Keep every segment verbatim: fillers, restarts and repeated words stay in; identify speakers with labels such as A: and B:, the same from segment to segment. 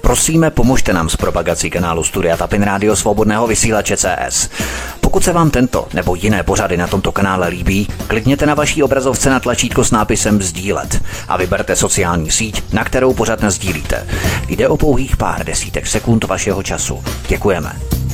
A: Prosíme, pomožte nám s propagací kanálu Studia Tapin Rádio Svobodného vysílače C S. Pokud se vám tento nebo jiné pořady na tomto kanále líbí, klikněte na vaší obrazovce na tlačítko s nápisem sdílet a vyberte sociální síť, na kterou pořad nasdílíte. Jde o pouhých pár desítek sekund vašeho času. Děkujeme.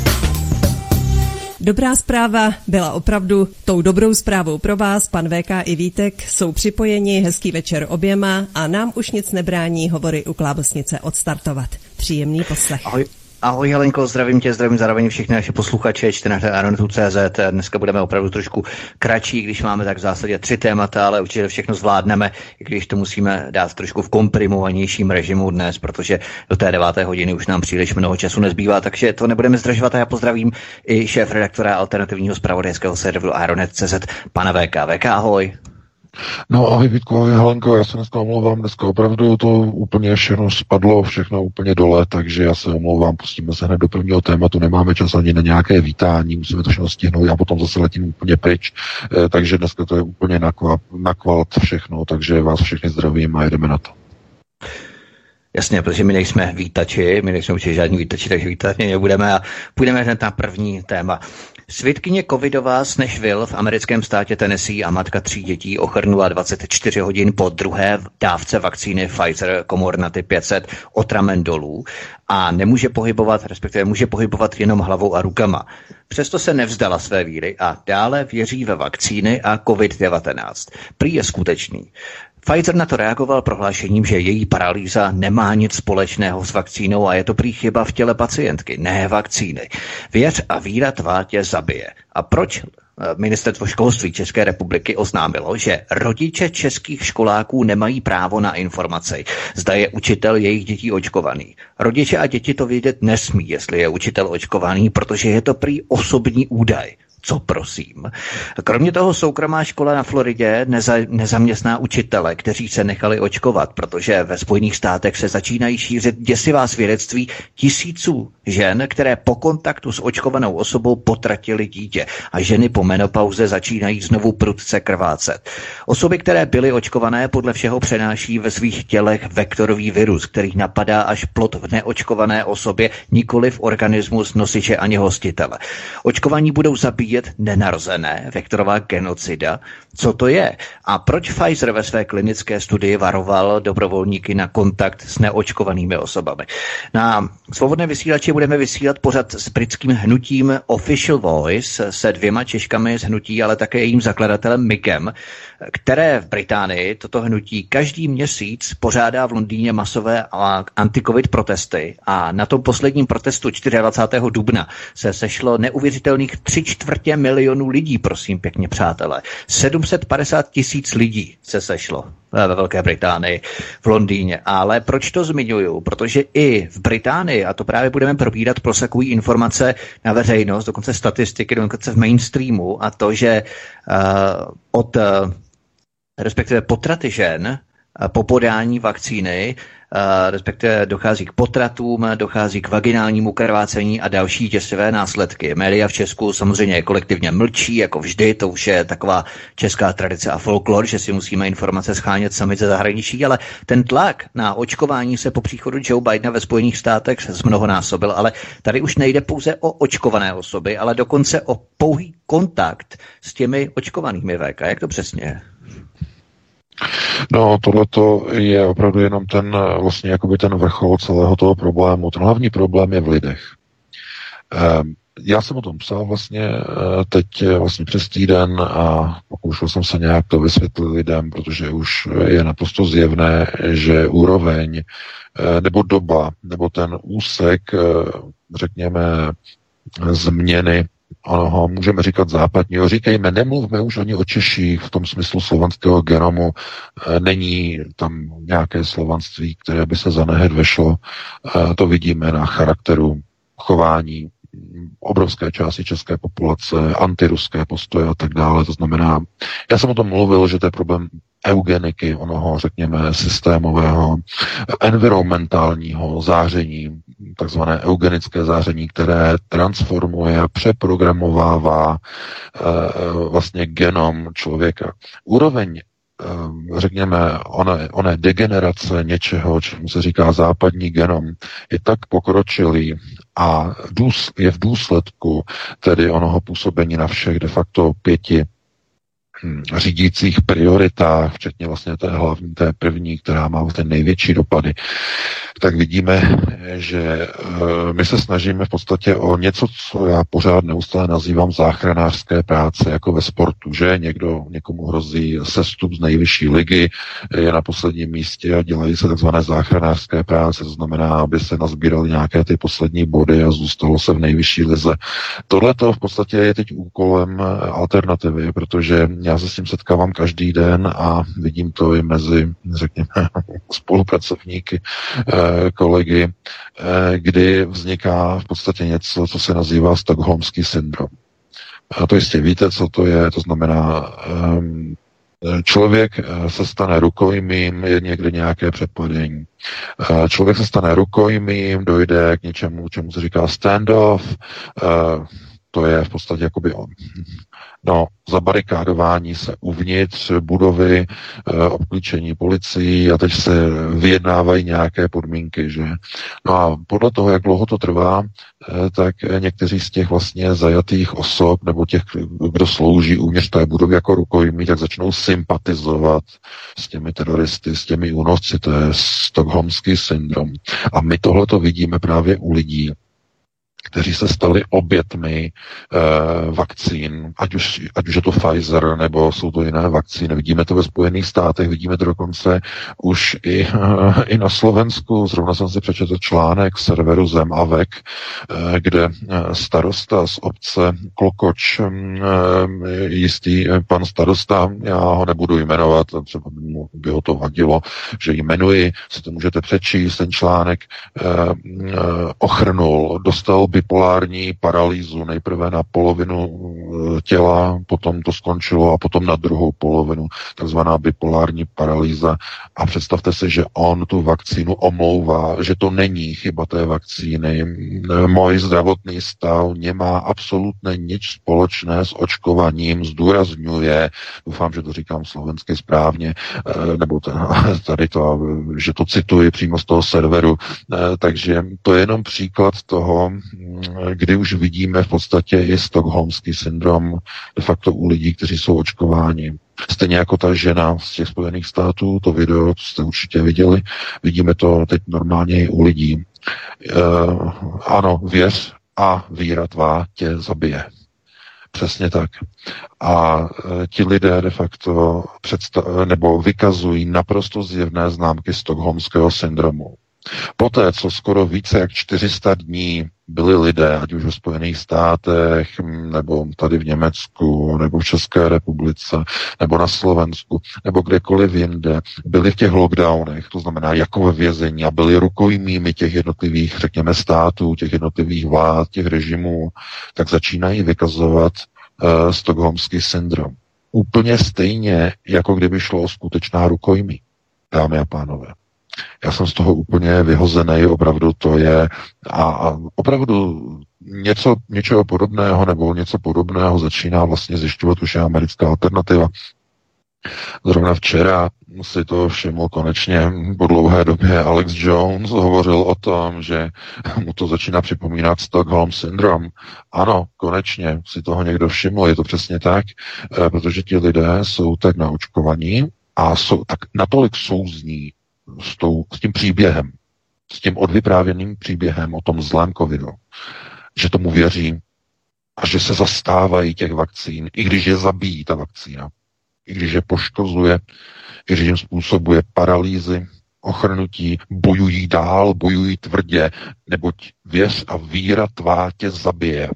B: Dobrá zpráva byla opravdu tou dobrou zprávou pro vás. Pan V K i Vítek jsou připojeni, hezký večer oběma a nám už nic nebrání hovory u Klábosnice odstartovat. Příjemný poslech.
A: Ahoj. Ahoj Helenko, zdravím tě, zdravím zároveň všechny naše posluchače, čtenáře Aeronetu tečka cé zet. Dneska budeme opravdu trošku kratší, když máme tak v zásadě tři témata, ale určitě všechno zvládneme, i když to musíme dát trošku v komprimovanějším režimu dnes, protože do té deváté hodiny už nám příliš mnoho času nezbývá, takže to nebudeme zdržovat a já pozdravím i šéf-redaktora alternativního zpravodajského serveru Aeronet tečka cé zet, pana V K. V K, ahoj.
C: No ahoj Vítku, ahoj Helenko, já se dneska omlouvám, dneska opravdu to úplně všechno spadlo, všechno úplně dole, takže já se omlouvám, pustíme se hned do prvního tématu, nemáme čas ani na nějaké vítání, musíme to všechno stihnout, já potom zase letím úplně pryč, e, takže dneska to je úplně nakvap, nakvalt všechno, takže vás všechny zdravím a jedeme na to.
A: Jasně, protože my nejsme vítači, my nejsme určitě žádní vítači, takže vítat nebudeme a půjdeme hned na první téma. Svědkyně covidová z Nashville v americkém státě Tennessee a matka tří dětí ochrnula dvacet čtyři hodin po druhé dávce vakcíny Pfizer Comirnaty pět set otramendolů a nemůže pohybovat, respektive může pohybovat jenom hlavou a rukama. Přesto se nevzdala své víry a dále věří ve vakcíny a covid devatenáct. Prý je skutečný. Pfizer na to reagoval prohlášením, že její paralýza nemá nic společného s vakcínou a je to prý chyba v těle pacientky, ne vakcíny. Věř a víra tvá tě zabije. A proč Ministerstvo školství České republiky oznámilo, že rodiče českých školáků nemají právo na informaci, zda je učitel jejich dětí očkovaný. Rodiče a děti to vědět nesmí, jestli je učitel očkovaný, protože je to prý osobní údaj. Co prosím? Kromě toho soukromá škola na Floridě neza, nezaměstná učitele, kteří se nechali očkovat, protože ve Spojených státech se začínají šířit děsivá svědectví tisíců žen, které po kontaktu s očkovanou osobou potratily dítě a ženy po menopauze začínají znovu prudce krvácet. Osoby, které byly očkované, podle všeho přenáší ve svých tělech vektorový virus, který napadá až plod v neočkované osobě, nikoli v organismus nosiče ani hostitele. Očkovaní budou zabíjet nenarozené, vektorová genocida. Co to je? A proč Pfizer ve své klinické studii varoval dobrovolníky na kontakt s neočkovanými osobami? Na Svobodné vysílači budeme vysílat pořad s britským hnutím Official Voice se dvěma Češkami z hnutí, ale také jejím zakladatelem Mickem, které v Británii toto hnutí každý měsíc pořádá v Londýně masové anti-covid protesty a na tom posledním protestu dvacátého čtvrtého dubna se sešlo neuvěřitelných tři čtvrtě milionů lidí, prosím pěkně přátelé. sedm set padesát tisíc lidí se sešlo ve Velké Británii, v Londýně. Ale proč to zmiňuju? Protože i v Británii, a to právě budeme probírat, prosakují informace na veřejnost, dokonce statistiky, dokonce v mainstreamu, a to, že uh, od uh, respektive potraty žen po podání vakcíny, respektive dochází k potratům, dochází k vaginálnímu krvácení a další děsivé následky. Média v Česku samozřejmě kolektivně mlčí, jako vždy, to už je taková česká tradice a folklor, že si musíme informace schánět sami ze zahraničí, ale ten tlak na očkování se po příchodu Joe Bidena ve Spojených státech zmnohonásobil, ale tady už nejde pouze o očkované osoby, ale dokonce o pouhý kontakt s těmi očkovanými V K. Jak to přesně je?
C: No, tohleto je opravdu jenom ten, vlastně jakoby ten vrchol celého toho problému. Ten hlavní problém je v lidech. Já jsem o tom psal vlastně teď vlastně přes týden a pokoušel jsem se nějak to vysvětlit lidem, protože už je naprosto zjevné, že úroveň nebo doba, nebo ten úsek, řekněme, změny onoho, můžeme říkat západního, říkejme, nemluvme už ani o Češích v tom smyslu slovanského genomu, není tam nějaké slovanství, které by se za nehed vešlo, to vidíme na charakteru chování obrovské části české populace, antiruské postoje a tak dále, to znamená, já jsem o tom mluvil, že to je problém eugeniky, onoho, řekněme, systémového, environmentálního záření, takzvané eugenické záření, které transformuje, přeprogramovává e, vlastně genom člověka. Úroveň řekněme, oné, oné degenerace něčeho, čemu se říká západní genom, je tak pokročilý a je v důsledku tedy onoho působení na všech de facto pěti řídících prioritách, včetně vlastně té hlavní, té první, která má ten největší dopady, tak vidíme, že my se snažíme v podstatě o něco, co já pořád neustále nazývám záchranářské práce, jako ve sportu, že někdo, někomu hrozí sestup z nejvyšší ligy, je na posledním místě a dělají se takzvané záchranářské práce, to znamená, aby se nazbíraly nějaké ty poslední body a zůstalo se v nejvyšší lize. Tohle to v podstatě je teď úkolem alternativy, protože já se s tím setkávám každý den a vidím to i mezi, řekněme, spolupracovníky, kolegy, kdy vzniká v podstatě něco, co se nazývá stockholmský syndrom. A to jistě víte, co to je, to znamená, člověk se stane rukojmím, je někde nějaké přepadení. Člověk se stane rukojmím, dojde k něčemu, čemu se říká standoff, to je v podstatě jakoby no, zabarikádování se uvnitř budovy, obklíčení policií a teď se vyjednávají nějaké podmínky, že? No a podle toho, jak dlouho to trvá, tak někteří z těch vlastně zajatých osob nebo těch, kdo slouží uvnitř té budovy jako rukojmí, tak začnou sympatizovat s těmi teroristy, s těmi únosci, to je stockholmský syndrom. A my tohle to vidíme právě u lidí, kteří se stali obětmi e, vakcín, ať už, ať už je to Pfizer, nebo jsou to jiné vakcíny. Vidíme to ve Spojených státech, vidíme to dokonce už i, e, i na Slovensku. Zrovna jsem si přečetl článek serveru Zem a Vek, e, kde starosta z obce Klokoč, e, jistý pan starosta, já ho nebudu jmenovat, třeba by ho to vadilo, že jmenuji, si to můžete přečíst, ten článek, e, e, ochrnul, dostal bipolární paralýzu, nejprve na polovinu těla, potom to skončilo a potom na druhou polovinu, takzvaná bipolární paralýza. A představte si, že on tu vakcínu omlouvá, že to není chyba té vakcíny. Můj zdravotný stav nemá absolutně nic společné s očkovaním, zdůrazňuje, doufám, že to říkám slovensky správně, nebo tady to, že to cituji přímo z toho serveru, takže to je jenom příklad toho, kdy už vidíme v podstatě i stockholmský syndrom de facto u lidí, kteří jsou očkováni. Stejně jako ta žena z těch Spojených států, to video, to jste určitě viděli, vidíme to teď normálně i u lidí. E, ano, věř a víra tvá tě zabije. Přesně tak. A e, ti lidé de facto představ, nebo vykazují naprosto zjevné známky stockholmského syndromu. Poté, co skoro více jak čtyři sta dní byli lidé, ať už ve Spojených státech, nebo tady v Německu, nebo v České republice, nebo na Slovensku, nebo kdekoliv jinde, byli v těch lockdownech, to znamená jako ve vězení a byli rukojmími těch jednotlivých, řekněme, států, těch jednotlivých vlád, těch režimů, tak začínají vykazovat uh, stockholmský syndrom. Úplně stejně, jako kdyby šlo o skutečná rukojmí, dámy a pánové. Já jsem z toho úplně vyhozený, opravdu to je a, a opravdu něco, něčeho podobného nebo něco podobného začíná vlastně zjišťovat už je americká alternativa. Zrovna včera si to všiml konečně po dlouhé době Alex Jones, hovořil o tom, že mu to začíná připomínat Stockholm syndrom. Ano, konečně si toho někdo všiml, je to přesně tak, protože ti lidé jsou tak naočkovaní a jsou tak natolik souzní S, tou, s tím příběhem, s tím odvyprávěným příběhem o tom zlém covidu, že tomu věří a že se zastávají těch vakcín, i když je zabíjí ta vakcína, i když je poškozuje, i když jim způsobuje paralýzy, ochrnutí, bojují dál, bojují tvrdě, neboť věř a víra tvá tě zabije.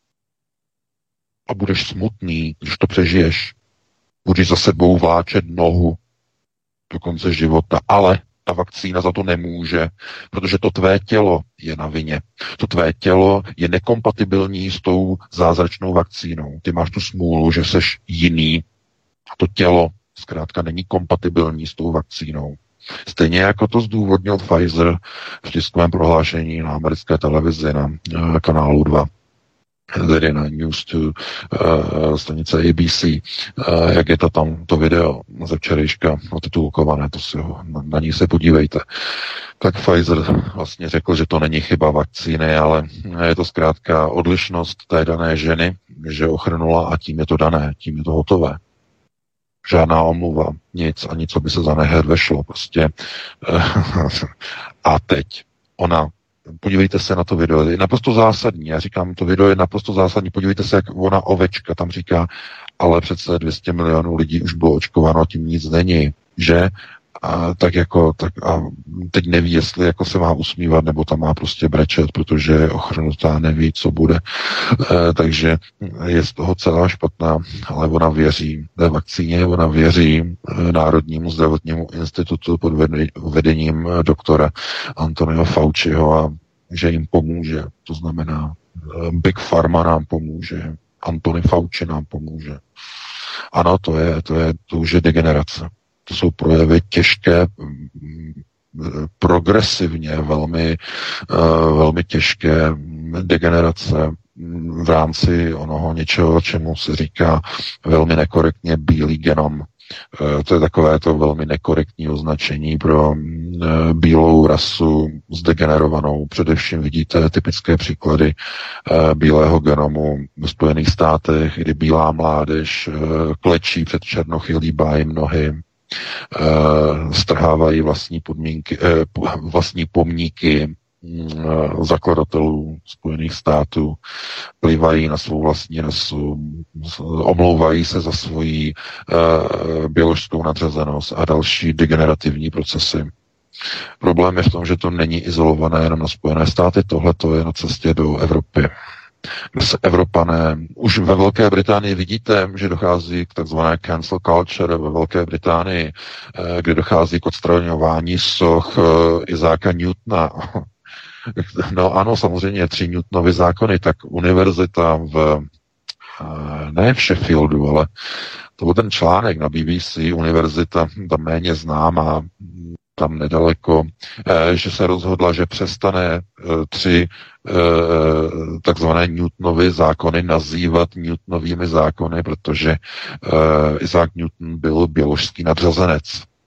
C: A budeš smutný, když to přežiješ. Budeš za sebou vláčet nohu do konce života, ale ta vakcína za to nemůže, protože to tvé tělo je na vině. To tvé tělo je nekompatibilní s tou zázračnou vakcínou. Ty máš tu smůlu, že seš jiný a to tělo zkrátka není kompatibilní s tou vakcínou. Stejně jako to zdůvodnil Pfizer v tiskovém prohlášení na americké televizi na kanálu dva. tedy na News to uh, stanice A B C, uh, jak je to tam, to video ze včerejška otitulkované, to si ho, na, na ní se podívejte. Tak Pfizer vlastně řekl, že to není chyba vakcíny, ale je to zkrátka odlišnost té dané ženy, že ochrnula a tím je to dané, tím je to hotové. Žádná omluva, nic, ani co by se za neher vešlo, prostě. A teď ona, podívejte se na to video, je naprosto zásadní, já říkám, to video je naprosto zásadní, podívejte se, jak ona ovečka tam říká, ale přece dvě stě milionů lidí už bylo očkováno a tím nic není, že? A tak jako, tak a teď neví, jestli jako se má usmívat, nebo tam má prostě brečet, protože je ochrnutá, neví, co bude. E, takže je z toho celá špatná, ale ona věří té vakcíně, ona věří e, Národnímu zdravotnímu institutu pod vedením doktora Antonio Fauciho a že jim pomůže. To znamená, e, Big Pharma nám pomůže, Anthony Fauci nám pomůže. Ano, to je, to je, to už je degenerace. To jsou projevy těžké, progresivně, velmi, velmi těžké degenerace v rámci onoho něčeho, čemu se říká velmi nekorektně bílý genom. To je takové to velmi nekorektní označení pro bílou rasu zdegenerovanou. Především vidíte typické příklady bílého genomu v Spojených státech, kdy bílá mládež klečí před černochy, bájí nohy, strhávají vlastní podmínky, vlastní pomníky zakladatelů Spojených států, plivají na svou vlastní rasu, omlouvají se za svoji biologickou nadřazenost a další degenerativní procesy. Problém je v tom, že to není izolované jenom na Spojené státy, tohle to je na cestě do Evropy. Kde se Evropané, už ve Velké Británii vidíte, že dochází k takzvané cancel culture ve Velké Británii, kde dochází k odstraňování soch Izáka Newtona. No ano, samozřejmě tři Newtonovy zákony, tak univerzita v, ne v Sheffieldu, ale to byl ten článek na B B C, univerzita, tam méně známá, tam nedaleko, že se rozhodla, že přestane tři takzvané Newtonovy zákony nazývat Newtonovými zákony, protože Isaac Newton byl biologický nadřazenec.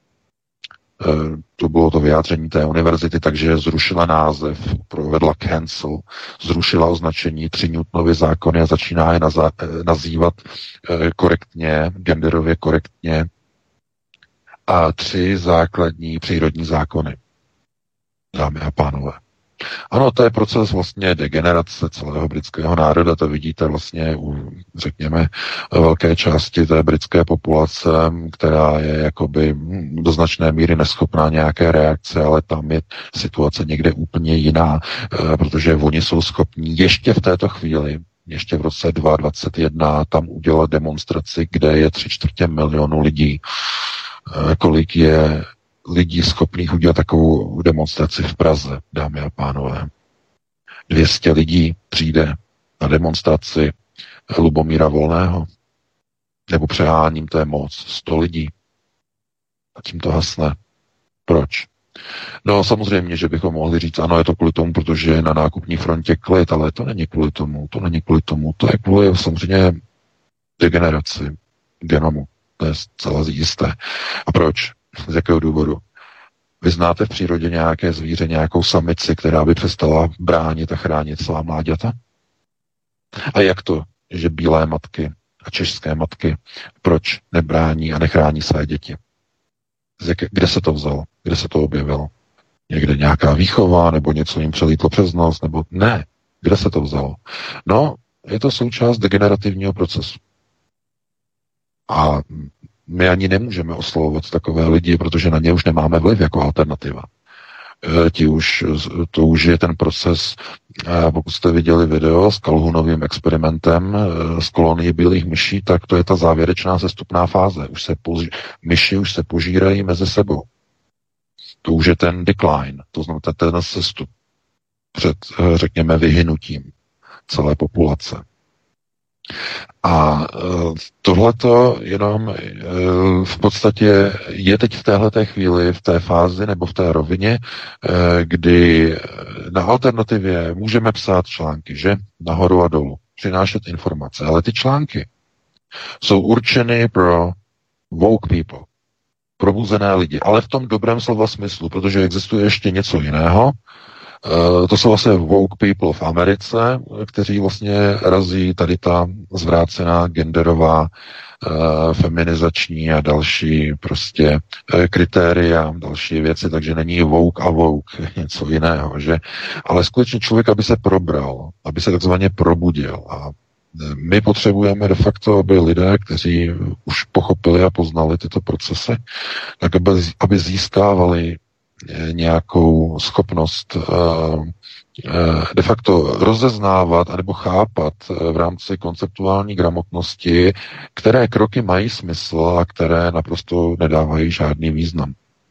C: To bylo to vyjádření té univerzity, takže zrušila název, provedla cancel, zrušila označení tři Newtonovy zákony a začíná je nazývat korektně, genderově korektně a tři základní přírodní zákony. Dámy a pánové. Ano, to je proces vlastně degenerace celého britského národa, to vidíte vlastně u, řekněme, velké části té britské populace, která je jakoby do značné míry neschopná nějaké reakce, ale tam je situace někde úplně jiná, protože oni jsou schopní ještě v této chvíli, ještě v roce dvacet dvacet jedna tam udělat demonstraci, kde je tři čtvrtě milionu lidí. Kolik je lidí schopných udělat takovou demonstraci v Praze, dámy a pánové. dvě stě lidí přijde na demonstraci Lubomíra Volného. Nebo přeháním, to je moc. sto lidí. A tím to hasne. Proč? No samozřejmě, že bychom mohli říct, ano, je to kvůli tomu, protože je na nákupní frontě klid, ale to není kvůli tomu, to není kvůli tomu, to je kvůli samozřejmě degeneraci genomu. To je celé jisté. A proč? Z jakého důvodu? Vy znáte v přírodě nějaké zvíře, nějakou samici, která by přestala bránit a chránit svá mláďata? A jak to, že bílé matky a češské matky, proč nebrání a nechrání své děti? Kde se to vzalo? Kde se to objevilo? Někde nějaká výchova, nebo něco jim přelítlo přes nos, nebo ne? Kde se to vzalo? No, je to součást degenerativního procesu. A my ani nemůžeme oslovovat takové lidi, protože na ně už nemáme vliv jako alternativa. E, ti už, to už je ten proces, e, pokud jste viděli video s Calhounovým experimentem e, z kolonii bílých myší, tak to je ta závěrečná sestupná fáze. Už se poži- myši už se požírají mezi sebou. To už je ten decline, to znamená ten sestup před, řekněme, vyhynutím celé populace. A tohleto jenom v podstatě je teď v téhleté chvíli, v té fázi nebo v té rovině, kdy na alternativě můžeme psát články, že? Nahoru a dolů. přinášet informace, ale ty články jsou určeny pro woke people, probuzené lidi, ale v tom dobrém slova smyslu, protože existuje ještě něco jiného. To jsou vlastně woke people v Americe, kteří vlastně razí tady ta zvrácená genderová, feminizační a další prostě kritéria, další věci, takže není woke a woke, něco jiného, že? Ale skutečně člověk, aby se probral, aby se takzvaně probudil a my potřebujeme de facto, aby lidé, kteří už pochopili a poznali tyto procesy, tak aby, aby získávali nějakou schopnost de facto rozeznávat anebo chápat v rámci konceptuální gramotnosti, které kroky mají smysl a které naprosto nedávají žádný význam.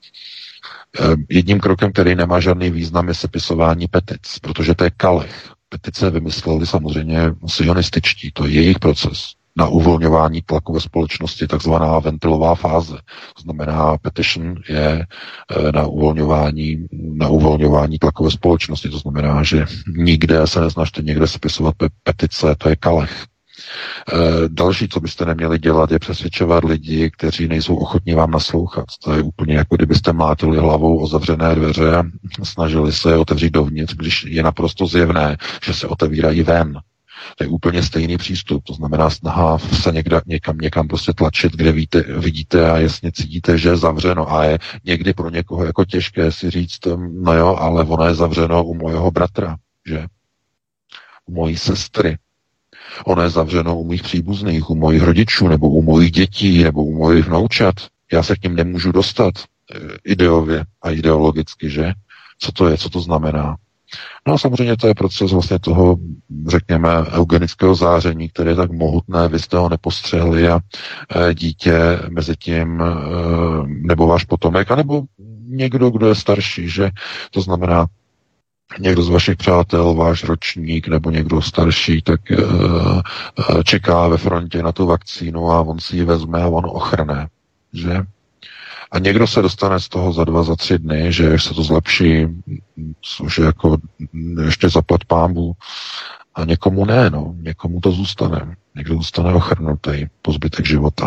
C: Jedním krokem, který nemá žádný význam, je sepisování petic, protože to je kalech. Petice vymysleli samozřejmě sionističtí, to je jejich proces na uvolňování tlaku ve společnosti, takzvaná ventilová fáze. To znamená, petition je na uvolňování, na uvolňování tlaku ve společnosti. To znamená, že nikde se nesnažte někde sepisovat pe- petice, to je kalech. Další, co byste neměli dělat, je přesvědčovat lidi, kteří nejsou ochotní vám naslouchat. To je úplně jako kdybyste mlátili hlavou o zavřené dveře a snažili se je otevřít dovnitř, když je naprosto zjevné, že se otevírají ven. To je úplně stejný přístup, to znamená snaha se někde, někam, někam prostě tlačit, kde víte, vidíte a jasně cítíte, že je zavřeno a je někdy pro někoho jako těžké si říct, no jo, ale ono je zavřeno u mojeho bratra, že? U mojí sestry. Ono je zavřeno u mých příbuzných, u mojich rodičů, nebo u mojich dětí, nebo u mojich vnoučat. Já se k nim nemůžu dostat ideově a ideologicky, že? Co to je, co to znamená? No a samozřejmě to je proces vlastně toho, řekněme, eugenického záření, které je tak mohutné, vy jste ho nepostřehli a dítě mezi tím, nebo váš potomek, anebo někdo, kdo je starší, že? To znamená, někdo z vašich přátel, váš ročník nebo někdo starší, tak uh, čeká ve frontě na tu vakcínu a on si ji vezme a on ochrne, že? A někdo se dostane z toho za dva, za tři dny, že se to zlepší, což je jako ještě zaplat pánbu, a někomu ne, no, někomu to zůstane. Někdo zůstane ochrnutý po zbytek života.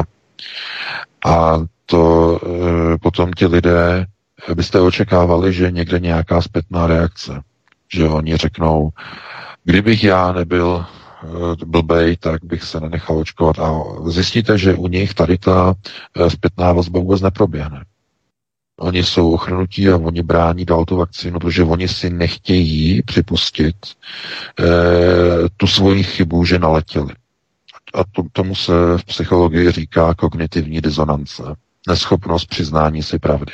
C: A to e, potom ti lidé, byste očekávali, že někde nějaká zpětná reakce, že oni řeknou, kdybych já nebyl blbej, tak bych se nenechal očkovat. A zjistíte, že u nich tady ta zpětná vazba vůbec neproběhne. Oni jsou ochrnutí a oni brání dál tu vakcínu, protože oni si nechtějí připustit eh, tu svoji chybu, že naletěli. A to, tomu se v psychologii říká kognitivní disonance. Neschopnost přiznání si pravdy.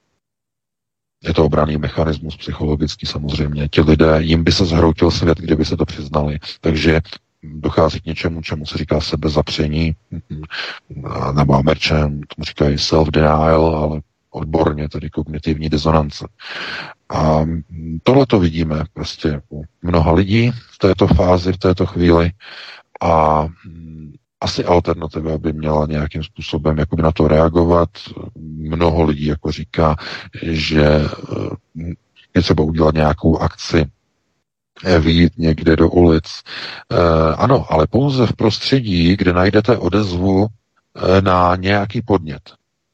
C: Je to obranný mechanismus psychologický samozřejmě. Ti lidé, jim by se zhroutil svět, kdyby se to přiznali. Takže dochází k něčemu, čemu se říká sebezapření, nebo Američané tomu říkají self-denial, ale odborně tedy kognitivní disonance. A tohle to vidíme prostě u mnoha lidí v této fázi, v této chvíli a asi alternativa by měla nějakým způsobem jakoby na to reagovat. Mnoho lidí jako říká, že je třeba udělat nějakou akci, vyjít někde do ulic. E, ano, ale pouze v prostředí, kde najdete odezvu na nějaký podnět.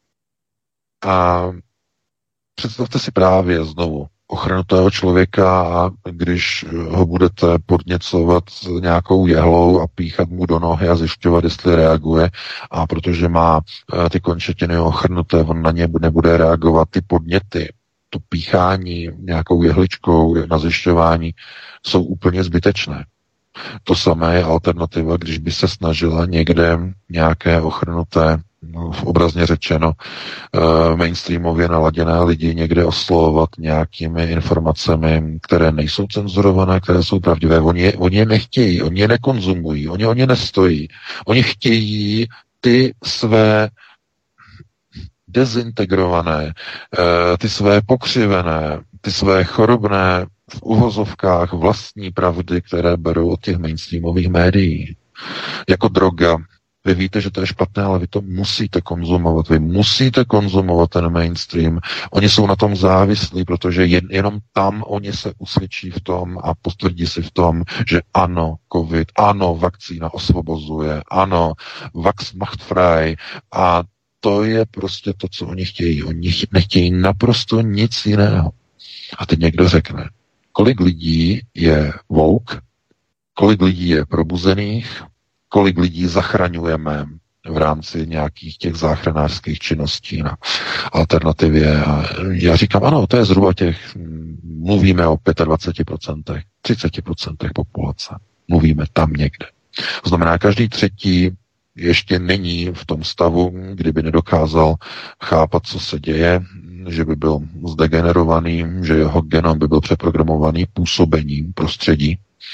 C: A představte si právě znovu ochranu toho člověka a když ho budete podněcovat nějakou jehlou a píchat mu do nohy a zjišťovat, jestli reaguje a protože má ty končetiny ochrnuté, on na ně nebude reagovat, ty podněty, to píchání nějakou jehličkou na zjišťování jsou úplně zbytečné. To samé je alternativa, když by se snažila někde nějaké ochrnuté, no, obrazně řečeno, mainstreamově naladěné lidi někde oslovovat nějakými informacemi, které nejsou cenzurované, které jsou pravdivé. Oni je, oni je nechtějí, oni je nekonzumují, oni o ně nestojí. Oni chtějí ty své dezintegrované, ty své pokřivené, ty své chorobné v uvozovkách vlastní pravdy, které berou od těch mainstreamových médií. Jako droga, Vy víte, že to je špatné, ale vy to musíte konzumovat. Vy musíte konzumovat ten mainstream. Oni jsou na tom závislí, protože jen, jenom tam oni se usvědčí v tom a potvrdí si v tom, že ano, covid, ano, vakcína osvobozuje, ano, vax macht frei a to je prostě to, co oni chtějí. Oni nechtějí naprosto nic jiného. A teď někdo řekne, kolik lidí je woke, kolik lidí je probuzených, kolik lidí zachraňujeme v rámci nějakých těch záchranářských činností na alternativě. A já říkám, ano, to je zhruba těch, mluvíme o dvacet pět procent, třicet procent populace. Mluvíme tam někde. To znamená, každý třetí ještě není v tom stavu, kdyby nedokázal chápat, co se děje, že by byl zdegenerovaný, že jeho genom by byl přeprogramovaný působením prostředí,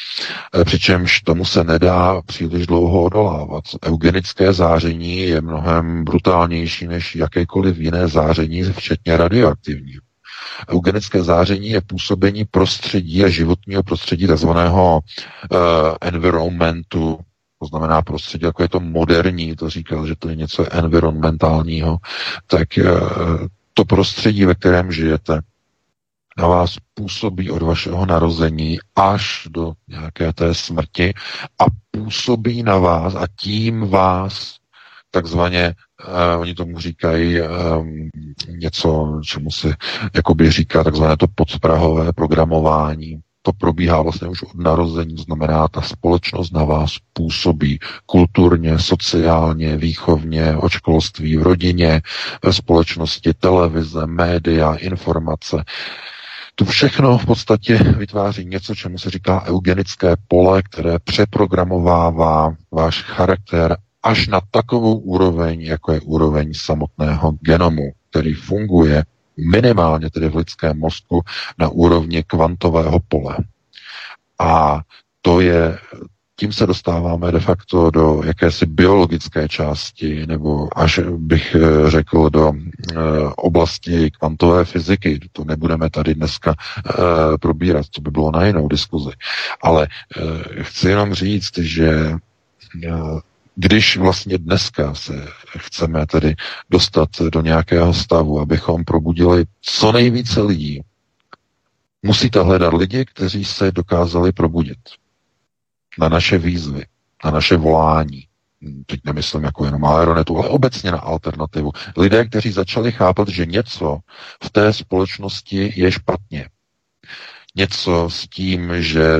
C: přičemž tomu se nedá příliš dlouho odolávat. Eugenické záření je mnohem brutálnější než jakékoliv jiné záření, včetně radioaktivního. Eugenické záření je působení prostředí a životního prostředí takzvaného uh, environmentu, to znamená prostředí, jako je to moderní, to říkal, že to je něco environmentálního, tak uh, to prostředí, ve kterém žijete, na vás působí od vašeho narození až do nějaké té smrti a působí na vás a tím vás takzvaně, uh, oni tomu říkají um, něco, čemu se jakoby říká takzvané to podprahové programování. To probíhá vlastně už od narození, znamená, ta společnost na vás působí kulturně, sociálně, výchovně, od školství, v rodině, ve společnosti, televize, média, informace. To všechno v podstatě vytváří něco, čemu se říká eugenické pole, které přeprogramovává váš charakter až na takovou úroveň, jako je úroveň samotného genomu, který funguje minimálně tedy v lidském mozku na úrovni kvantového pole. A to je, tím se dostáváme de facto do jakési biologické části, nebo až bych řekl do e, oblasti kvantové fyziky. To nebudeme tady dneska e, probírat, to by bylo na jinou diskuzi. Ale e, chci jenom říct, že e, když vlastně dneska se chceme tedy dostat do nějakého stavu, abychom probudili co nejvíce lidí, musíte hledat lidi, kteří se dokázali probudit na naše výzvy, na naše volání. Teď nemyslím jako jenom Aeronetu, ale obecně na alternativu. Lidé, kteří začali chápat, že něco v té společnosti je špatně. Něco s tím, že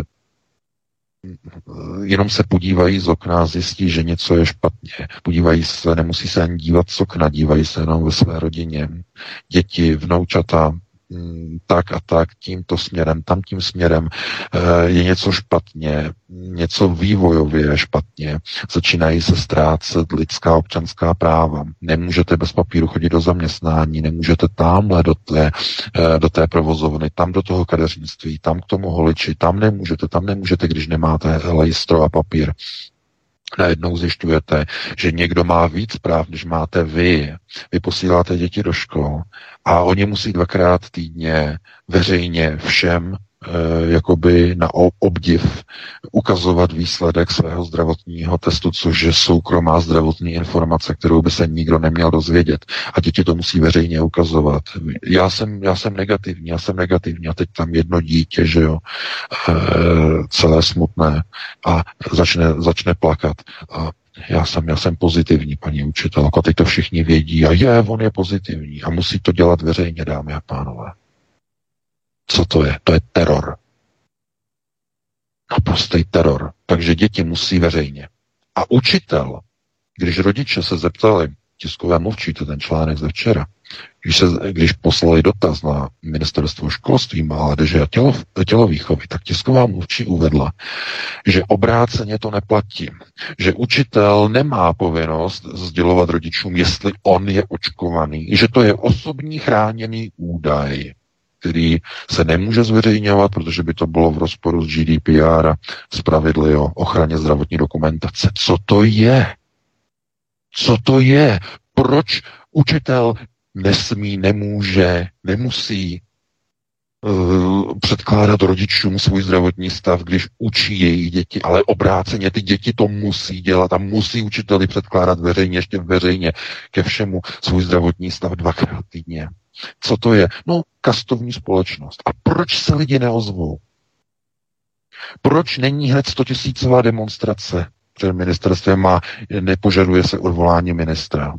C: jenom se podívají z okna a zjistí, že něco je špatně. Podívají se, nemusí se ani dívat z okna, dívají se jenom ve své rodině. Děti, vnoučata, tak a tak, tímto směrem, tam tím směrem je něco špatně, něco vývojově špatně, začínají se ztrácet lidská občanská práva. Nemůžete bez papíru chodit do zaměstnání, nemůžete tamhle do té, do té provozovny, tam do toho kadeřnictví, tam k tomu holiči, tam nemůžete, tam nemůžete, když nemáte lejstro a papír. Najednou zjišťujete, že někdo má víc práv, než máte vy. Vy posíláte děti do škol a oni musí dvakrát týdně veřejně všem e, jakoby na obdiv ukazovat výsledek svého zdravotního testu, což je soukromá zdravotní informace, kterou by se nikdo neměl dozvědět. A děti to musí veřejně ukazovat. Já jsem, já jsem negativní, já jsem negativní a teď tam jedno dítě, že jo, e, celé smutné a začne, začne plakat. A já jsem, já jsem pozitivní, paní učitelko, a teď to všichni vědí a je, on je pozitivní a musí to dělat veřejně, dámy a pánové. Co to je? To je teror. Naprostý teror. Takže děti musí veřejně. A učitel, když rodiče se zeptali, tiskové mluvčí, to ten článek ze včera, když, se, když poslali dotaz na ministerstvo školství, mládeže a tělo, tělovýchovy, tak tisková mluvčí uvedla, že obráceně to neplatí. Že učitel nemá povinnost sdělovat rodičům, jestli on je očkovaný, že to je osobní chráněný údaj, který se nemůže zveřejňovat, protože by to bylo v rozporu s G D P R a s pravidly o ochraně zdravotní dokumentace. Co to je? Co to je? Proč učitel nesmí, nemůže, nemusí předkládat rodičům svůj zdravotní stav, když učí její děti, ale obráceně ty děti to musí dělat a musí učiteli předkládat veřejně, ještě veřejně ke všemu svůj zdravotní stav dvakrát týdně. Co to je? No, kastovní společnost. A proč se lidi neozvou? Proč není hned stotisícová demonstrace před ministerstvem a nepožaduje se odvolání ministra?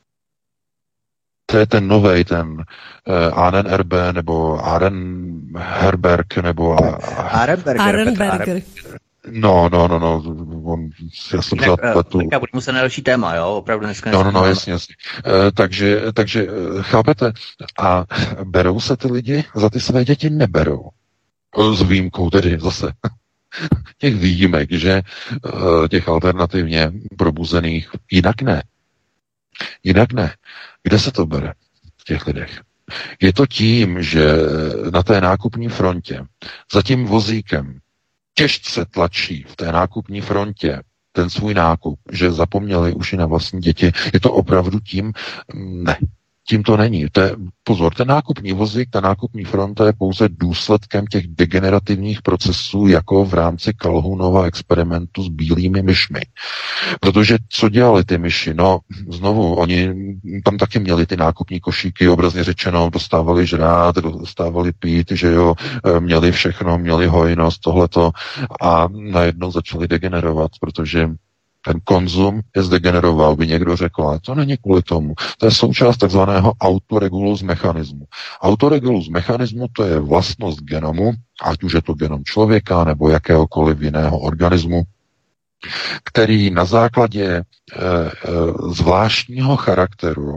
C: To je ten novej, ten uh, Arenberger nebo Arenberg nebo
B: Arenberger.
C: No, no, no, no, on, já jsem
A: jinak,
C: přát tu...
A: Jinak budeme se na další téma, jo, opravdu dneska...
C: No, no, no, jasně, jasně. E, takže, takže, chápete, a berou se ty lidi, za ty své děti neberou. S výjimkou tedy zase těch výjimek, že těch alternativně probuzených, jinak ne. Jinak ne. Kde se to bere v těch lidech? Je to tím, že na té nákupní frontě za tím vozíkem těžce tlačí v té nákupní frontě ten svůj nákup, že zapomněli už i na vlastní děti. Je to opravdu tím? Ne. Tím to není. To je, pozor, ten nákupní vozík, ta nákupní fronta je pouze důsledkem těch degenerativních procesů, jako v rámci Calhounova experimentu s bílými myšmi. Protože co dělali ty myši? No, znovu, oni tam taky měli ty nákupní košíky, obrazně řečeno, dostávali žrát, dostávali pít, že jo, měli všechno, měli hojnost, tohleto a najednou začali degenerovat, protože ten konzum je zdegeneroval, by někdo řekl, ale to není kvůli tomu. To je součást takzvaného autoregulus mechanismu. Autoregulus mechanismu to je vlastnost genomu, ať už je to genom člověka nebo jakéhokoliv jiného organismu, který na základě e, e, zvláštního charakteru,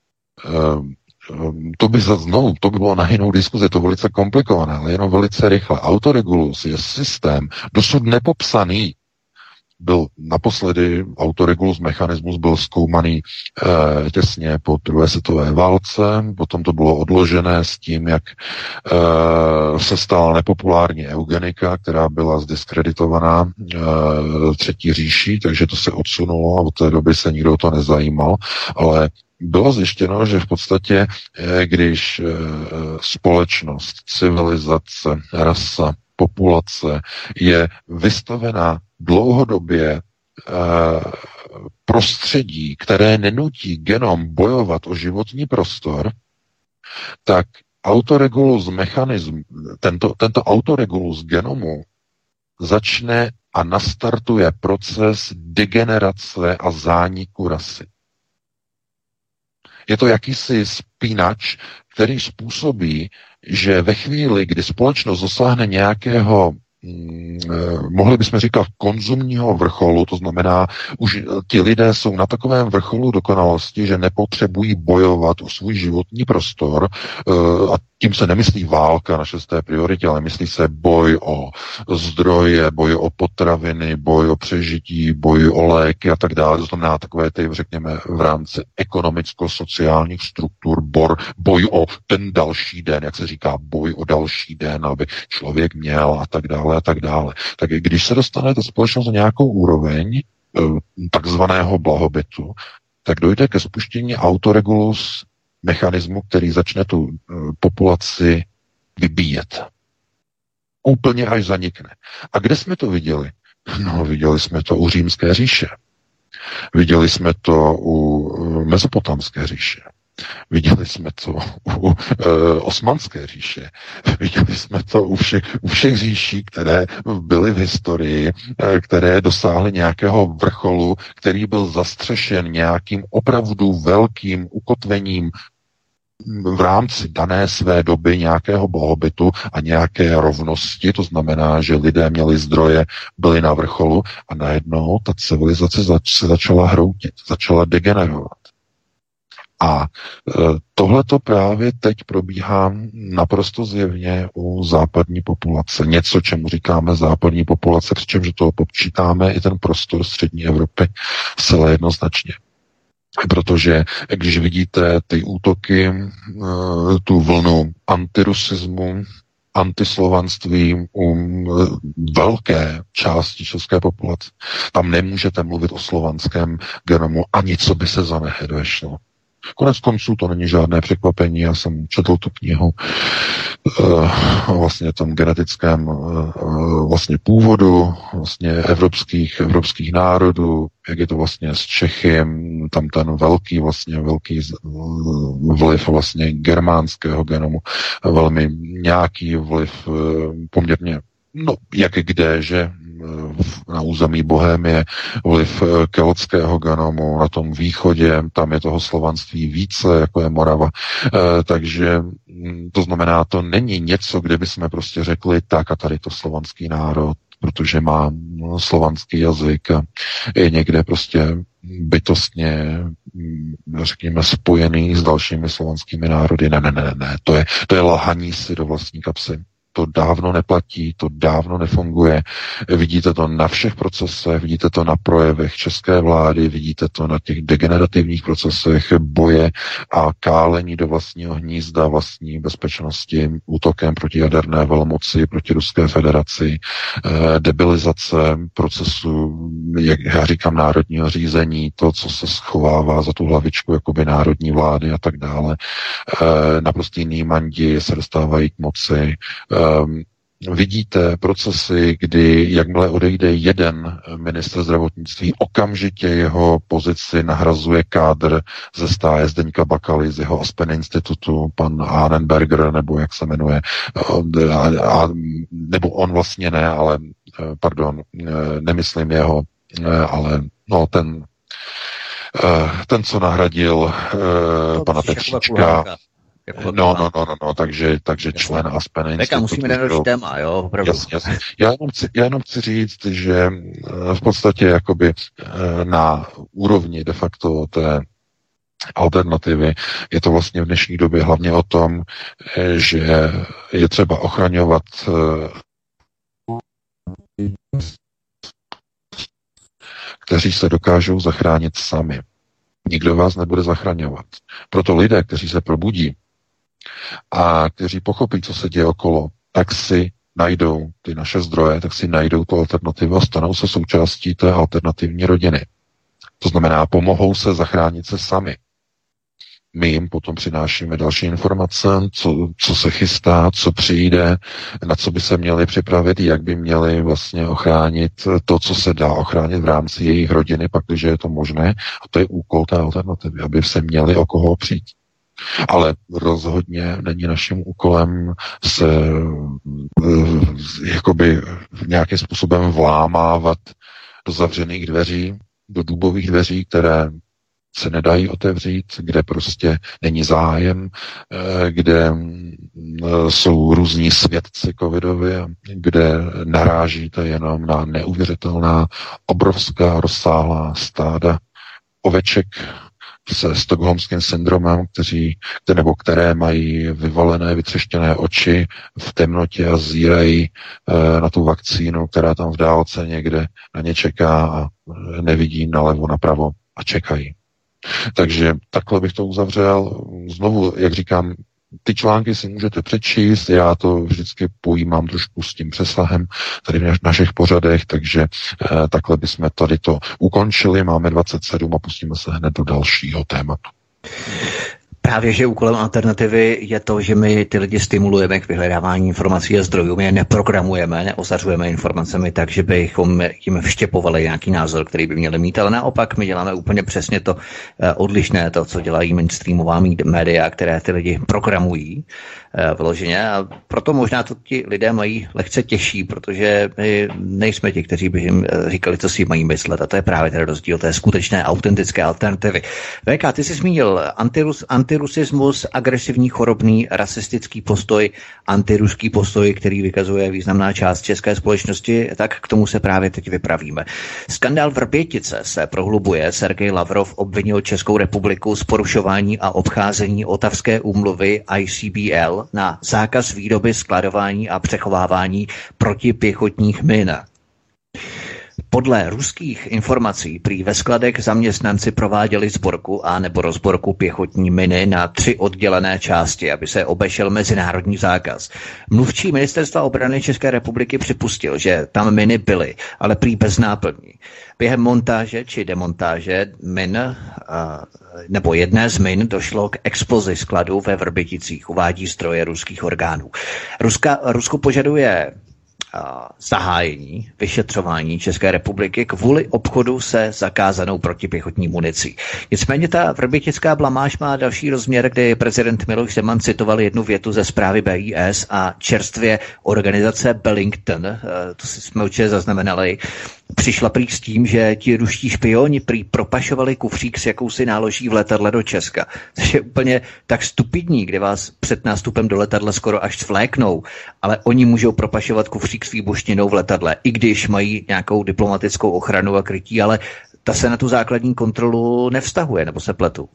C: e, to by znovu, to by bylo na jinou diskuzi, to velice komplikované, ale jenom velice rychle. Autoregulus je systém dosud nepopsaný. Byl naposledy autoregulus mechanismus byl zkoumaný e, těsně po druhé světové válce, potom to bylo odložené s tím, jak e, se stala nepopulární eugenika, která byla zdiskreditovaná e, třetí říší, takže to se odsunulo a od té doby se nikdo to nezajímal, ale bylo zjištěno, že v podstatě, e, když e, společnost, civilizace, rasa, populace je vystavená dlouhodobě e, prostředí, které nenutí genom bojovat o životní prostor, tak autoregulus mechanism, tento, tento autoregulus genomu začne a nastartuje proces degenerace a zániku rasy. Je to jakýsi spínač, který způsobí, že ve chvíli, kdy společnost dosáhne nějakého, hm, mohli bychom říkat, konzumního vrcholu, to znamená, už ti lidé jsou na takovém vrcholu dokonalosti, že nepotřebují bojovat o svůj životní prostor, a tím se nemyslí válka na šesté prioritě, ale myslí se boj o zdroje, boj o potraviny, boj o přežití, boj o léky a tak dále. To znamená takové ty, řekněme, v rámci ekonomicko-sociálních struktur, bor, boj o ten další den, jak se říká, boj o další den, aby člověk měl a tak dále a tak dále. Tak když se dostane ta společnost na nějakou úroveň takzvaného blahobytu, tak dojde ke spuštění autoregulus mechanismu, který začne tu populaci vybíjet. Úplně až zanikne. A kde jsme to viděli? No, viděli jsme to u Římské říše. Viděli jsme to u Mezopotamské říše. Viděli jsme to u e, Osmanské říše. Viděli jsme to u všech, u všech říší, které byly v historii, e, které dosáhly nějakého vrcholu, který byl zastřešen nějakým opravdu velkým ukotvením v rámci dané své doby nějakého blahobytu a nějaké rovnosti, to znamená, že lidé měli zdroje, byli na vrcholu a najednou ta civilizace zač- se začala hroutit, začala degenerovat. A e, tohleto právě teď probíhá naprosto zjevně u západní populace. Něco, čemu říkáme západní populace, přičemž to počítáme i ten prostor střední Evropy zcela jednoznačně. Protože když vidíte ty útoky, tu vlnu antirusismu, antislovanství u velké části české populace, tam nemůžete mluvit o slovanském genomu ani co by se za nehedo šlo. Konec konců to není žádné překvapení, já jsem četl tu knihu, vlastně tom genetickém vlastně původu vlastně evropských, evropských národů, jak je to vlastně s Čechy, tam ten velký vlastně velký vliv vlastně germánského genomu, velmi nějaký vliv poměrně, no jak kde, že na území Bohémie vliv keltského genomu, na tom východě, tam je toho slovanství více, jako je Morava. E, takže to znamená, to není něco, kde bychom prostě řekli, tak a tady to slovanský národ, protože má no, slovanský jazyk a je někde prostě bytostně, řekněme, spojený s dalšími slovanskými národy. Ne, ne, ne, ne, to je, to je lhaní si do vlastní kapsy. To dávno neplatí, to dávno nefunguje. Vidíte to na všech procesech, vidíte to na projevech české vlády, vidíte to na těch degenerativních procesech boje a kálení do vlastního hnízda, vlastní bezpečnosti, útokem proti jaderné velmoci, proti Ruské federaci, debilizace procesu, jak já říkám, národního řízení, to, co se schovává za tu hlavičku jakoby národní vlády a tak dále. Naprostý nýmandi se dostávají k moci. Um, vidíte procesy, kdy jakmile odejde jeden ministr zdravotnictví, okamžitě jeho pozici nahrazuje kádr ze stáje Zdeňka Bakaly z jeho Aspen institutu, pan Ahnenberger, nebo jak se jmenuje, a, a, nebo on vlastně ne, ale pardon, nemyslím jeho, ale no ten ten, co nahradil uh, pana Petříčka. Jako no, no, no, no, no, takže, takže člen Aspen institutu.
A: Peka, musíme na další téma, jo, opravdu.
C: Jasně, jasně. Já jenom, chci, já jenom chci říct, že v podstatě jakoby na úrovni de facto té alternativy je to vlastně v dnešní době hlavně o tom, že je třeba ochraňovat kteří se dokážou zachránit sami. Nikdo vás nebude zachraňovat. Proto lidé, kteří se probudí a kteří pochopí, co se děje okolo, tak si najdou ty naše zdroje, tak si najdou tu alternativu a stanou se součástí té alternativní rodiny. To znamená, pomohou se zachránit se sami. My jim potom přinášíme další informace, co, co se chystá, co přijde, na co by se měli připravit, jak by měli vlastně ochránit to, co se dá ochránit v rámci jejich rodiny, pakliže je to možné. A to je úkol té alternativy, aby se měli o koho opřít. Ale rozhodně není naším úkolem se jakoby nějakým způsobem vlámávat do zavřených dveří, do dubových dveří, které se nedají otevřít, kde prostě není zájem, kde jsou různí svědci covidovi, kde narážíte jenom na neuvěřitelná, obrovská, rozsáhlá stáda oveček se stockholmským syndromem, kteří, nebo které mají vyvalené, vytřeštěné oči v temnotě a zírají na tu vakcínu, která tam v dálce někde na ně čeká a nevidí nalevo, napravo a čekají. Takže takhle bych to uzavřel. Znovu, jak říkám, ty články si můžete přečíst, já to vždycky pojímám trošku s tím přesahem tady v našich pořadech, takže eh, takhle bychom tady to ukončili, máme dvacet sedm a pustíme se hned do dalšího tématu.
A: Právě, že úkolem alternativy je to, že my ty lidi stimulujeme k vyhledávání informací a zdrojů, my je neprogramujeme, neozařujeme informacemi tak, že bychom jim vštěpovali nějaký názor, který by měli mít, ale naopak my děláme úplně přesně to odlišné, to, co dělají mainstreamová média, které ty lidi programují vloženě, a proto možná to ti lidé mají lehce těžší, protože my nejsme ti, kteří by jim říkali, co si mají myslet, a to je právě ten rozdíl té skutečné autentické alternativy. V K, ty jsi zmínil antirus, antirusismus, agresivní, chorobný, rasistický postoj, antiruský postoj, který vykazuje významná část české společnosti, tak k tomu se právě teď vypravíme. Skandál Vrbětice se prohlubuje. Sergej Lavrov obvinil Českou republiku z porušování a obcházení Ottawské úmluvy I C B L na zákaz výroby, skladování a přechovávání protipěchotních min. Podle ruských informací prý ve skladech zaměstnanci prováděli sborku a nebo rozborku pěchotní miny na tři oddělené části, aby se obešel mezinárodní zákaz. Mluvčí ministerstva obrany České republiky připustil, že tam miny byly, ale prý bez náplní. Během montáže či demontáže min nebo jedné z min došlo k explozi skladu ve Vrběticích, uvádí zdroje ruských orgánů. Ruska, Rusko požaduje zahájení vyšetřování České republiky kvůli obchodu se zakázanou protipěchotní municí. Nicméně ta vrbětická blamáž má další rozměr, kdy prezident Miloš Zeman citoval jednu větu ze zprávy B I S a čerstvě organizace Bellington, to si jsme určitě zaznamenali, přišla prý s tím, že ti ruští špioni prý propašovali kufřík s jakousi náloží v letadle do Česka. Což je úplně tak stupidní, kde vás před nástupem do letadla skoro až svléknou, ale oni můžou propašovat kufřík s výbušninou v letadle, i když mají nějakou diplomatickou ochranu a krytí, ale ta se na tu základní kontrolu nevztahuje, nebo se pletu?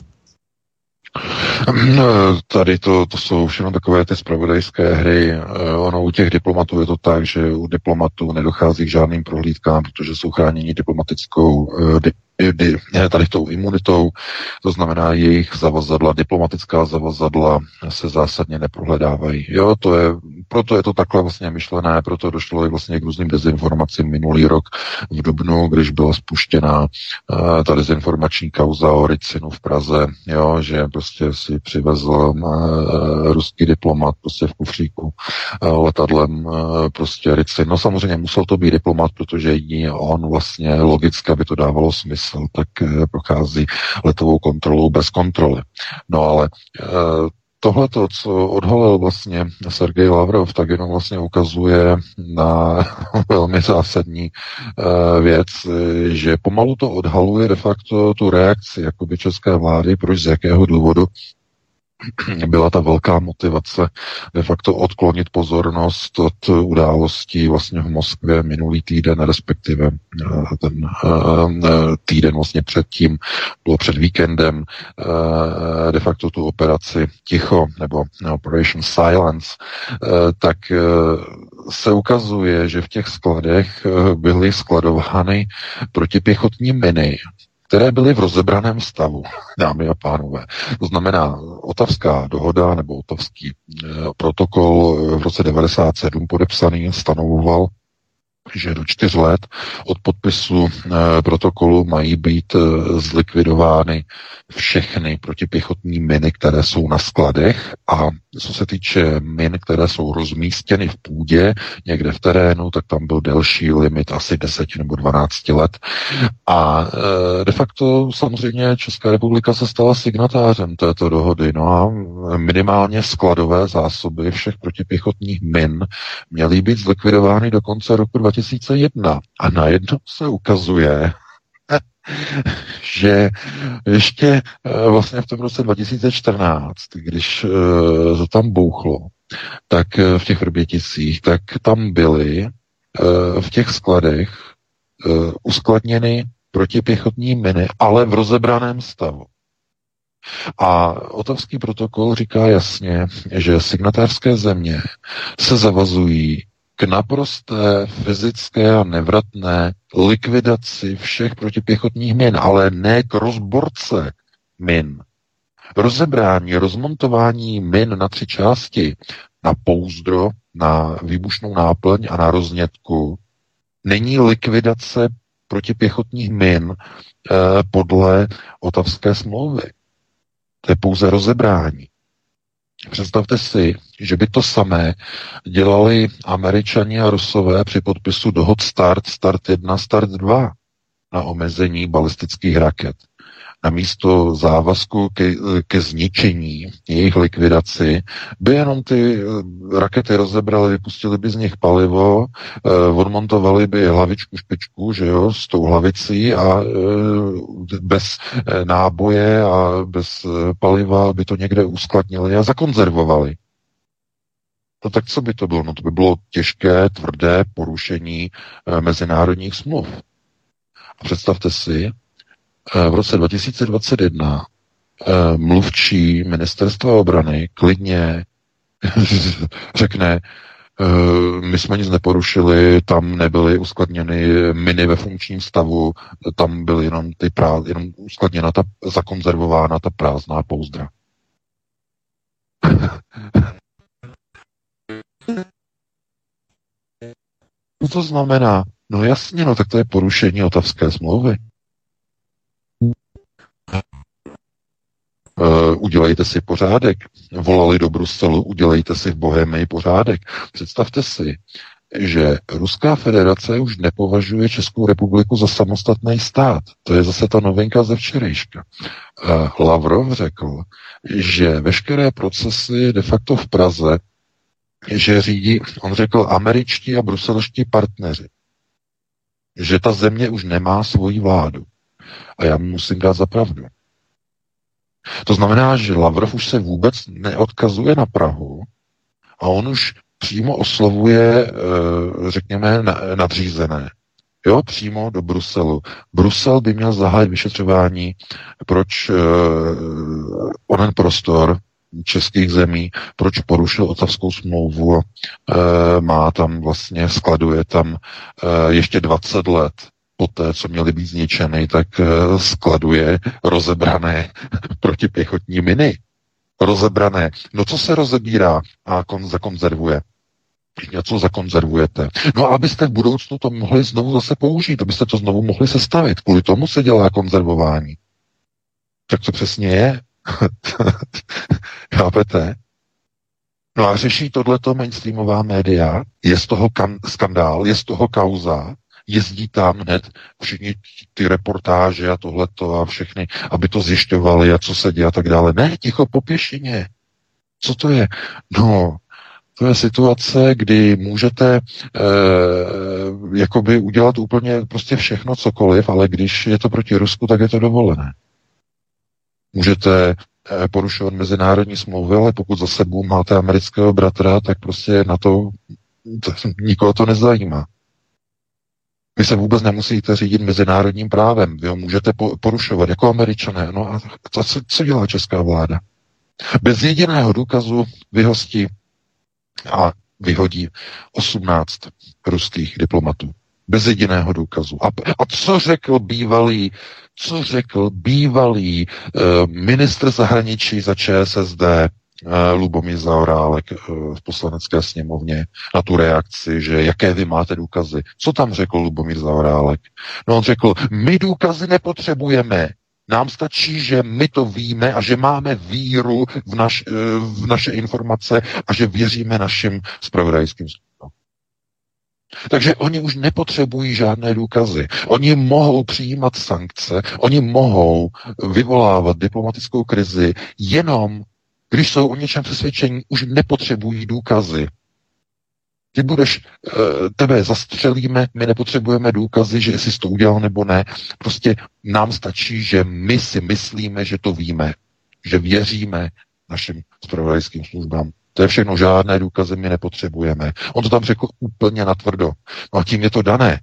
C: Tady to, to jsou všechno takové ty zpravodajské hry. Ono u těch diplomatů je to tak, že u diplomatů nedochází k žádným prohlídkám, protože jsou chráněni diplomatickou di, di, tady tou imunitou. To znamená, jejich zavazadla, diplomatická zavazadla se zásadně neprohledávají. Jo, to je, proto je to takhle vlastně myšlené, proto došlo i vlastně k různým dezinformacím minulý rok v dubnu, když byla spuštěna uh, ta dezinformační kauza o Ricinu v Praze, jo, že prostě si přivezl uh, ruský diplomat prostě v kufříku uh, letadlem uh, prostě Ricin. No samozřejmě musel to být diplomat, protože jedině on vlastně logicky by to dávalo smysl, tak uh, prochází letovou kontrolou bez kontroly. No ale uh, tohleto, co odhalil vlastně Sergej Lavrov, tak jenom vlastně ukazuje na velmi zásadní uh, věc, že pomalu to odhaluje de facto tu reakci jakoby české vlády, proč z jakého důvodu byla ta velká motivace de facto odklonit pozornost od událostí vlastně v Moskvě minulý týden, respektive ten týden vlastně předtím, bylo před víkendem, de facto tu operaci Ticho, nebo Operation Silence, tak se ukazuje, že v těch skladech byly skladovány protipěchotní miny, které byly v rozebraném stavu, dámy a pánové. To znamená, Ottawská dohoda nebo Ottawský protokol v roce devadesát sedm podepsaný stanovoval, že do čtyř let od podpisu e, protokolu mají být e, zlikvidovány všechny protipěchotní miny, které jsou na skladech, a co se týče min, které jsou rozmístěny v půdě, někde v terénu, tak tam byl delší limit asi deset nebo dvanáct let. A e, de facto samozřejmě Česká republika se stala signatářem této dohody. No a minimálně skladové zásoby všech protipěchotních min měly být zlikvidovány do konce roku dva tisíce jedna. A najednou se ukazuje, že ještě vlastně v tom roce dva tisíce čtrnáct, když to tam bouchlo, tak v těch Vrběticích, tak tam byly v těch skladech uskladněny protipěchotní miny, ale v rozebraném stavu. A Ottawský protokol říká jasně, že signatářské země se zavazují k naprosté fyzické a nevratné likvidaci všech protipěchotních min, ale ne k rozborce min. Rozebrání, rozmontování min na tři části, na pouzdro, na výbušnou náplň a na roznětku, není likvidace protipěchotních min eh, podle Ottawské smlouvy. To je pouze rozebrání. Představte si, že by to samé dělali Američani a Rusové při podpisu dohod START, START jedna, START dva na omezení balistických raket. Namísto závazku ke, ke zničení, jejich likvidaci, by jenom ty rakety rozebrali, vypustili by z nich palivo, eh, odmontovali by hlavičku špičku, že jo, s tou hlavicí a eh, bez eh, náboje a bez eh, paliva by to někde uskladnili a zakonzervovali. No tak co by to bylo? No to by bylo těžké, tvrdé porušení eh, mezinárodních smluv. A představte si, v roce dva tisíce dvacet jedna mluvčí ministerstva obrany klidně řekne, my jsme nic neporušili, tam nebyly uskladněny miny ve funkčním stavu, tam byly jenom ty prá, jenom uskladněna ta, zakonzervována ta prázdná pouzdra. Co to znamená? No jasně, no tak to je porušení Ottawské smlouvy. Uh, udělejte si pořádek. Volali do Bruselu, udělejte si v Bohemii pořádek. Představte si, že Ruská federace už nepovažuje Českou republiku za samostatný stát. To je zase ta novinka ze včerejška. Uh, Lavrov řekl, že veškeré procesy de facto v Praze, že řídí, on řekl, američtí a bruselští partneři. Že ta země už nemá svoji vládu. A já mu musím dát za pravdu. To znamená, že Lavrov už se vůbec neodkazuje na Prahu a on už přímo oslovuje, řekněme, nadřízené. Jo, přímo do Bruselu. Brusel by měl zahájit vyšetřování, proč onen prostor českých zemí, proč porušil Ottawskou smlouvu, má tam vlastně, skladuje tam ještě dvacet let poté, co měly být zničeny, tak skladuje rozebrané protipěchotní miny. Rozebrané. No co se rozebírá a kon- zakonzervuje? Něco zakonzervujete. No a abyste v budoucnu to mohli znovu zase použít, abyste to znovu mohli sestavit. Kvůli tomu se dělá konzervování. Tak co přesně je? Chápete? No a řeší tohleto mainstreamová média, je z toho kan- skandál, je z toho kauza, jezdí tam hned všichni ty reportáže a tohleto a všechny, aby to zjišťovali a co se děje a tak dále. Ne, ticho po pěšině. Co to je? No, to je situace, kdy můžete e, jakoby udělat úplně prostě všechno, cokoliv, ale když je to proti Rusku, tak je to dovolené. Můžete e, porušovat mezinárodní smlouvy, ale pokud za sebou máte amerického bratra, tak prostě na to, to nikoho to nezajímá. Vy se vůbec nemusíte řídit mezinárodním právem. Vy ho můžete porušovat jako Američané. No a co, co dělá česká vláda? Bez jediného důkazu vyhostí a vyhodí osmnáct ruských diplomatů. Bez jediného důkazu. A, a co řekl bývalý, co řekl bývalý uh, ministr zahraničí za ČSSD uh, Lubomír Zaorálek uh, v poslanecké sněmovně na tu reakci, že jaké vy máte důkazy. Co tam řekl Lubomír Zaorálek? No on řekl, my důkazy nepotřebujeme. Nám stačí, že my to víme a že máme víru v, naš, v naše informace a že věříme našim zpravodajským službám. Takže oni už nepotřebují žádné důkazy. Oni mohou přijímat sankce, oni mohou vyvolávat diplomatickou krizi jenom, když jsou o něčem přesvědčení, už nepotřebují důkazy. Ty budeš, tebe zastřelíme, my nepotřebujeme důkazy, že jsi to udělal nebo ne. Prostě nám stačí, že my si myslíme, že to víme, že věříme našim zpravodajským službám. To je všechno, žádné důkazy my nepotřebujeme. On to tam řekl úplně natvrdo. No a tím je to dané.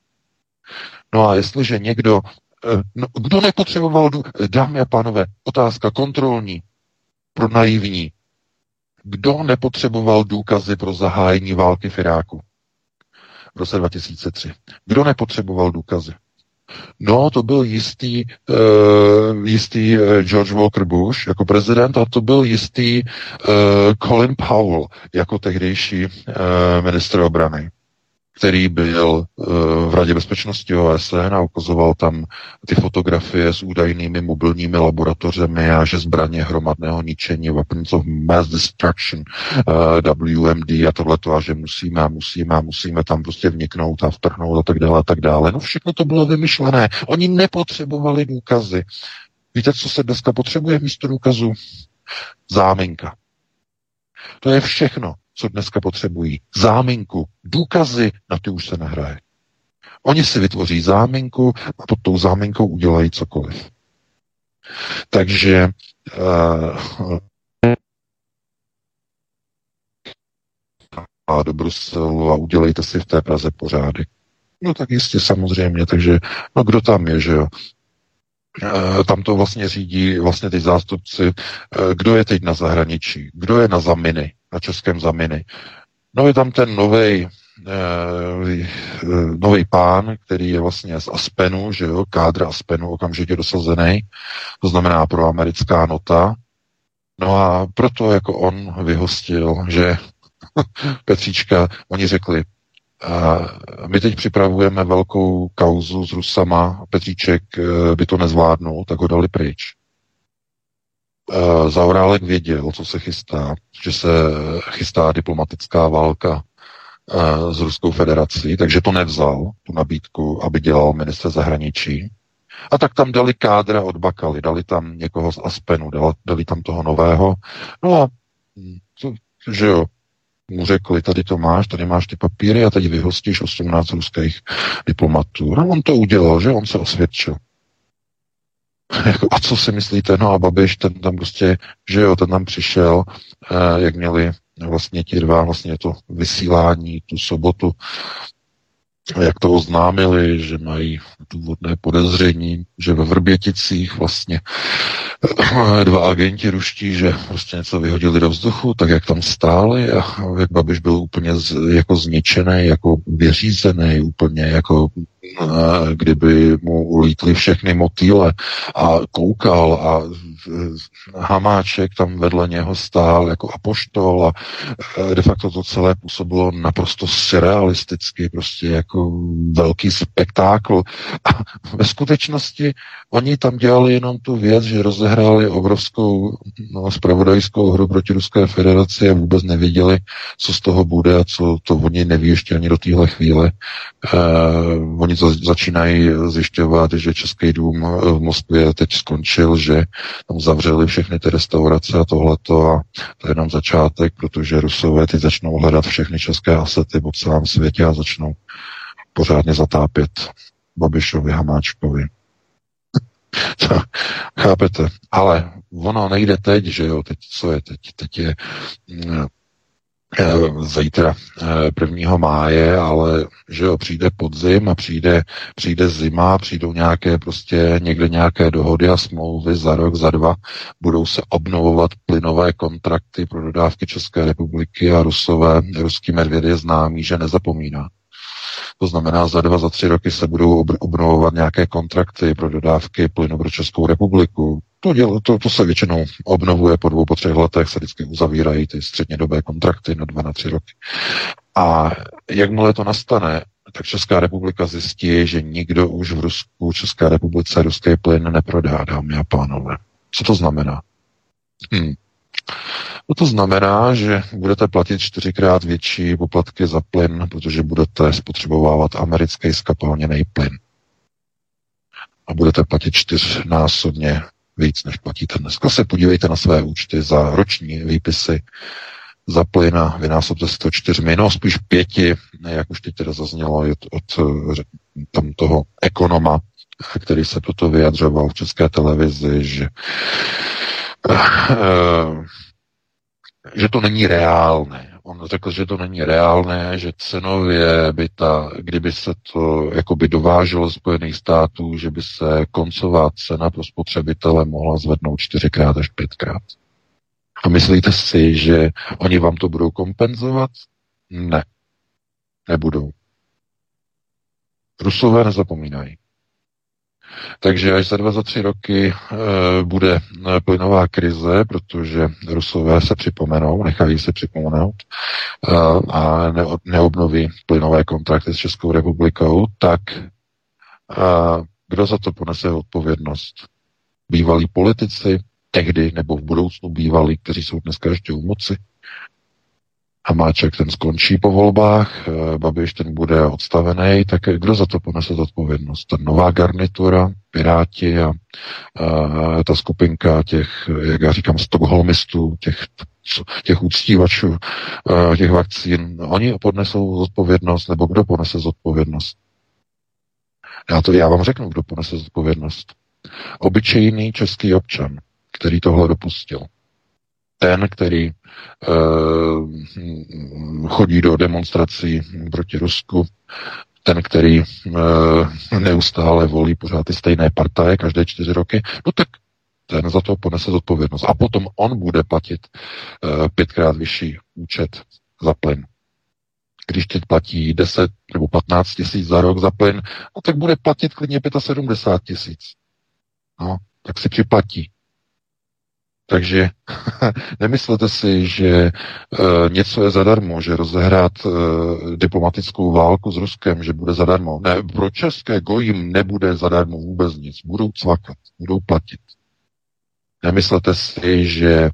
C: No a jestliže někdo, no, kdo nepotřeboval, dámy a pánové, otázka kontrolní, pro naivní, kdo nepotřeboval důkazy pro zahájení války v Iráku v roce dva tisíce tři? Kdo nepotřeboval důkazy? No, to byl jistý, uh, jistý George Walker Bush jako prezident a to byl jistý uh, Colin Powell jako tehdejší uh, ministr obrany, který byl uh, v Radě bezpečnosti O S N a ukazoval tam ty fotografie s údajnými mobilními laboratořemi a že zbraně hromadného ničení, weapons of mass destruction, uh, W M D a tohleto a že musíme a musíme a musíme tam prostě vniknout a vtrhnout a tak dále a tak dále. No všechno to bylo vymyšlené. Oni nepotřebovali důkazy. Víte, co se dneska potřebuje místo důkazu? Záminka. To je všechno, co dneska potřebují. Záminku, důkazy, na ty už se nehraje. Oni si vytvoří záminku a pod tou záminkou udělají cokoliv. Takže uh, a do Bruselu a udělejte si v té Praze pořádek. No tak jistě samozřejmě, takže no kdo tam je, že jo? Uh, tam to vlastně řídí vlastně ty zástupci, uh, kdo je teď na zahraničí, kdo je na zaminy, na českém zaminy. No je tam ten novej eh, nový pán, který je vlastně z Aspenu, že jo, kádr Aspenu okamžitě dosazený, to znamená pro americká nota. No a proto jako on vyhostil, že Petříčka, oni řekli, a my teď připravujeme velkou kauzu s Rusama, Petříček by to nezvládnul, tak ho dali pryč. Zaorálek věděl, co se chystá, že se chystá diplomatická válka s Ruskou federací, takže to nevzal, tu nabídku, aby dělal ministr zahraničí. A tak tam dali kádra od Bakaly, dali tam někoho z Aspenu, dali, dali tam toho nového. No a to, že jo, mu řekli, tady to máš, tady máš ty papíry a teď vyhostíš osmnáct ruských diplomatů. No on to udělal, že on se osvědčil. A co si myslíte? No a Babiš, ten tam prostě, že jo, ten tam přišel, eh, jak měli vlastně ti dva, vlastně to vysílání tu sobotu, jak to oznámili, že mají důvodné podezření, že ve Vrběticích vlastně dva agenti ruští, že prostě něco vyhodili do vzduchu, tak jak tam stáli a jak Babiš byl úplně z, jako zničený, jako vyřízený, úplně jako kdyby mu ulítly všechny motýle a koukal a Hamáček tam vedle něho stál jako apoštol a de facto to celé působilo naprosto surrealisticky, prostě jako velký spektákl. A ve skutečnosti oni tam dělali jenom tu věc, že rozehráli obrovskou no, zpravodajskou hru proti Ruské federaci a vůbec nevěděli, co z toho bude a co to oni neví ještě ani do téhle chvíle. Uh, oni to začínají zjišťovat, že Český dům v Moskvě teď skončil, že tam zavřeli všechny ty restaurace a tohleto a to je jenom začátek, protože Rusové teď začnou hledat všechny české asety po celém světě a začnou pořádně zatápět Babišovi, Hamáčkovi. To, chápete? Ale ono nejde teď, že jo, teď co je teď? Teď je zítra prvního máje, ale že jo, přijde podzim a přijde, přijde zima, přijdou nějaké prostě někde nějaké dohody a smlouvy za rok, za dva, budou se obnovovat plynové kontrakty pro dodávky České republiky a Rusové, ruský medvěd je známý, že nezapomíná. To znamená, za dva, za tři roky se budou obnovovat nějaké kontrakty pro dodávky plynu pro Českou republiku. To, děl, to, to se většinou obnovuje po dvou, po třech letech, se vždycky uzavírají ty střednědobé kontrakty na dva, na tři roky. A jakmile to nastane, tak Česká republika zjistí, že nikdo už v Rusku, České republice ruský plyn neprodá, dámy a pánové. Co to znamená? Hm. No to znamená, že budete platit čtyřikrát větší poplatky za plyn, protože budete spotřebovávat americký skapalněný plyn. A budete platit čtyřnásobně víc, než platíte dneska. Se podívejte na své účty za roční výpisy za plyn a vynásobte si to čtyřmi, no spíš pěti, jak už teď teda zaznělo od, od tam toho ekonoma, který se proto vyjadřoval v České televizi, že uh, že to není reálné. On řekl, že to není reálné, že cenově by ta, kdyby se to jakoby dováželo z Spojených států, že by se koncová cena pro spotřebitele mohla zvednout čtyřikrát až pětkrát. A myslíte si, že oni vám to budou kompenzovat? Ne. Nebudou. Rusové nezapomínají. Takže až za dva, za tři roky e, bude plynová krize, protože Rusové se připomenou, nechají se připomenout e, a ne, neobnoví plynové kontrakty s Českou republikou, tak e, kdo za to ponese odpovědnost? Bývalí politici, tehdy nebo v budoucnu bývalí, kteří jsou dneska ještě u moci. Hamáček ten skončí po volbách, Babiš ten bude odstavený, tak kdo za to ponese zodpovědnost? Ta nová garnitura, Piráti a, a ta skupinka těch, jak já říkám, stockholmistů, těch, těch uctívačů těch vakcín, oni podnesou zodpovědnost, nebo kdo ponese zodpovědnost? Já, to, já vám řeknu, kdo ponese zodpovědnost. Obyčejný český občan, který tohle dopustil. Ten, který uh, chodí do demonstrací proti Rusku, ten, který uh, neustále volí pořád ty stejné partaje každé čtyři roky, no tak ten za to ponese zodpovědnost. A potom on bude platit uh, pětkrát vyšší účet za plyn. Když teď platí deset nebo patnáct tisíc za rok za plyn, no tak bude platit klidně sedmdesát pět tisíc. No, tak si připlatí. Takže nemyslete si, že e, něco je zadarmo, že rozehrát e, diplomatickou válku s Ruskem, že bude zadarmo. Ne, pro české gojím nebude zadarmo vůbec nic. Budou cvakat, budou platit. Nemyslete si, že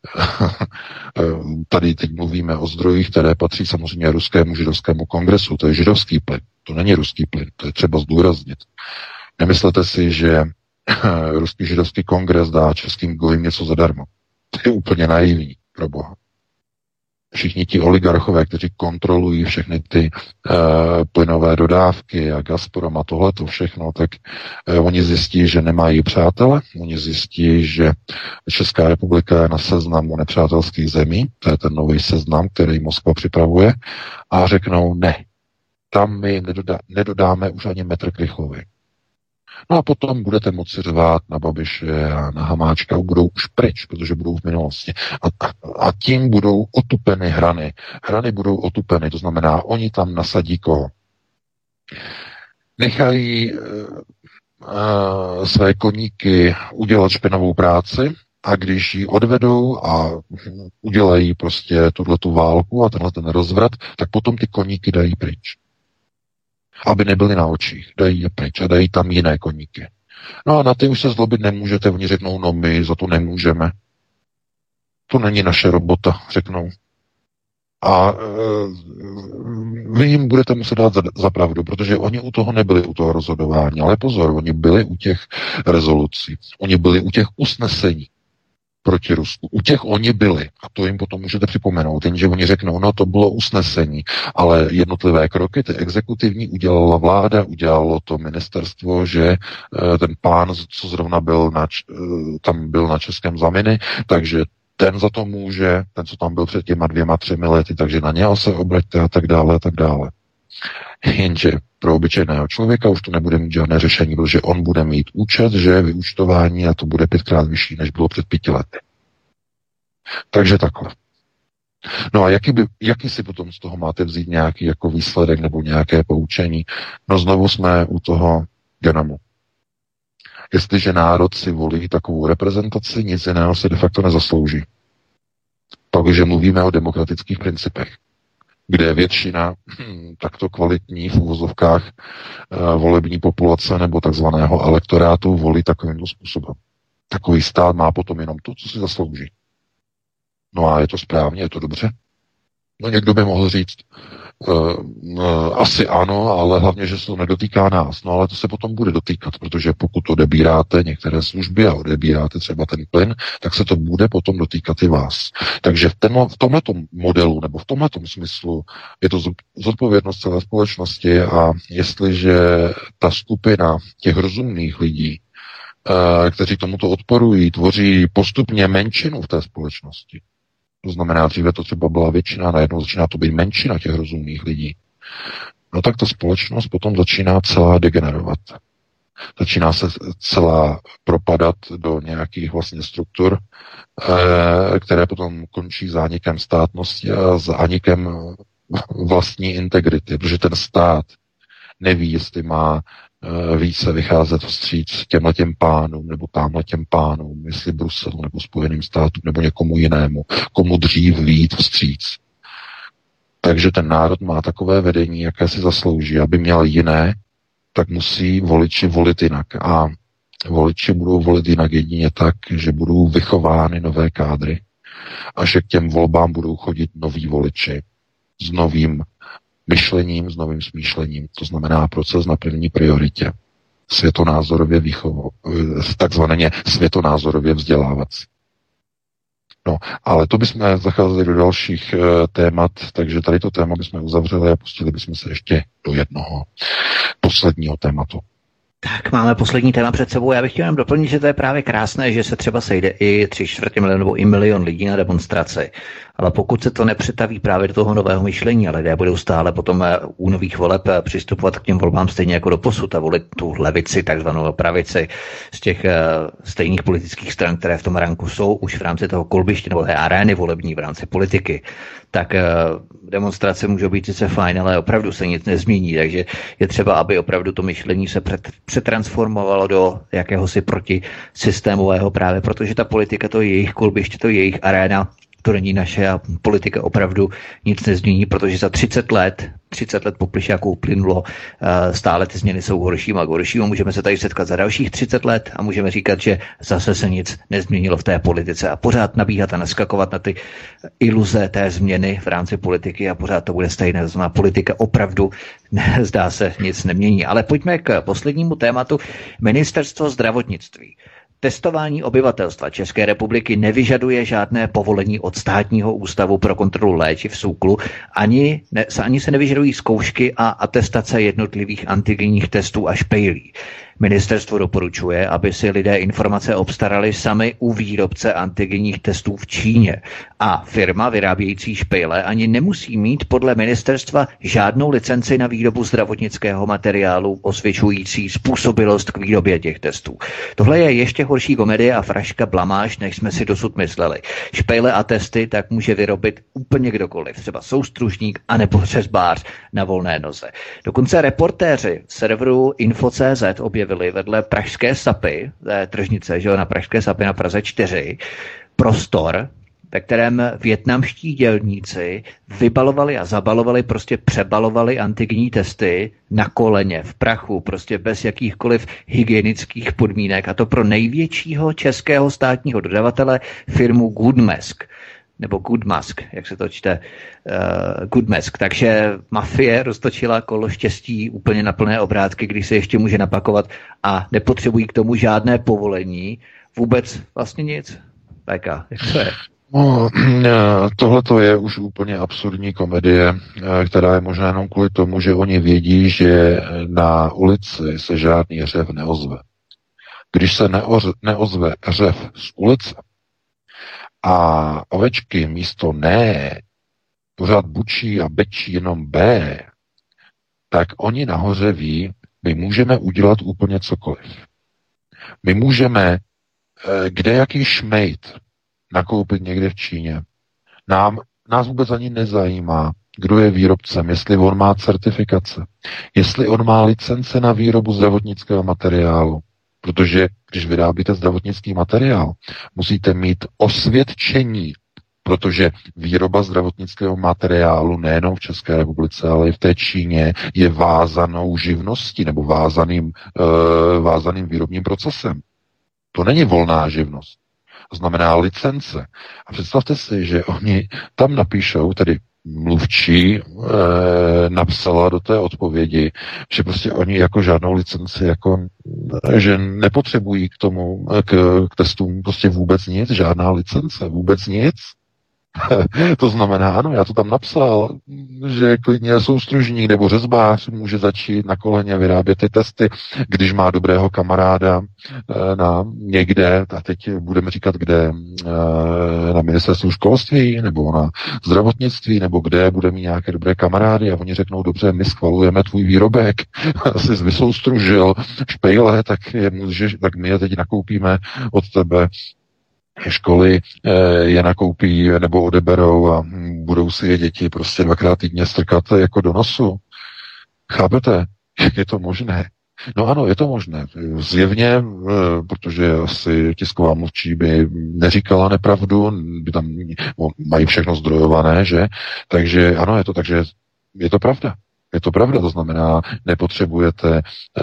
C: tady teď mluvíme o zdrojích, které patří samozřejmě ruskému židovskému kongresu. To je židovský plyn, to není ruský plyn, to je třeba zdůraznit. Nemyslete si, že ruský židovský kongres dá českým gojím něco zadarmo. To je úplně naivní, pro boha. Všichni ti oligarchové, kteří kontrolují všechny ty uh, plynové dodávky a Gazprom a tohleto všechno, tak uh, oni zjistí, že nemají přátele, oni zjistí, že Česká republika je na seznamu nepřátelských zemí, to je ten nový seznam, který Moskva připravuje, a řeknou ne, tam my nedodá, nedodáme už ani metr Krychlovi. No a potom budete moci řvát na Babiše a na Hamáčka, budou už pryč, protože budou v minulosti. A, a, a tím budou otupeny hrany. Hrany budou otupeny, to znamená, oni tam nasadí koho? Nechají uh, uh, své koníky udělat špinavou práci, a když ji odvedou a udělají prostě tuhletu válku a tenhle ten rozvrat, tak potom ty koníky dají pryč. Aby nebyly na očích, dají je pryč a dají tam jiné koníky. No a na ty už se zlobit nemůžete, oni řeknou, no my za to nemůžeme. To není naše robota, řeknou. A e, vy jim budete muset dát za, za pravdu, protože oni u toho nebyli u toho rozhodování, ale pozor, oni byli u těch rezolucí, oni byli u těch usnesení proti Rusku. U těch oni byli. A to jim potom můžete připomenout. Jenže oni řeknou, no to bylo usnesení, ale jednotlivé kroky, ty exekutivní, udělala vláda, udělalo to ministerstvo, že ten pán, co zrovna byl na, tam byl na českém zamini, takže ten za to může, ten, co tam byl před těma dvěma, třemi lety, takže na něho se obraťte a tak dále, a tak dále. Jenže pro obyčejného člověka už to nebude mít žádné řešení, protože on bude mít účet, že vyúčtování a to bude pětkrát vyšší, než bylo před pěti lety. Takže takhle. No a jaký, by, jaký si potom z toho máte vzít nějaký jako výsledek nebo nějaké poučení? No znovu jsme u toho genomu. Jestliže národ si volí takovou reprezentaci, nic jiného se de facto nezaslouží. Pak, když mluvíme o demokratických principech, kde většina hm, takto kvalitní v uvozovkách e, volební populace nebo takzvaného elektorátu volí takovým způsobem. Takový stát má potom jenom to, co si zaslouží. No a je to správně, je to dobře? No někdo by mohl říct, uh, uh, asi ano, ale hlavně, že se to nedotýká nás. No ale to se potom bude dotýkat, protože pokud odebíráte některé služby a odebíráte třeba ten plyn, tak se to bude potom dotýkat i vás. Takže v, ten, v tomhletom modelu nebo v tomhletom smyslu je to zodpovědnost celé společnosti a jestliže ta skupina těch rozumných lidí, uh, kteří tomuto odporují, tvoří postupně menšinu v té společnosti, to znamená, dříve to třeba byla většina, najednou začíná to být menšina těch rozumných lidí. No tak ta společnost potom začíná celá degenerovat. Začíná se celá propadat do nějakých vlastně struktur, které potom končí zánikem státnosti a zánikem vlastní integrity, protože ten stát neví, jestli má více vycházet vstříc těmhletěm pánům nebo támhletěm pánům, jestli Bruselu nebo Spojeným státům nebo někomu jinému, komu dřív vyjít vstříc. Takže ten národ má takové vedení, jaké si zaslouží. Aby měl jiné, tak musí voliči volit jinak. A voliči budou volit jinak jedině tak, že budou vychovány nové kádry a že k těm volbám budou chodit noví voliči s novým myšlením, s novým smýšlením. To znamená proces na první prioritě. Světonázorově výchovo, takzvaně světonázorově vzdělávací. No, ale to bychom zacházeli do dalších e, témat, takže tady to téma bychom uzavřeli a pustili bychom se ještě do jednoho posledního tématu.
A: Tak máme poslední téma před sebou. Já bych chtěl jenom doplnit, že to je právě krásné, že se třeba sejde i tři čtvrtě milion nebo i milion lidí na demonstraci. Ale pokud se to nepřetaví právě do toho nového myšlení, a lidé budou stále potom u nových voleb přistupovat k těm volbám stejně jako do posud a volit tu levici, takzvanou pravici z těch stejných politických stran, které v tom ranku jsou už v rámci toho kolbiště nebo té arény volební v rámci politiky, tak demonstrace můžou být sice fajn, ale opravdu se nic nezmění. Takže je třeba, aby opravdu to myšlení se přetransformovalo do jakéhosi protisystémového právě, protože ta politika, to je jejich kolbiště, to je jejich aréna, to není naše a politika opravdu nic nezmění, protože za třicet let, třicet let po Plyšáku uplynulo, stále ty změny jsou horší a horší. Můžeme se tady setkat za dalších třicet let a můžeme říkat, že zase se nic nezměnilo v té politice a pořád nabíhat a naskakovat na ty iluze té změny v rámci politiky a pořád to bude stejné. To znamená, politika opravdu zdá se nic nemění. Ale pojďme k poslednímu tématu. Ministerstvo zdravotnictví. Testování obyvatelstva České republiky nevyžaduje žádné povolení od Státního ústavu pro kontrolu léčiv SÚKLu, ani, ne, ani se nevyžadují zkoušky a atestace jednotlivých antigenních testů a špejlí. Ministerstvo doporučuje, aby si lidé informace obstarali sami u výrobce antigenních testů v Číně. A firma vyrábějící špejle ani nemusí mít podle ministerstva žádnou licenci na výrobu zdravotnického materiálu osvědčující způsobilost k výrobě těch testů. Tohle je ještě horší komedie a fraška blamáž, než jsme si dosud mysleli. Špejle a testy tak může vyrobit úplně kdokoliv, třeba soustružník anebo řezbář na volné noze. Dokonce reportéři serveru info tečka cé zet objevili vedle pražské Sapy, té tržnice, že jo, na pražské Sapy na Praze čtyři, prostor, ve kterém vietnamští dělníci vybalovali a zabalovali, prostě přebalovali antigenní testy na koleně, v prachu, prostě bez jakýchkoliv hygienických podmínek, a to pro největšího českého státního dodavatele firmu Goodmask. Nebo Goodmask, jak se to čte, uh, Goodmask. Takže mafie roztočila kolo štěstí úplně na plné obrátky, když se ještě může napakovat a nepotřebují k tomu žádné povolení. Vůbec vlastně nic. Péka, jak to je?
C: No, tohle to je už úplně absurdní komedie, která je možná jenom kvůli tomu, že oni vědí, že na ulici se žádný řev neozve. Když se neoz, neozve řev z ulice a ovečky místo ne pořád bučí a bečí jenom B, tak oni nahoře ví, my můžeme udělat úplně cokoliv. My můžeme kde jaký šmejt nakoupit někde v Číně. Nám, nás vůbec ani nezajímá, kdo je výrobcem, jestli on má certifikace, jestli on má licence na výrobu zdravotnického materiálu. Protože když vyrábíte zdravotnický materiál, musíte mít osvědčení, protože výroba zdravotnického materiálu nejenom v České republice, ale i v té Číně je vázanou živností nebo vázaným, uh, vázaným výrobním procesem. To není volná živnost. To znamená licence. A představte si, že oni tam napíšou, tedy mluvčí e, napsala do té odpovědi, že prostě oni jako žádnou licenci, jako, že nepotřebují k tomu, k, k testům prostě vůbec nic, žádná licence, vůbec nic. To znamená, ano, já to tam napsal, že klidně soustružník nebo řezbář může začít na koleně vyrábět ty testy, když má dobrého kamaráda na někde, a teď budeme říkat kde, na ministerstvu školství nebo na zdravotnictví, nebo kde bude mít nějaké dobré kamarády a oni řeknou, dobře, my schvalujeme tvůj výrobek, jsi vysoustružil špejle, tak, je, můžeš, tak my je teď nakoupíme od tebe. Školy je nakoupí nebo odeberou a budou si je děti prostě dvakrát týdně strkat jako do nosu. Chápete? Jak je to možné? No ano, je to možné. Zjevně, protože asi tisková mluvčí by neříkala nepravdu, by tam mají všechno zdrojované, že? Takže ano, je to tak, že je to pravda. Je to pravda, to znamená, nepotřebujete e,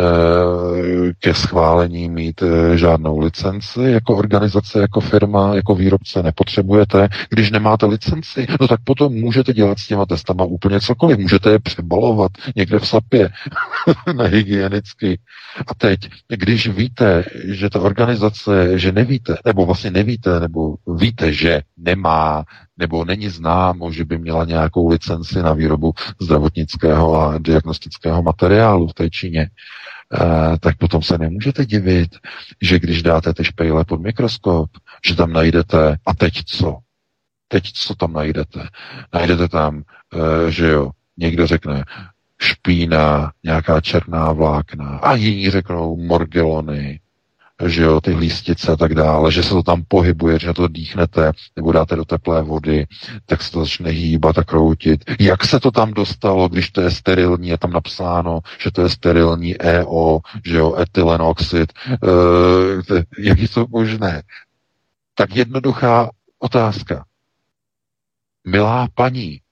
C: ke schválení mít e, žádnou licenci, jako organizace, jako firma, jako výrobce nepotřebujete. Když nemáte licenci, no tak potom můžete dělat s těma testama úplně cokoliv. Můžete je přebalovat někde v Sapě nehygienicky. A teď, když víte, že ta organizace, že nevíte, nebo vlastně nevíte, nebo víte, že nemá, nebo není známo, že by měla nějakou licenci na výrobu zdravotnického a diagnostického materiálu v té Číně, tak potom se nemůžete divit, že když dáte ty špejle pod mikroskop, že tam najdete, a teď co? Teď co tam najdete? Najdete tam, že jo, někdo řekne špína, nějaká černá vlákna, a jiní řeknou morgelony, že jo, ty lístice a tak dále, že se to tam pohybuje, že na to dýchnete, nebo dáte do teplé vody, tak se to začne hýbat a kroutit. Jak se to tam dostalo, když to je sterilní, je tam napsáno, že to je sterilní E O, že jo, etylenoxid, e, jak je to možné? Tak jednoduchá otázka. Milá paní,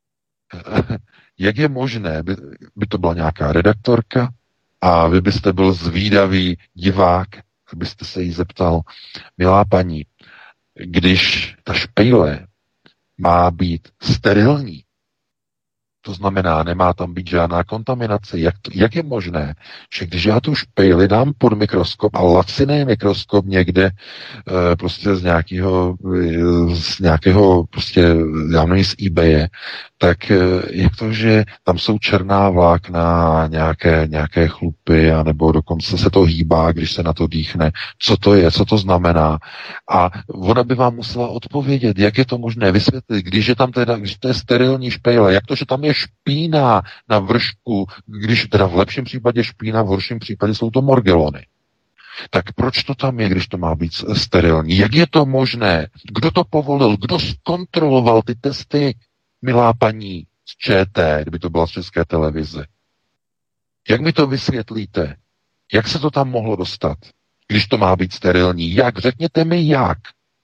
C: jak je možné, by, by to byla nějaká redaktorka a vy byste byl zvídavý divák, abyste se jí zeptal, milá paní, když ta špejle má být sterilní, to znamená, nemá tam být žádná kontaminace. Jak, to, jak je možné, že když já tu špejli dám pod mikroskop a laciný mikroskop někde e, prostě z nějakého, z nějakého prostě, já nevím, z eBaye, tak e, jak to, že tam jsou černá vlákna a nějaké, nějaké chlupy, anebo dokonce se to hýbá, když se na to dýchne. Co to je, co to znamená? A ona by vám musela odpovědět, jak je to možné vysvětlit, když je tam teda, když to je sterilní špejle, jak to, že tam je špína na vršku, když teda v lepším případě špína, v horším případě jsou to morgelony. Tak proč to tam je, když to má být sterilní? Jak je to možné? Kdo to povolil? Kdo zkontroloval ty testy, milá paní z ČT, kdyby to byla z České televize? Jak mi to vysvětlíte? Jak se to tam mohlo dostat, když to má být sterilní? Jak? Řekněte mi jak.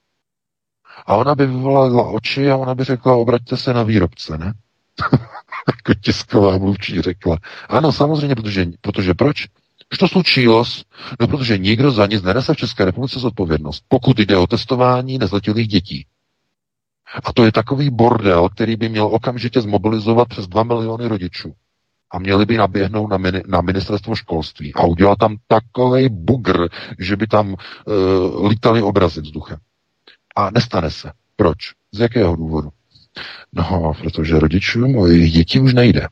C: A ona by vyvolala oči a ona by řekla, obraťte se na výrobce, ne? Jako tisková mluvčí řekla. Ano, samozřejmě, protože, protože proč? Už to slučilo, no protože nikdo za nic nenese v České republice zodpovědnost, pokud jde o testování nezletilých dětí. A to je takový bordel, který by měl okamžitě zmobilizovat přes dva miliony rodičů. A měli by naběhnout na, mini, na ministerstvo školství a udělat tam takovej bugr, že by tam uh, lítali obrazy vzduchem. A nestane se. Proč? Z jakého důvodu? No, protože rodičům o jejich děti už nejde.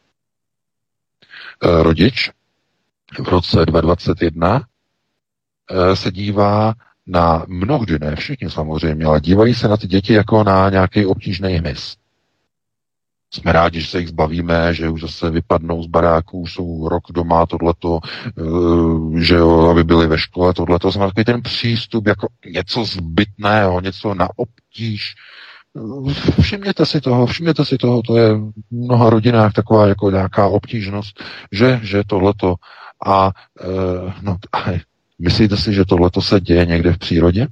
C: E, rodič v roce dva tisíce dvacet jedna e, se dívá na mnohdy, ne všichni samozřejmě, ale dívají se na ty děti jako na nějaký obtížný hmyz. Jsme rádi, že se jich zbavíme, že už zase vypadnou z baráků, už jsou rok doma, tohleto, že jo, aby byli ve škole, tohleto. Znamená takový ten přístup jako něco zbytného, něco na obtíž. Všimněte si toho, všimněte si toho, to je v mnoha rodinách taková jako nějaká obtížnost, že, že tohleto. A, no, a myslíte si, že tohleto se děje někde v přírodě?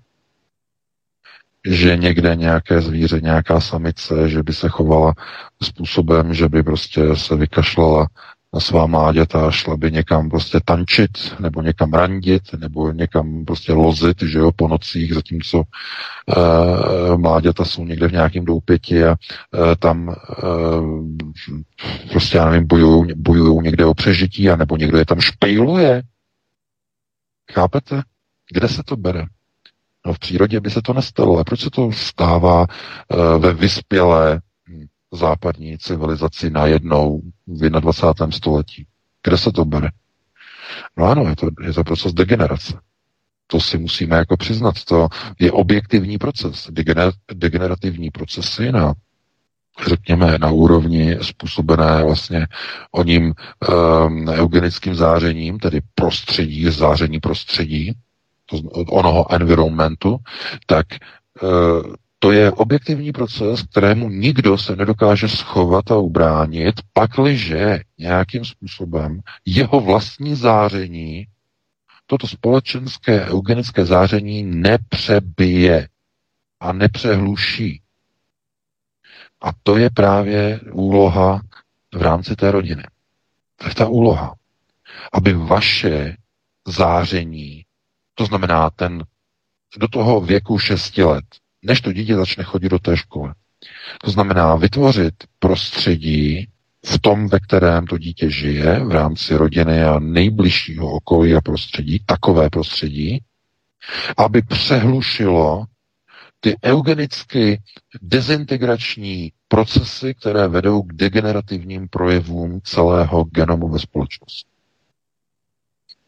C: Že někde nějaké zvíře, nějaká samice, že by se chovala způsobem, že by prostě se vykašlala na svá mláďata a šla by někam prostě tančit, nebo někam randit, nebo někam prostě lozit, že jo, po nocích, zatímco e, mláďata jsou někde v nějakém doupěti a e, tam e, prostě, já nevím, bojujou, bojujou někde o přežití, anebo někdo je tam špejluje. Chápete? Kde se to bere? No v přírodě by se to nestalo. A proč se to stává e, ve vyspělé západní civilizaci najednou v dvacátém prvním století? Kde se to bere? No ano, je to, je to proces degenerace. To si musíme jako přiznat. To je objektivní proces. Degener, degenerativní procesy na, řekněme, na úrovni způsobené vlastně oním um, eugenickým zářením, tedy prostředí, záření prostředí, to, onoho environmentu, tak uh, to je objektivní proces, kterému nikdo se nedokáže schovat a ubránit, pakliže nějakým způsobem jeho vlastní záření, toto společenské eugenické záření nepřebije a nepřehluší. A to je právě úloha v rámci té rodiny. To je ta úloha. Aby vaše záření, to znamená ten do toho věku šesti let, než to dítě začne chodit do té školy. To znamená vytvořit prostředí v tom, ve kterém to dítě žije, v rámci rodiny a nejbližšího okolí a prostředí, takové prostředí, aby přehlušilo ty eugenicky dezintegrační procesy, které vedou k degenerativním projevům celého genomu ve společnosti.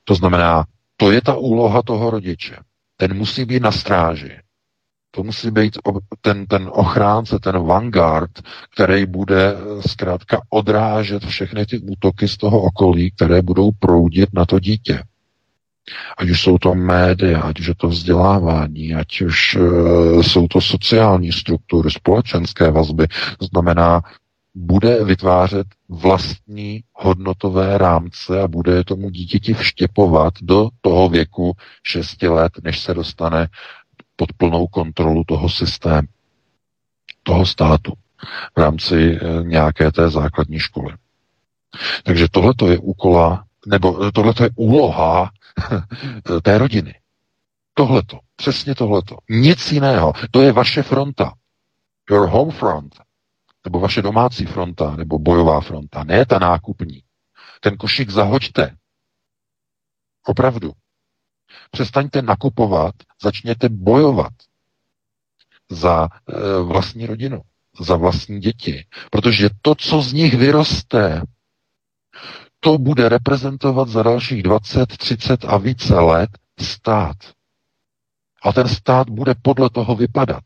C: To znamená, to je ta úloha toho rodiče. Ten musí být na stráži. To musí být ten, ten ochránce, ten vanguard, který bude zkrátka odrážet všechny ty útoky z toho okolí, které budou proudit na to dítě. Ať už jsou to média, ať už je to vzdělávání, ať už uh, jsou to sociální struktury, společenské vazby. To znamená, bude vytvářet vlastní hodnotové rámce a bude je tomu dítěti vštěpovat do toho věku šesti let, než se dostane pod plnou kontrolu toho systému, toho státu v rámci nějaké té základní školy. Takže tohleto je úkola, nebo tohleto je úloha té rodiny. Tohleto, přesně tohleto. Nic jiného. To je vaše fronta. Your home front. Nebo vaše domácí fronta, nebo bojová fronta. Ne ta nákupní. Ten košík zahoďte. Opravdu. Přestaňte nakupovat, začněte bojovat za e, vlastní rodinu, za vlastní děti. Protože to, co z nich vyroste, to bude reprezentovat za dalších dvacet, třicet a více let stát. A ten stát bude podle toho vypadat.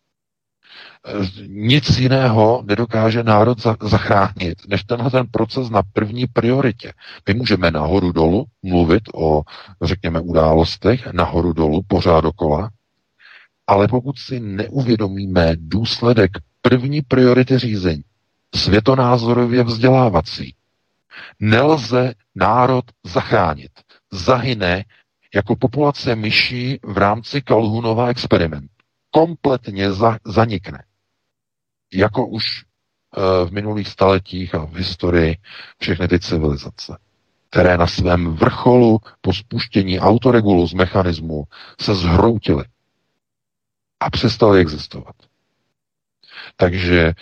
C: Nic jiného nedokáže národ zachránit, než tenhle ten proces na první prioritě. My můžeme nahoru dolů mluvit o, řekněme, událostech, nahoru dolů, pořád dokola, ale pokud si neuvědomíme důsledek první priority řízení, světonázorově vzdělávací, nelze národ zachránit. Zahyne jako populace myší v rámci Kalhunova experimentu. Kompletně za, zanikne. Jako už e, v minulých staletích a v historii všechny ty civilizace, které na svém vrcholu po spuštění autoregulu z mechanismu se zhroutily a přestaly existovat. Takže e,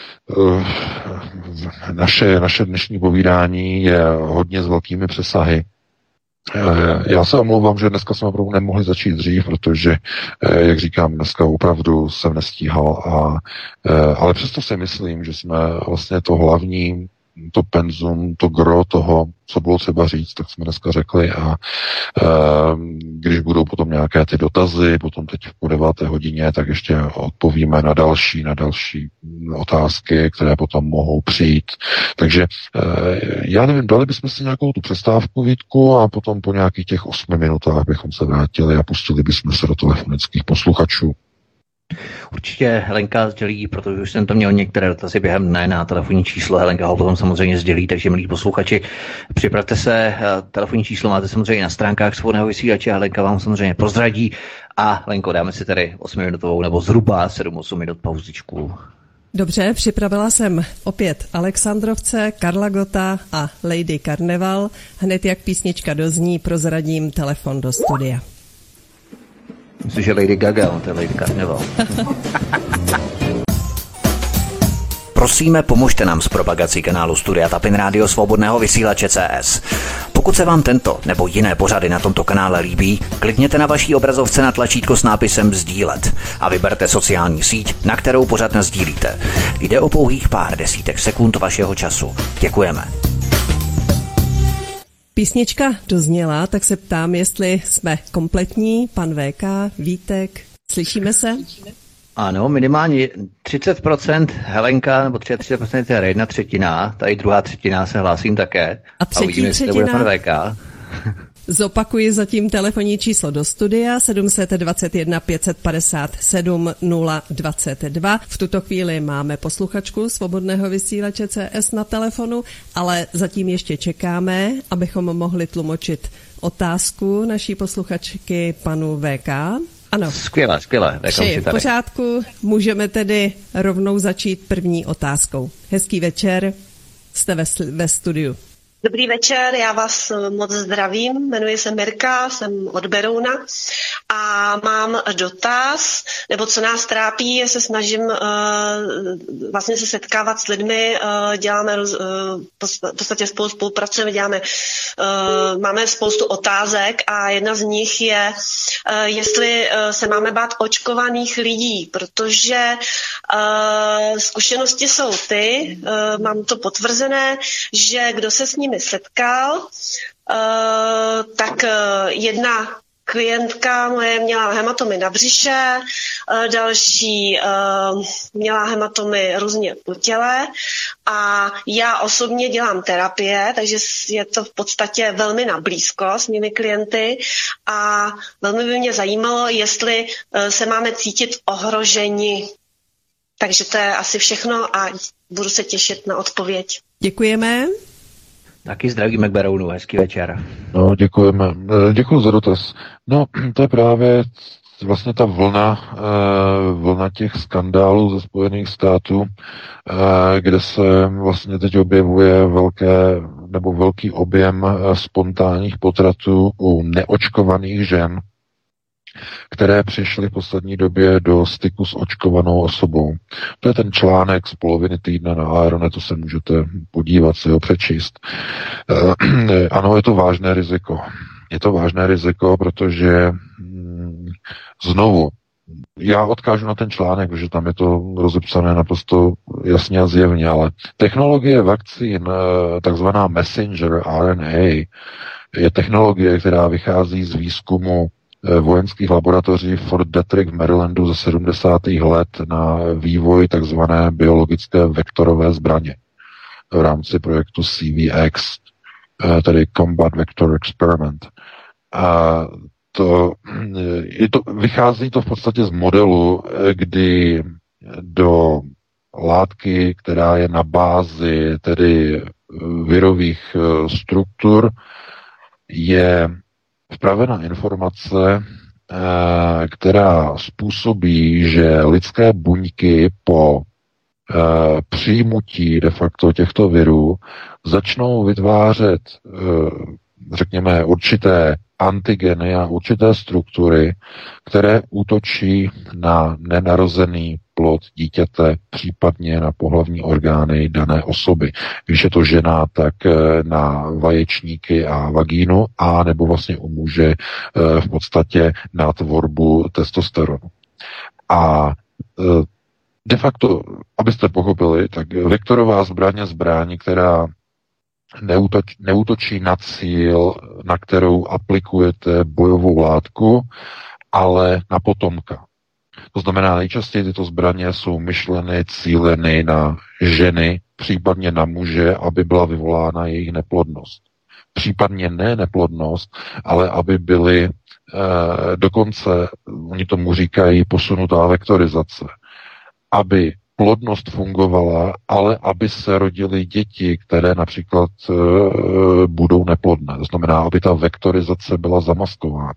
C: naše, naše dnešní povídání je hodně s velkými přesahy. Já se omlouvám, že dneska jsme opravdu nemohli začít dřív, protože, jak říkám, dneska opravdu jsem nestíhal, a, ale přesto si myslím, že jsme vlastně to hlavní, to penzum, to gro toho, co bylo třeba říct, tak jsme dneska řekli, a když budou potom nějaké ty dotazy, potom teď po deváté hodině, tak ještě odpovíme na další, na další otázky, které potom mohou přijít. Takže já nevím, dali bychom si nějakou tu přestávku, Vítku, a potom po nějakých těch osmi minutách bychom se vrátili a pustili bychom se do telefonických posluchačů.
A: Určitě Helenka sdělí, protože už jsem to měl některé dotazy během dne na telefonní číslo. Helenka ho potom samozřejmě sdělí, takže milí posluchači, připravte se, telefonní číslo máte samozřejmě na stránkách Svobodného vysílače, Helenka vám samozřejmě prozradí a Helenko, dáme si tady osmiminutovou nebo zhruba sedm osm minut pauzičku.
B: Dobře, připravila jsem opět Alexandrovce, Karla Gotta a Lady Carnival. Hned jak písnička dozní, prozradím telefon do studia.
A: Myslím, že Lady Gaga, on to je Lady Carnival. Prosíme, pomožte nám s propagací kanálu Studia Tapin Rádio Svobodného vysílače C S. Pokud se vám tento nebo jiné pořady na tomto kanále líbí, klikněte na vaší obrazovce na tlačítko s nápisem sdílet a vyberte sociální síť, na kterou pořad nasdílíte. Jde o pouhých pár desítek sekund vašeho času. Děkujeme.
B: Písnička dozněla, tak se ptám, jestli jsme kompletní. Pan V K, Vítek, slyšíme se?
A: Ano, minimálně třicet procent Helenka, nebo třicet procent je jedna třetina, tady druhá třetina se hlásím také.
B: A třetí
A: a uvidíme,
B: třetina?
A: Bude pan V K.
B: Zopakuji zatím telefonní číslo do studia sedm set dvacet jedna pět set padesát sedm nula dvacet dva. V tuto chvíli máme posluchačku Svobodného vysílače C S na telefonu, ale zatím ještě čekáme, abychom mohli tlumočit otázku naší posluchačky panu V K. Ano.
A: Skvěle, skvěle.
B: Vše v pořádku, můžeme tedy rovnou začít první otázkou. Hezký večer, jste ve, ve studiu.
D: Dobrý večer, já vás moc zdravím, jmenuji se Mirka, jsem od Berouna a mám dotaz, nebo co nás trápí, je se snažím uh, vlastně se setkávat s lidmi, uh, děláme, roz, uh, v podstatě spolu spolupracujeme, děláme, uh, máme spoustu otázek a jedna z nich je, uh, jestli uh, se máme bát očkovaných lidí, protože uh, zkušenosti jsou ty, uh, mám to potvrzené, že kdo se s nimi setkal, uh, tak uh, jedna klientka moje měla hematomy na břiše, další uh, měla hematomy různě po těle a já osobně dělám terapie, takže je to v podstatě velmi na blízko s mými klienty a velmi by mě zajímalo, jestli uh, se máme cítit ohroženi. Takže to je asi všechno a budu se těšit na odpověď.
B: Děkujeme.
A: Taky zdravíme k Berounu, hezký večer.
C: No, děkujeme. Děkuji za dotaz. No, to je právě vlastně ta vlna, vlna těch skandálů ze Spojených států, kde se vlastně teď objevuje velké nebo velký objem spontánních potratů u neočkovaných žen, které přišly v poslední době do styku s očkovanou osobou. To je ten článek z poloviny týdne na Aeronetu, se můžete podívat, si ho přečíst. E, ano, je to vážné riziko. Je to vážné riziko, protože mm, znovu, já odkážu na ten článek, protože tam je to rozepsané naprosto jasně a zjevně, ale technologie vakcín, takzvaná messenger R N A, je technologie, která vychází z výzkumu vojenských laboratoří Fort Detrick v Marylandu ze sedmdesátých let na vývoj takzvané biologické vektorové zbraně v rámci projektu C V X, tedy Combat Vector Experiment. A to, je to, vychází to v podstatě z modelu, kdy do látky, která je na bázi tedy virových struktur, je vpravena informace, která způsobí, že lidské buňky po přijímutí de facto těchto virů začnou vytvářet, řekněme, určité antigeny a určité struktury, které útočí na nenarozený plod dítěte, případně na pohlavní orgány dané osoby. Když je to žena, tak na vaječníky a vagínu, a nebo vlastně u muže v podstatě na tvorbu testosteronu. A de facto, abyste pochopili, tak vektorová zbraň je zbraň, která Neutoč, neutočí na cíl, na kterou aplikujete bojovou látku, ale na potomka. To znamená, nejčastěji tyto zbraně jsou myšleny, cíleny na ženy, případně na muže, aby byla vyvolána jejich neplodnost. Případně ne neplodnost, ale aby byly e, dokonce, oni tomu říkají, posunutá vektorizace. Aby plodnost fungovala, ale aby se rodily děti, které například e, budou neplodné. To znamená, aby ta vektorizace byla zamaskována.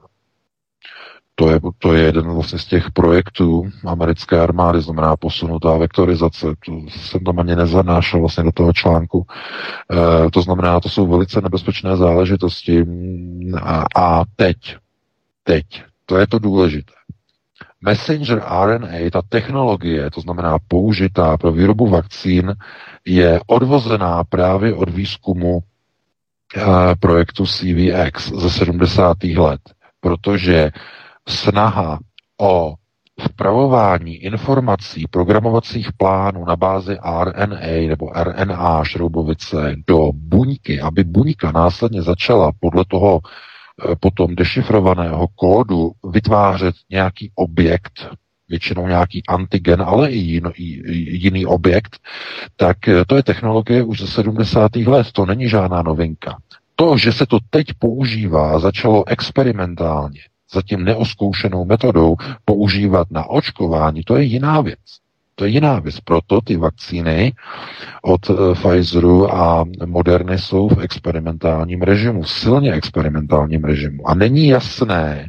C: To je, to je jeden vlastně z těch projektů americké armády, znamená posunutá vektorizace. To jsem tam ani nezanášel vlastně do toho článku. E, to znamená, to jsou velice nebezpečné záležitosti. A, a teď, teď, to je to důležité. Messenger R N A, ta technologie, to znamená použitá pro výrobu vakcín, je odvozená právě od výzkumu e, projektu C V X ze sedmdesátých let, protože snaha o vpravování informací programovacích plánů na bázi R N A nebo R N A šroubovice do buňky, aby buňka následně začala podle toho potom dešifrovaného kódu vytvářet nějaký objekt, většinou nějaký antigen, ale i jiný, jiný objekt, tak to je technologie už ze sedmdesátých let, to není žádná novinka. To, že se to teď používá, začalo experimentálně, zatím neoskoušenou metodou používat na očkování, to je jiná věc. To je jiná věc. Proto ty vakcíny od Pfizeru a Moderny jsou v experimentálním režimu, silně experimentálním režimu. A není jasné,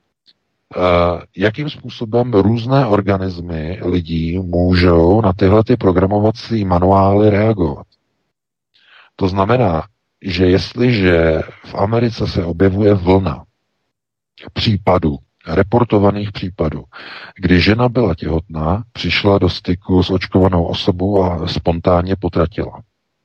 C: jakým způsobem různé organismy lidí můžou na tyhle ty programovací manuály reagovat. To znamená, že jestliže v Americe se objevuje vlna případů, reportovaných případů, kdy žena byla těhotná, přišla do styku s očkovanou osobou a spontánně potratila.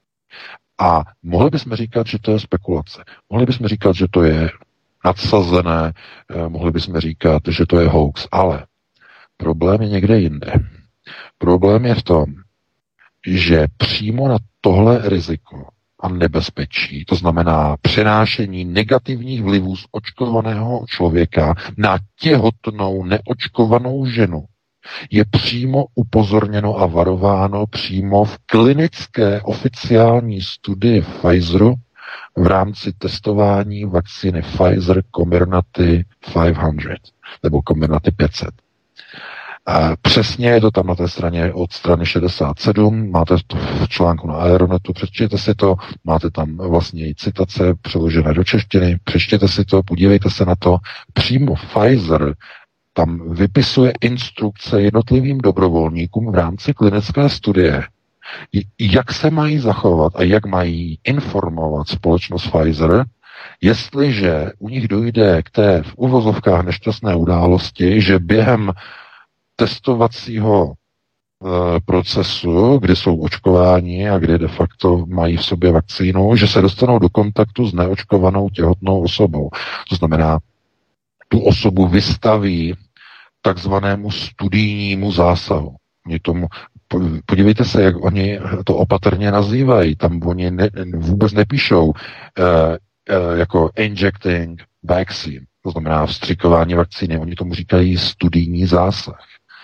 C: A mohli bychom říkat, že to je spekulace. Mohli bychom říkat, že to je nadsazené, mohli bychom říkat, že to je hoax, ale problém je někde jinde. Problém je v tom, že přímo na tohle riziko a nebezpečí, to znamená přenášení negativních vlivů z očkovaného člověka na těhotnou neočkovanou ženu, je přímo upozorněno a varováno přímo v klinické oficiální studii Pfizeru v rámci testování vakcíny Pfizer Comirnaty pět set nebo Comirnaty pět set. A přesně je to tam na té straně od strany šedesát sedm, máte to v článku na Aeronetu, přečtěte si to, máte tam vlastně i citace přeložené do češtiny, přečtěte si to, podívejte se na to. Přímo Pfizer tam vypisuje instrukce jednotlivým dobrovolníkům v rámci klinické studie, jak se mají zachovat a jak mají informovat společnost Pfizer, jestliže u nich dojde k té v uvozovkách nešťastné události, že během testovacího e, procesu, kdy jsou očkováni a kdy de facto mají v sobě vakcínu, že se dostanou do kontaktu s neočkovanou těhotnou osobou. To znamená, tu osobu vystaví takzvanému studijnímu zásahu. Oni tomu, podívejte se, jak oni to opatrně nazývají. Tam oni ne, vůbec nepíšou e, e, jako injecting vaccine, to znamená vstřikování vakcíny. Oni tomu říkají studijní zásah.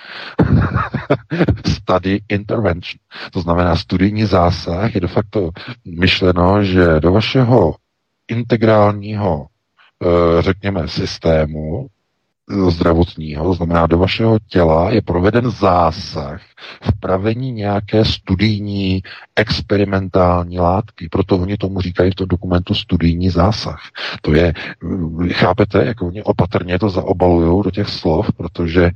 C: Study intervention. To znamená studijní zásah je de facto myšleno, že do vašeho integrálního, řekněme, systému zdravotního, to znamená do vašeho těla je proveden zásah v pravení nějaké studijní experimentální látky. Proto oni tomu říkají v tom dokumentu studijní zásah. To je, chápete, jak oni opatrně to zaobalujou do těch slov, protože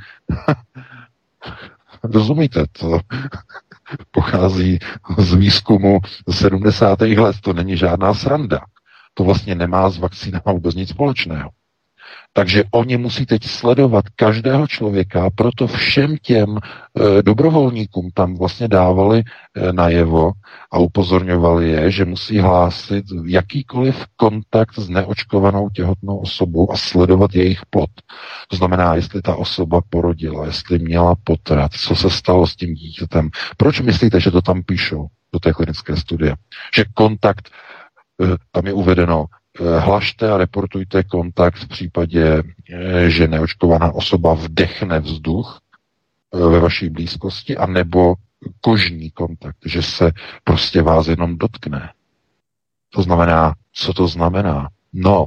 C: rozumíte, to pochází z výzkumu sedmdesátých let, to není žádná sranda. To vlastně nemá s vakcínama vůbec nic společného. Takže oni musí teď sledovat každého člověka, proto všem těm e, dobrovolníkům tam vlastně dávali e, najevo a upozorňovali je, že musí hlásit jakýkoliv kontakt s neočkovanou těhotnou osobou a sledovat jejich plod. To znamená, jestli ta osoba porodila, jestli měla potrat, co se stalo s tím dítětem. Proč myslíte, že to tam píšou do té klinické studie? Že kontakt, e, tam je uvedeno, hlašte a reportujte kontakt v případě, že neočkovaná osoba vdechne vzduch ve vaší blízkosti, anebo kožní kontakt, že se prostě vás jenom dotkne. To znamená, co to znamená? No,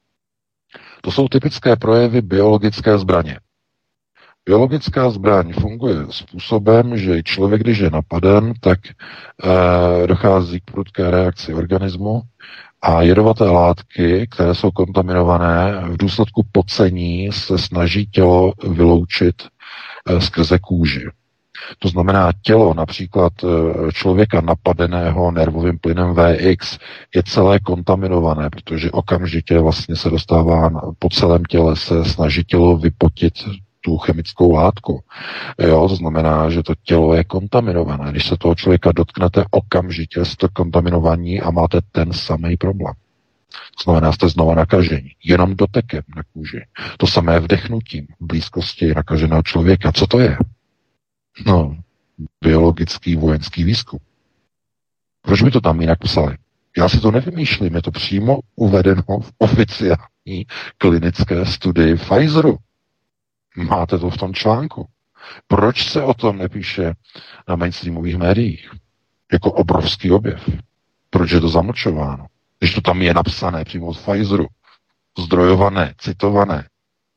C: to jsou typické projevy biologické zbraně. Biologická zbraň funguje způsobem, že člověk, když je napaden, tak eh, dochází k prudké reakci organismu a jedovaté látky, které jsou kontaminované, v důsledku pocení se snaží tělo vyloučit eh, skrze kůži. To znamená, tělo například člověka napadeného nervovým plynem V X je celé kontaminované, protože okamžitě vlastně se dostává po celém těle, se snaží tělo vypotit tu chemickou látku. Jo, to znamená, že to tělo je kontaminované. Když se toho člověka dotknete, okamžitě jste kontaminovaní a máte ten samý problém. To znamená, jste znova nakažení. Jenom dotekem na kůži. To samé vdechnutím v blízkosti nakaženého člověka. Co to je? No, biologický vojenský výzkum. Proč by to tam jinak psali? Já si to nevymýšlím, je to přímo uvedeno v oficiální klinické studii Pfizeru. Máte to v tom článku. Proč se o tom nepíše na mainstreamových médiích? Jako obrovský objev. Proč je to zamlčováno? Když to tam je napsané přímo od Pfizeru, zdrojované, citované.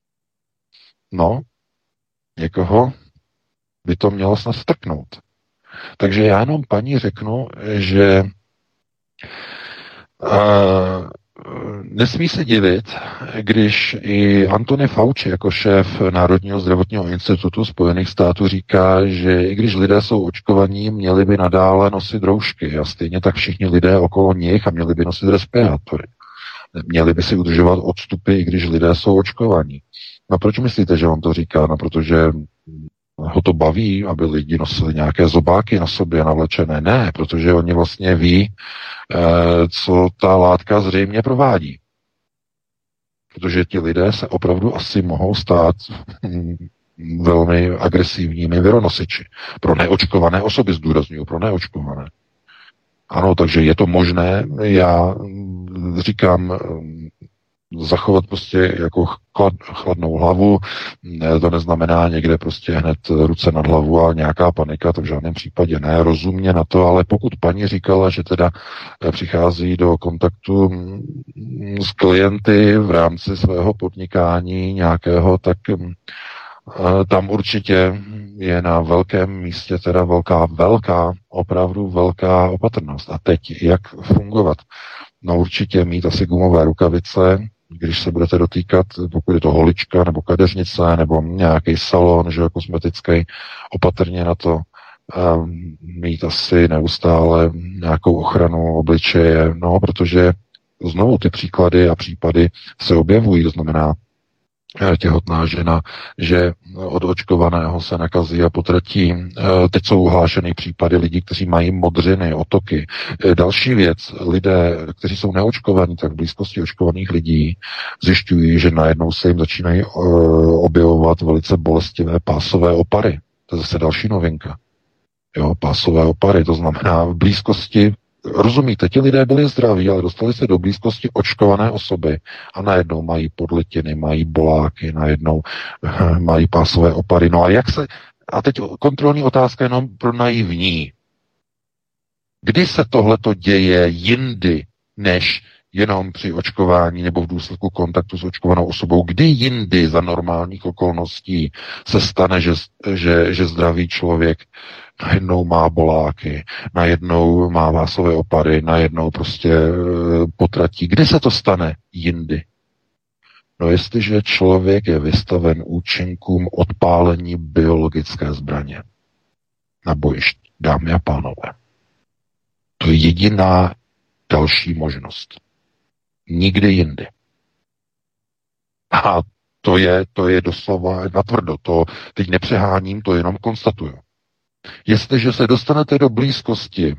C: No, někoho by to mělo snad strknout. Takže já jenom paní řeknu, že uh, nesmí se divit, když i Anthony Fauci jako šéf Národního zdravotního institutu Spojených států říká, že i když lidé jsou očkovaní, měli by nadále nosit roušky a stejně tak všichni lidé okolo nich a měli by nosit respirátory. Měli by si udržovat odstupy, i když lidé jsou očkovaní. No proč myslíte, že on to říká? No protože ho to baví, aby lidi nosili nějaké zobáky na sobě navlečené. Ne, protože oni vlastně ví, co ta látka zřejmě provádí. Protože ti lidé se opravdu asi mohou stát velmi agresivními vironosiči. Pro neočkované osoby, zdůrazňuju, pro neočkované. Ano, takže je to možné. Já říkám, zachovat prostě jako chlad, chladnou hlavu, to neznamená někde prostě hned ruce nad hlavu a nějaká panika, to v žádném případě ne, rozumně na to, ale pokud paní říkala, že teda přichází do kontaktu s klienty v rámci svého podnikání nějakého, tak tam určitě je na velkém místě teda velká, velká, opravdu velká opatrnost. A teď, jak fungovat? No určitě mít asi gumové rukavice, když se budete dotýkat, pokud je to holička nebo kadeřnice nebo nějaký salon, že jo, kosmetický, opatrně na to um, mít asi neustále nějakou ochranu obličeje, no, protože znovu ty příklady a případy se objevují, to znamená těhotná žena, že od očkovaného se nakazí a potratí. Teď jsou uhlášeny případy lidí, kteří mají modřiny, otoky. Další věc, lidé, kteří jsou neočkovaní, tak v blízkosti očkovaných lidí zjišťují, že najednou se jim začínají objevovat velice bolestivé pásové opary. To je zase další novinka. Jo, pásové opary, to znamená v blízkosti. Rozumíte, ti lidé byli zdraví, ale dostali se do blízkosti očkované osoby a najednou mají podlitiny, mají boláky, najednou mají pásové opary. No a jak se... A teď kontrolní otázka jenom pro naivní. Kdy se tohleto děje jindy, než jenom při očkování nebo v důsledku kontaktu s očkovanou osobou? Kdy jindy za normálních okolností se stane, že, že, že zdravý člověk najednou má boláky, najednou má vásové opary, najednou prostě e, potratí. Kdy se to stane jindy? No jestliže člověk je vystaven účinkům odpálení biologické zbraně na bojišti, dámy a pánové. To je jediná další možnost. Nikdy jindy. A to je, to je doslova natvrdo. To teď nepřeháním, to jenom konstatuju. Jestliže se dostanete do blízkosti e,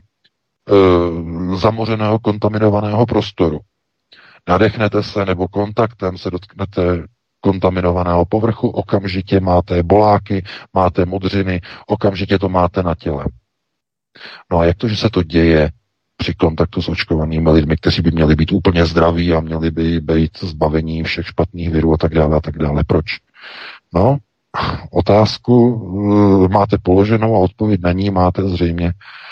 C: zamořeného, kontaminovaného prostoru, nadechnete se nebo kontaktem se dotknete kontaminovaného povrchu, okamžitě máte boláky, máte modřiny, okamžitě to máte na těle. No a jak to, že se to děje při kontaktu s očkovanými lidmi, kteří by měli být úplně zdraví a měli by být zbavení všech špatných virů a tak dále a tak dále. Proč? No, otázku uh, máte položenou a odpověď na ní máte zřejmě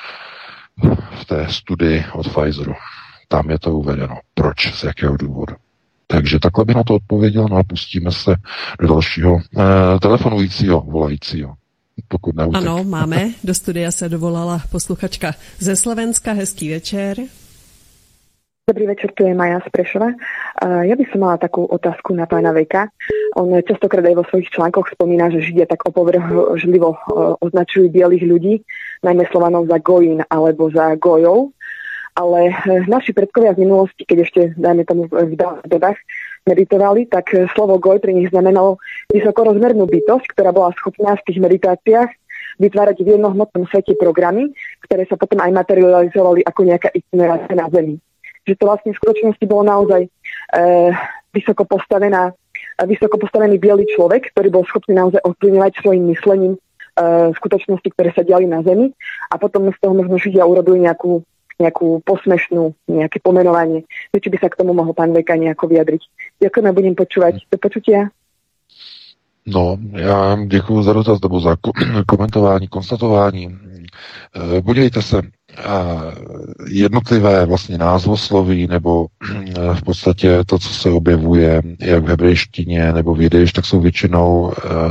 C: v té studii od Pfizeru. Tam je to uvedeno. Proč? Z jakého důvodu? Takže takhle bych na to odpověděl, no a pustíme se do dalšího uh, telefonujícího, volajícího. Pokud neutek.
B: Ano, máme. Do studia se dovolala posluchačka ze Slovenska. Hezký večer.
E: Dobrý večer, tu je Maja z Prešova. Ja by som mala takú otázku na pána Veka. On častokrát aj vo svojich článkoch spomína, že Židia tak opovrhžlivo označujú bielých ľudí, najmä Slovanov za gojín alebo za gojov. Ale naši predkovia z minulosti, keď ešte, dajme tomu, v dávnych dobách meditovali, tak slovo goj pre nich znamenalo vysokorozmernú bytosť, ktorá bola schopná v tých meditáciách vytvárať v jednohmotnom svete programy, ktoré sa potom aj materializovali ako nejaká itinerácia na Zemi. Že to vlastne v skutočnosti bolo naozaj e, vysoko postavená, vysoko postavený biely človek, ktorý bol schopný naozaj ovplyvňovať svojim myslením e, skutočnosti, ktoré sa diali na Zemi, a potom z toho možno Židia urobili nejakú, nejakú posmešnú, nejaké pomenovanie. Či by sa k tomu mohol pán Veka nejako vyjadriť. Ďakujem a budem počúvať. Do počutia.
C: No, já děkuji za dotaz nebo za komentování, konstatování. Podívejte se, jednotlivé vlastně názvosloví nebo v podstatě to, co se objevuje jak v hebrejštině nebo v jidiš, tak jsou většinou,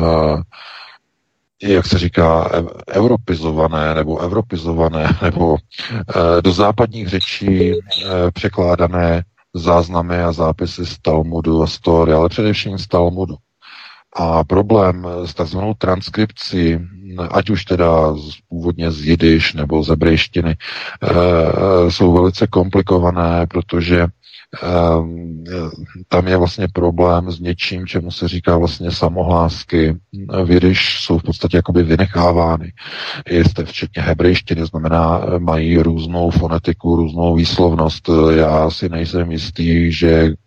C: jak se říká, europizované nebo evropizované nebo do západních řečí překládané záznamy a zápisy z Talmudu a z Tóry, ale především z Talmudu. A problém s takzvanou transkripcí, ať už teda z, původně z jidiš nebo z hebrejštiny, e, jsou velice komplikované, protože e, tam je vlastně problém s něčím, čemu se říká vlastně samohlásky. V jidiš jsou v podstatě jakoby vynechávány. Jste včetně hebrejštiny, znamená, mají různou fonetiku, různou výslovnost. Já si nejsem jistý, že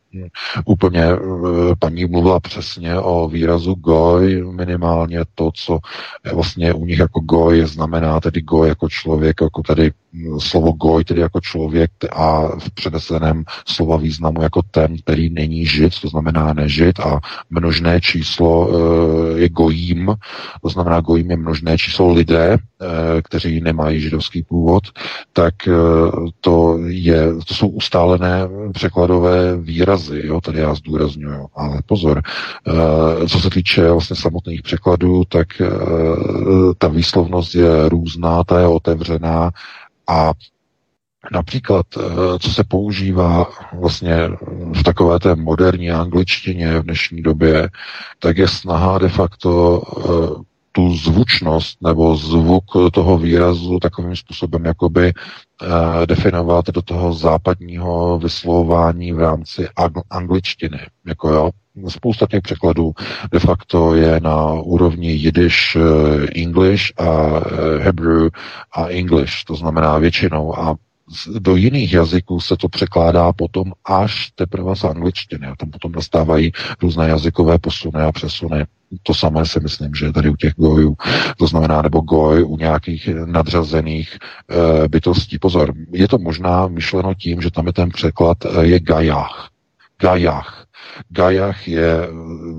C: úplně, paní mluvila přesně o výrazu goj, minimálně to, co vlastně u nich jako goj znamená, tedy goj jako člověk, jako tady slovo goj, tedy jako člověk a v přeneseném slova významu jako ten, který není žid, to znamená nežid a množné číslo je gojím, to znamená gojím je množné číslo lidé, kteří nemají židovský původ, tak to, je, to jsou ustálené překladové výrazy, jo, tady já zdůrazňuji, ale pozor, co se týče vlastně samotných překladů, tak ta výslovnost je různá, ta je otevřená a například, co se používá vlastně v takové té moderní angličtině v dnešní době, tak je snaha de facto tu zvučnost nebo zvuk toho výrazu takovým způsobem jakoby uh, definovat do toho západního vyslovování v rámci angličtiny. Jako jo, spousta těch překladů de facto je na úrovni Yiddish, uh, English a uh, Hebrew a English, to znamená většinou a do jiných jazyků se to překládá potom až teprve z angličtiny a tam potom nastávají různé jazykové posuny a přesuny. To samé si myslím, že tady u těch gojů, to znamená, nebo goj u nějakých nadřazených e, bytostí. Pozor, je to možná myšleno tím, že tam je ten překlad, e, je gajach. Gajach. Gajach je e,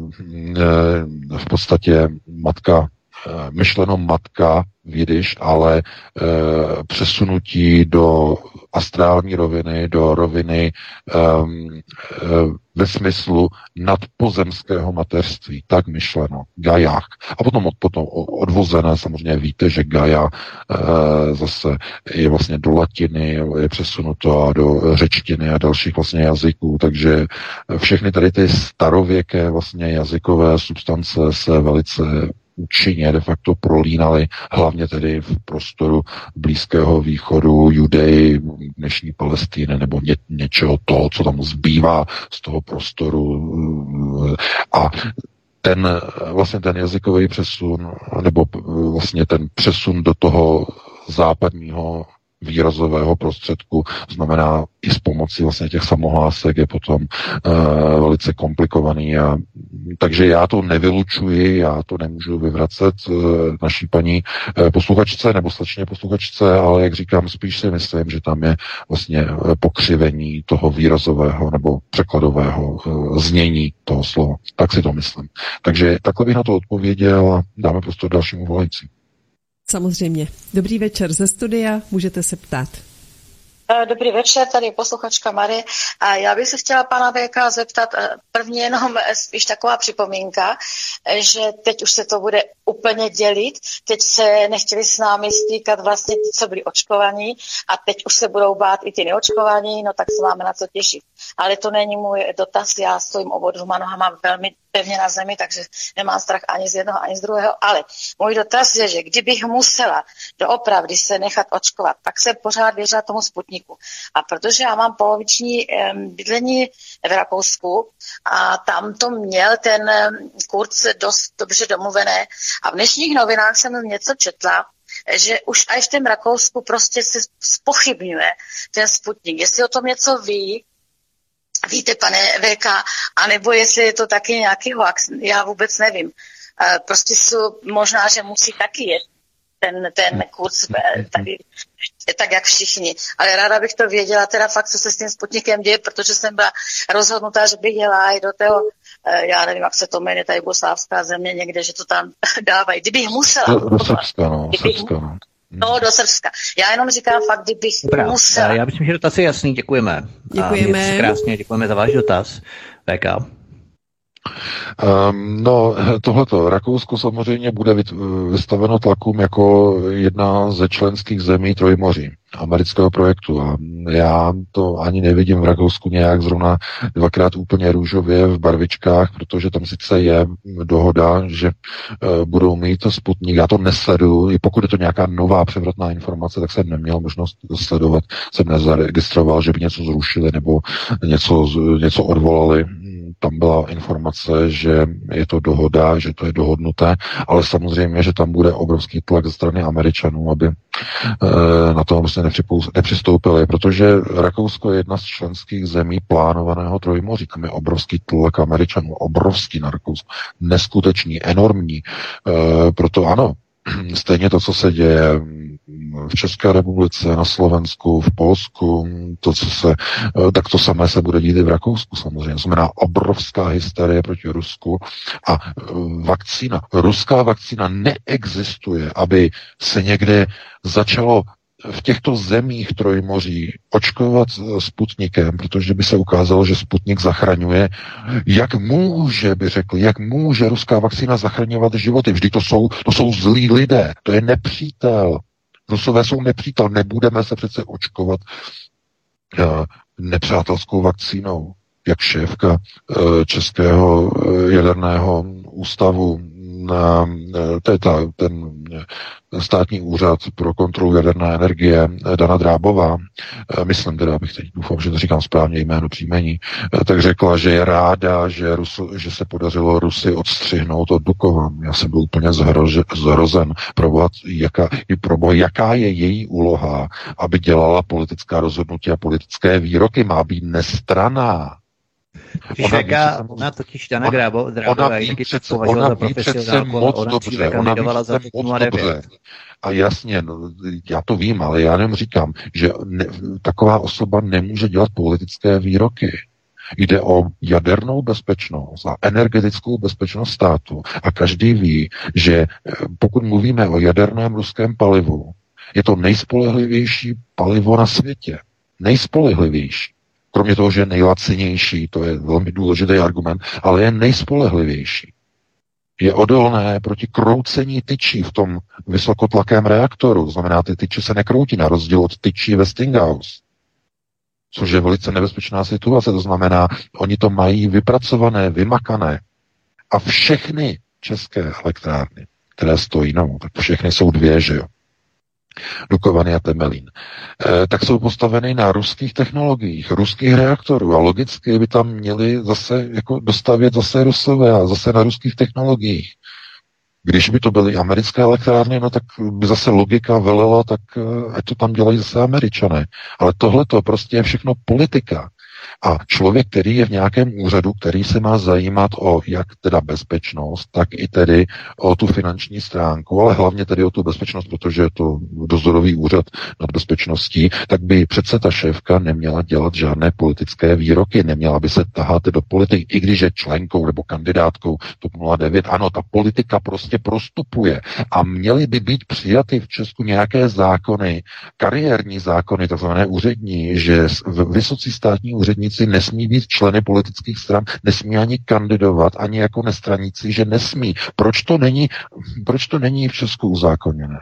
C: v podstatě matka, e, myšleno matka v jidiš, ale e, přesunutí do astrální roviny, do roviny um, e, ve smyslu nadpozemského mateřství, tak myšleno, gajach. A potom, od, potom odvozené, samozřejmě víte, že gaja e, zase je vlastně do latiny, je přesunuto a do řečtiny a dalších vlastně jazyků, takže všechny tady ty starověké vlastně jazykové substance se velice účinně de facto prolínaly, hlavně tedy v prostoru Blízkého východu, Judeji, dnešní Palestiny, nebo ně, něčeho toho, co tam zbývá z toho prostoru. A ten vlastně ten jazykový přesun, nebo vlastně ten přesun do toho západního výrazového prostředku, znamená i s pomocí vlastně těch samohlásek je potom uh, velice komplikovaný. A, takže já to nevylučuji, já to nemůžu vyvracet uh, naší paní uh, posluchačce nebo slečně posluchačce, ale jak říkám, spíš si myslím, že tam je vlastně uh, pokřivení toho výrazového nebo překladového uh, znění toho slova. Tak si to myslím. Takže takhle bych na to odpověděl a dáme prostor dalšímu volající.
B: Samozřejmě. Dobrý večer ze studia, můžete se ptát.
F: Dobrý večer, tady posluchačka Marie. A já bych se chtěla pana V K zeptat, prvně jenom spíš taková připomínka, že teď už se to bude úplně dělit. Teď se nechtěli s námi stýkat vlastně ty, co byli očkovaní a teď už se budou bát i ty neočkovaní, no tak se máme na co těšit. Ale to není můj dotaz, já stojím obodřuma nohama velmi pevně na zemi, takže nemám strach ani z jednoho, ani z druhého. Ale můj dotaz je, že kdybych musela doopravdy se nechat očkovat, tak se pořád věřila tomu Sputniku. A protože já mám poloviční um, bydlení v Rakousku a tam to měl ten um, Kurz dost dobře domluvené a v dnešních novinách jsem něco četla, že už i v tom Rakousku prostě se zpochybňuje ten Sputnik. Jestli o tom něco ví, víte, pane V K, anebo jestli je to taky nějaký hoax, já vůbec nevím. Prostě jsou, možná, že musí taky jet ten, ten kurz tady, tak jak všichni. Ale ráda bych to věděla teda fakt, co se s tím Sputnikem děje, protože jsem byla rozhodnutá, že bych jela i do toho, já nevím, jak se to jmenuje, ta jugoslávská země někde, že to tam dávají. Kdybych musela.
C: Do, do Srbska, no.
F: Kdybych,
C: Srbska, no.
F: No, do Srbska. Já jenom říkám fakt, kdybych
A: Dobrá,
F: musela.
A: Já myslím, že dotaz je jasný, děkujeme.
B: Děkujeme.
A: A krásně, děkujeme za váš dotaz. V K.
C: Um, no, tohleto. Rakousko samozřejmě bude vystaveno tlakům jako jedna ze členských zemí Trojmoří amerického projektu a já to ani nevidím v Rakousku nějak zrovna dvakrát úplně růžově v barvičkách, protože tam sice je dohoda, že uh, budou mít Sputnik, já to nesleduju, i pokud je to nějaká nová převratná informace, tak jsem neměl možnost sledovat, jsem nezaregistroval, že by něco zrušili nebo něco, něco odvolali. tam byla informace, že je to dohoda, že to je dohodnuté, ale samozřejmě, že tam bude obrovský tlak ze strany Američanů, aby na to prostě nepřistoupili, protože Rakousko je jedna z členských zemí plánovaného trojmoří. Tam je obrovský tlak Američanů, obrovský na Rakousko, neskutečný, enormní. Proto ano, stejně to, co se děje v České republice, na Slovensku, v Polsku, to, co se, tak to samé se bude dít i v Rakousku samozřejmě. To znamená obrovská hysterie proti Rusku a vakcína, ruská vakcína neexistuje, aby se někde začalo v těchto zemích trojmoří očkovat Sputnikem, protože by se ukázalo, že Sputnik zachraňuje. Jak může, by řekli, jak může ruská vakcína zachraňovat životy? Vždyť to jsou, to jsou zlí lidé, to je nepřítel. Rusové jsou nepřítel, nebudeme se přece očkovat uh, nepřátelskou vakcínou, jak šéfka uh, Českého uh, jaderného ústavu, na, to je ta, ten státní úřad pro kontrolu jaderné energie Dana Drábová, myslím teda, abych teď doufám, že to říkám správně jméno příjmení, tak řekla, že je ráda, že, Rus, že se podařilo Rusy odstřihnout od Dukovan. Já jsem byl úplně zhrože, zhrozen. Proboha, jaká, proboha, jaká je její úloha, aby dělala politická rozhodnutí a politické výroky, má být nestranná.
A: Ona, ona, ona totiž Dana Drábová je taky
C: přece,
A: považovala za
C: profesionálku, ona moc dobře, ona
A: za
C: moc dobře. A jasně, no, já to vím, ale já jenom říkám, že ne, taková osoba nemůže dělat politické výroky. Jde o jadernou bezpečnost a energetickou bezpečnost státu. A každý ví, že pokud mluvíme o jaderném ruském palivu, je to nejspolehlivější palivo na světě. Nejspolehlivější. Kromě toho, že je nejlacinější, to je velmi důležitý argument, ale je nejspolehlivější. Je odolné proti kroucení tyčí v tom vysokotlakém reaktoru. To znamená, ty tyče se nekroutí na rozdíl od tyčí Westinghouse. Což je velice nebezpečná situace. To znamená, oni to mají vypracované, vymakané. A všechny české elektrárny, které stojí, no, tak všechny jsou dvě, že jo. Dukovany a Temelín, e, tak jsou postaveny na ruských technologiích, ruských reaktorů a logicky by tam měli zase jako dostavět zase Rusové a zase na ruských technologiích. Když by to byly americké elektrárny, no tak by zase logika velela, tak ať to tam dělají zase Američané. Ale tohle to prostě je všechno politika. A člověk, který je v nějakém úřadu, který se má zajímat o jak teda bezpečnost, tak i tedy o tu finanční stránku, ale hlavně tedy o tu bezpečnost, protože je to dozorový úřad nad bezpečností, tak by přece ta šéfka neměla dělat žádné politické výroky, neměla by se tahat do politiky, i když je členkou nebo kandidátkou T O P nula devět. Ano, ta politika prostě prostupuje a měly by být přijaty v Česku nějaké zákony, kariérní zákony, takzvané úřední, že vysocí státní úředníci nesmí být členy politických stran, nesmí ani kandidovat, ani jako nestraníci, že nesmí. Proč to není, proč to není v Česku uzákoněné?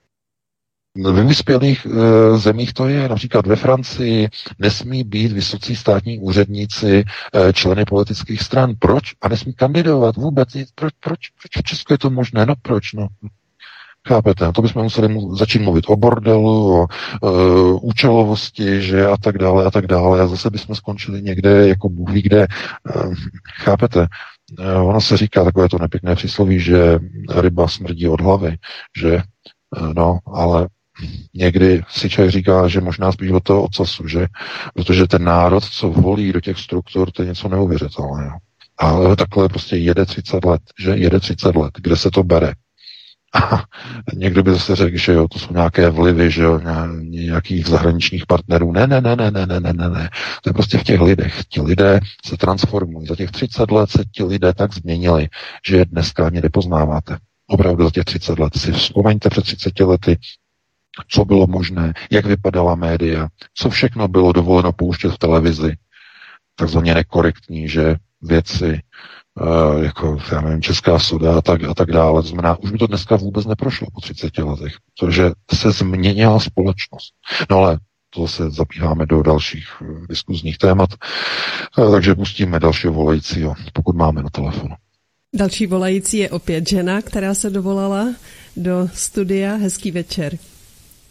C: Ve vyspělých e, zemích to je, například ve Francii nesmí být vysocí státní úředníci e, členy politických stran. Proč? A nesmí kandidovat vůbec. Proč, proč, proč v Česku je to možné? No proč? No. Chápete? To bychom museli mu, začít mluvit o bordelu, o e, účelovosti, že a tak dále a tak dále. A zase bychom skončili někde, jako Bůh ví kde. E, chápete? E, ono se říká takové to nepěkné přísloví, že ryba smrdí od hlavy, že e, no, ale někdy si člověk říká, že možná spíš od toho ocasu, že? Protože ten národ, co volí do těch struktur, to je něco neuvěřitelného. Ale takhle prostě jede třicet let, že? Jede třicet let. Kde se to bere? A někdo by zase řekl, že jo, to jsou nějaké vlivy, že jo, nějakých zahraničních partnerů. Ne, ne, ne, ne, ne, ne, ne, ne. To je prostě v těch lidech. Ti lidé se transformují. Za těch třicet let se ti lidé tak změnili, že je dneska ani nepoznáváte. Opravdu za těch třicet let. Si vzpomeňte před třiceti lety, co bylo možné, jak vypadala média, co všechno bylo dovoleno pouštět v televizi. Takzvaně nekorektní, že věci, Uh, jako, já nevím, Česká soda a tak, a tak dále. To znamená, už by to dneska vůbec neprošlo po třiceti letech, protože se změnila společnost. No ale to se zapíháme do dalších uh, diskuzních témat, uh, takže pustíme dalšího volajícího, pokud máme na telefonu.
B: Další volající je opět žena, která se dovolala do studia. Hezký večer.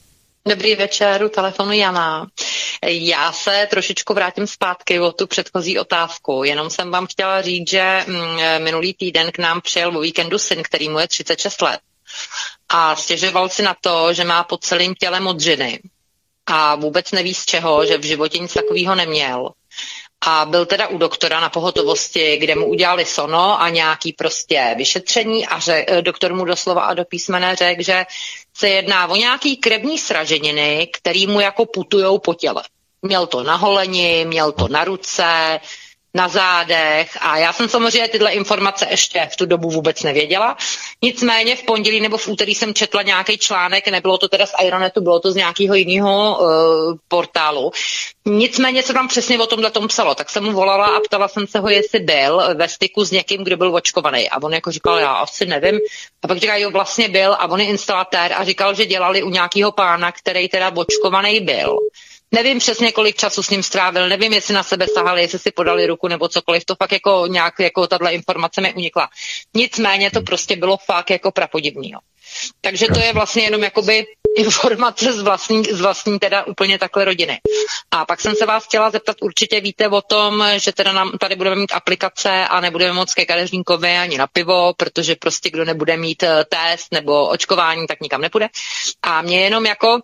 G: Dobrý večer, u telefonu Jana. Já se trošičku vrátím zpátky o tu předchozí otázku. Jenom jsem vám chtěla říct, že minulý týden k nám přijel o víkendu syn, který mu je třicet šest let. A stěžoval si na to, že má pod celým tělem modřiny. A vůbec neví z čeho, že v životě nic takového neměl. A byl teda u doktora na pohotovosti, kde mu udělali sono a nějaký prostě vyšetření a řek, doktor mu doslova a do písmene řekl, že se jedná o nějaký krevní sraženiny, který mu jako putujou po těle. Měl to na holeni, měl to na ruce, na zádech a já jsem samozřejmě tyhle informace ještě v tu dobu vůbec nevěděla. Nicméně v pondělí nebo v úterý jsem četla nějaký článek, nebylo to teda z Ironetu, bylo to z nějakého jiného uh, portálu. Nicméně se tam přesně o tomhle tom psalo, tak jsem mu volala a ptala jsem se ho, jestli byl ve styku s někým, kdo byl očkovaný. A on jako říkal, já asi nevím. A pak říkal, jo, vlastně byl a on je instalatér a říkal, že dělali u nějakého pána, který teda očkovaný byl. Nevím přesně, kolik času s ním strávil, nevím, jestli na sebe sahali, jestli si podali ruku nebo cokoliv, to fakt jako nějak, jako tato informace mi unikla. Nicméně to prostě bylo fakt jako prapodivného. Takže to je vlastně jenom jakoby informace z vlastní, z vlastní teda úplně takhle rodiny. A pak jsem se vás chtěla zeptat, určitě víte o tom, že teda nám, tady budeme mít aplikace a nebudeme moc ke kadeřníkovi ani na pivo, protože prostě kdo nebude mít test nebo očkování, tak nikam nepůjde. A mě jenom jako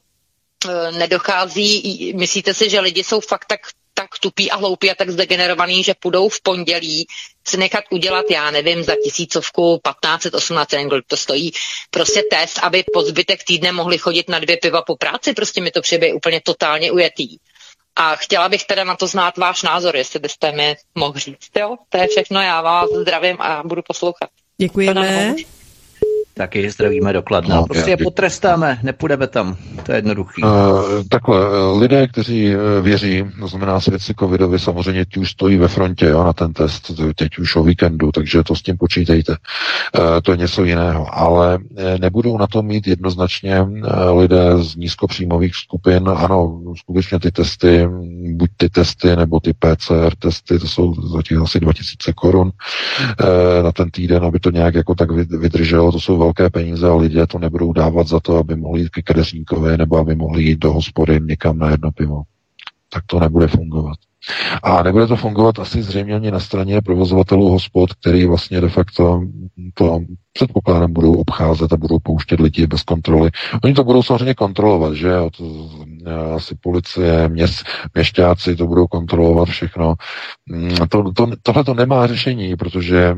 G: nedochází, myslíte si, že lidi jsou fakt tak, tak tupí a hloupí a tak zdegenerovaný, že půjdou v pondělí si nechat udělat, já nevím, za tisícovku, patnáct, osmnáct, kolik to stojí, prostě test, aby po zbytek týdne mohli chodit na dvě piva po práci, prostě mi to přijde úplně totálně ujetý. A chtěla bych teda na to znát váš názor, jestli byste mi mohl říct, jo? To je všechno, já vás zdravím a budu poslouchat.
B: Děkujeme.
A: Taky zdravíme do Kladna. No, prostě je potrestáme, nepůjdeme tam. To je jednoduchý.
C: Uh, takhle, lidé, kteří věří, to znamená svědci covidovi, samozřejmě ti už stojí ve frontě, jo, na ten test, teď už o víkendu, takže to s tím počítejte. Uh, to je něco jiného. Ale nebudou na to mít jednoznačně uh, lidé z nízkopříjmových skupin. Ano, skutečně ty testy, buď ty testy, nebo ty P C R testy, to jsou za těch asi dva tisíce korun uh, na ten týden, aby to nějak jako tak vydrželo. To jsou velké peníze a lidé to nebudou dávat za to, aby mohli jít ke kadeřníkovi nebo aby mohli jít do hospody někam na jedno pivo. Tak to nebude fungovat. A nebude to fungovat asi zřejmě ani na straně provozovatelů hospod, který vlastně de facto to předpokládám budou obcházet a budou pouštět lidi bez kontroly. Oni to budou samozřejmě kontrolovat, že jo? To, asi policie, měst, měšťáci to budou kontrolovat všechno. To, to, tohle to nemá řešení, protože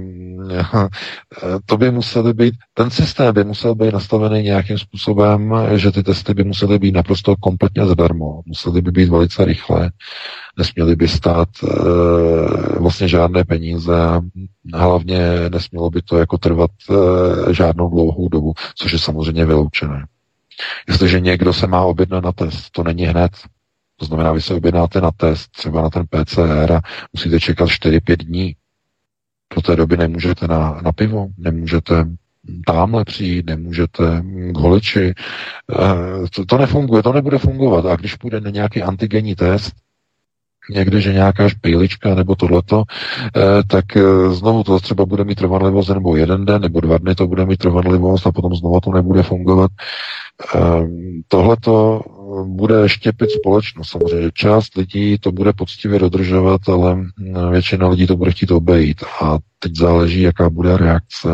C: to by musely být, ten systém by musel být nastavený nějakým způsobem, že ty testy by musely být naprosto kompletně zadarmo. Musely by být velice rychlé. Nesměly by stát e, vlastně žádné peníze a hlavně nesmělo by to jako trvat e, žádnou dlouhou dobu, což je samozřejmě vyloučené. Jestliže někdo se má objednat na test, to není hned. To znamená, vy se objednáte na test, třeba na ten P C R a musíte čekat čtyři pět dní. Do té doby nemůžete na, na pivo, nemůžete tamhle přijít, nemůžete k holiči. E, to, to nefunguje, to nebude fungovat. A když půjde na nějaký antigenní test, někde, že nějaká špejlička nebo tohleto, eh, tak eh, znovu to třeba bude mít trvanlivost nebo jeden den, nebo dva dny to bude mít trvanlivost a potom znovu to nebude fungovat. Eh, tohleto bude štěpit společnost. Samozřejmě část lidí to bude poctivě dodržovat, ale většina lidí to bude chtít obejít. A teď záleží, jaká bude reakce.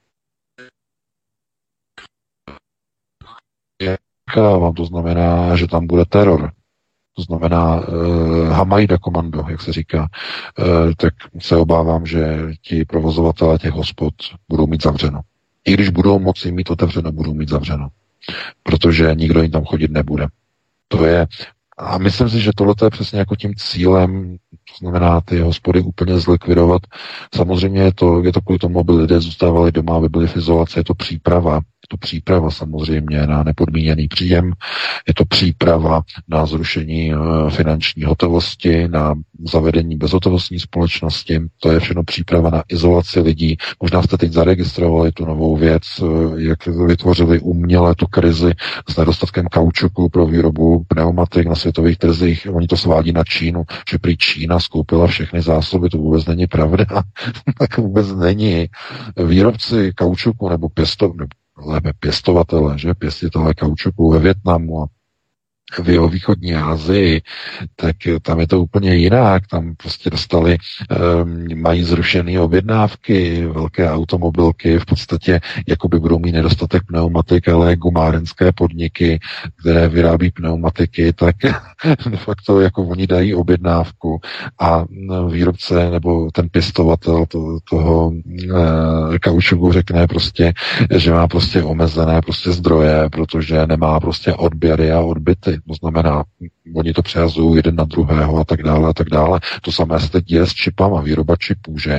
C: Jaká vám to znamená, že tam bude teror. To znamená uh, Hamajda komando, jak se říká, uh, tak se obávám, že ti provozovatelé těch hospod budou mít zavřeno. I když budou moci mít otevřeno, budou mít zavřeno. Protože nikdo jim tam chodit nebude. To je, a myslím si, že tohle je přesně jako tím cílem, to znamená ty hospody úplně zlikvidovat. Samozřejmě je to, je to kvůli tomu, aby lidé zůstávali doma, aby byli v izolaci, je to příprava. Je to příprava samozřejmě na nepodmíněný příjem, je to příprava na zrušení finanční hotovosti, na zavedení bezhotovostní společnosti, to je všechno příprava na izolaci lidí. Možná jste teď zaregistrovali tu novou věc, jak vytvořili uměle tu krizi s nedostatkem kaučuku pro výrobu pneumatik na světových trzích. Oni to svádí na Čínu, že prý Čína skoupila všechny zásoby, to vůbec není pravda. Tak vůbec není. Výrobci kaučuku nebo pěstov, lépe pěstovatele, že pěstitelé kaučuku ve Vietnamu a v jihovýchodní Asii, tak tam je to úplně jinak. Tam prostě dostali, mají zrušené objednávky, velké automobilky, v podstatě jakoby budou mít nedostatek pneumatik, ale gumárenské podniky, které vyrábí pneumatiky, tak de facto jako oni dají objednávku a výrobce nebo ten pěstovatel to, toho e, kaučuku řekne prostě, že má prostě omezené prostě zdroje, protože nemá prostě odběry a odbyty. To znamená, oni to přehazují jeden na druhého a tak dále a tak dále. To samé se teď děje s čipama, výroba čipů, že e,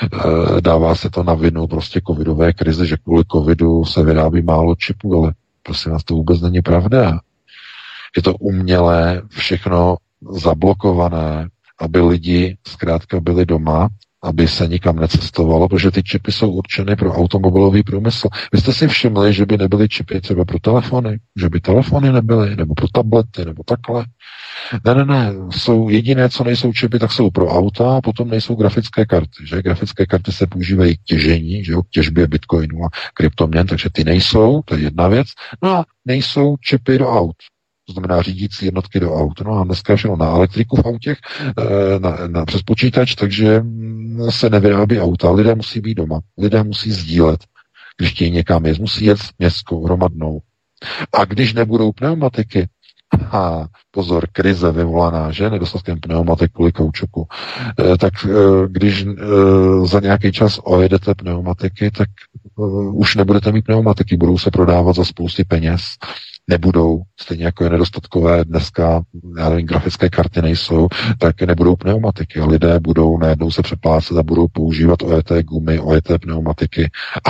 C: dává se to na vinu prostě covidové krize, že kvůli covidu se vyrábí málo čipů, ale prosím vás, to vůbec není pravda. Je to umělé, všechno zablokované, aby lidi zkrátka byli doma, aby se nikam necestovalo, protože ty čipy jsou určeny pro automobilový průmysl. Vy jste si všimli, že by nebyly čipy třeba pro telefony, že by telefony nebyly, nebo pro tablety, nebo takhle. Ne, ne, ne, jsou jediné, co nejsou čipy, tak jsou pro auta a potom nejsou grafické karty, že? Grafické karty se používají k těžení, že jo, k těžbě bitcoinu a kryptoměn, takže ty nejsou, to je jedna věc. No a nejsou čipy do aut. To znamená řídící jednotky do aut. No a dneska je všechno na elektriku v autech, na, na, přes počítač, takže se nevyrábí auta. Lidé musí být doma. Lidé musí sdílet. Když chtějí někam jet, musí jet městskou, hromadnou. A když nebudou pneumatiky, a pozor, krize vyvolaná, že, nedostatkem pneumatik kvůli kaučuku, tak když za nějaký čas ojedete pneumatiky, tak už nebudete mít pneumatiky, budou se prodávat za spousty peněz, nebudou, stejně jako je nedostatkové dneska, já nevím, grafické karty nejsou, tak nebudou pneumatiky a lidé budou najednou se přeplácet a budou používat ojeté gumy, ojeté pneumatiky a,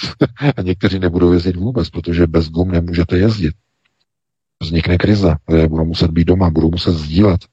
C: a někteří nebudou jezdit vůbec, protože bez gum nemůžete jezdit. Vznikne krize, lidé budou muset být doma, budou muset sdílet.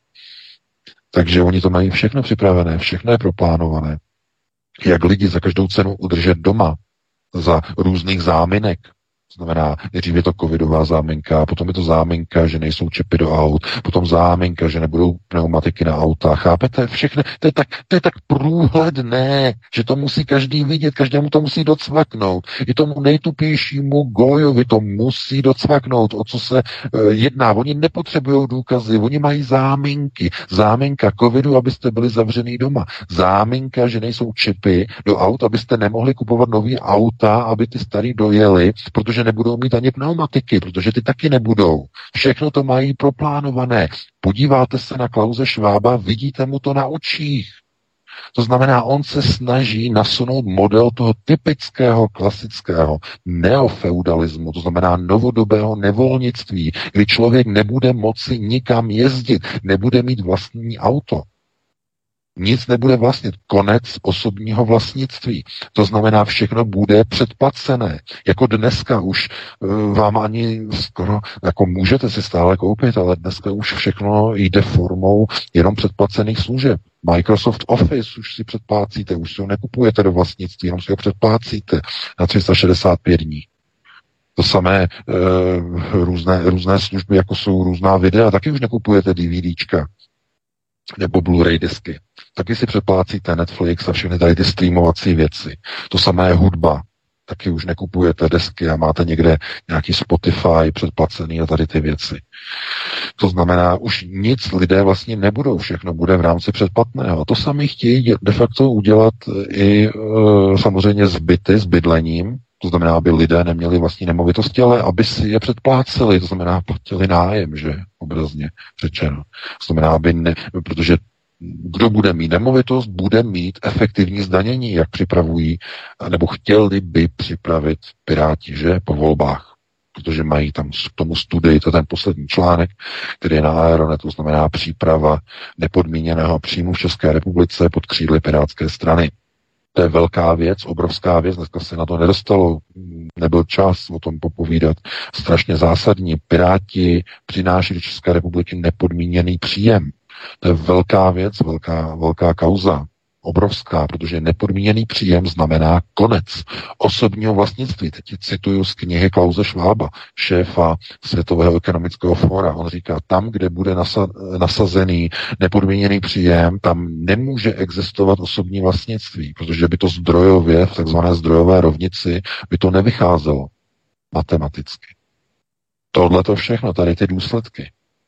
C: Takže oni to mají všechno připravené, všechno je proplánované. Jak lidi za každou cenu udržet doma, za různých záminek. To znamená, nejdřív je to covidová záminka, potom je to záminka, že nejsou čipy do aut, potom záminka, že nebudou pneumatiky na auta. Chápete? Všechno, to je tak, to je tak průhledné, že to musí každý vidět, každému to musí docvaknout. I tomu nejtupějšímu Gojovi to musí docvaknout, o co se uh, jedná. Oni nepotřebují důkazy, oni mají záminky. Záminka covidu, abyste byli zavřený doma. Záminka, že nejsou čipy do aut, abyste nemohli kupovat nový auta, aby ty starý dojeli, protože nebudou mít ani pneumatiky, protože ty taky nebudou. Všechno to mají proplánované. Podíváte se na Klause Schwaba, vidíte mu to na očích. To znamená, on se snaží nasunout model toho typického, klasického neofeudalismu, to znamená novodobého nevolnictví, kdy člověk nebude moci nikam jezdit, nebude mít vlastní auto. Nic nebude vlastnit. Konec osobního vlastnictví. To znamená, všechno bude předplacené. Jako dneska už vám ani skoro, jako můžete si stále koupit, ale dneska už všechno jde formou jenom předplacených služeb. Microsoft Office už si předplácíte, už si ho nekupujete do vlastnictví, jenom si ho předplácíte na tři sta šedesát pět dní. To samé e, různé, různé služby, jako jsou různá videa, taky už nekupujete DVDčka nebo Blu-ray disky. Taky si přeplácíte Netflix a všechny tady ty streamovací věci. To samé je hudba. Taky už nekupujete desky a máte někde nějaký Spotify předplacený a tady ty věci. To znamená, už nic lidé vlastně nebudou, všechno bude v rámci předplatného. A to sami chtějí de facto udělat i e, samozřejmě s byty, s bydlením. To znamená, aby lidé neměli vlastní nemovitosti, ale aby si je předpláceli, to znamená, platili nájem, že obrazně řečeno. To znamená, aby ne, protože kdo bude mít nemovitost, bude mít efektivní zdanění, jak připravují, nebo chtěli by připravit Piráti, že, po volbách. Protože mají tam k tomu studii, to je ten poslední článek, který je na Aeronetu, to znamená příprava nepodmíněného příjmu v České republice pod křídly Pirátské strany. To je velká věc, obrovská věc, dneska se na to nedostalo, nebyl čas o tom popovídat. Strašně zásadní. Piráti přináší do České republiky nepodmíněný příjem. To je velká věc, velká, velká kauza. Obrovská, protože nepodmíněný příjem znamená konec osobního vlastnictví. Teď cituju z knihy Klause Schwaba, šéfa Světového ekonomického fóra. On říká, tam, kde bude nasa- nasazený nepodmíněný příjem, tam nemůže existovat osobní vlastnictví, protože by to zdrojově, v takzvané zdrojové rovnici, by to nevycházelo matematicky. Tohle to všechno, tady ty důsledky.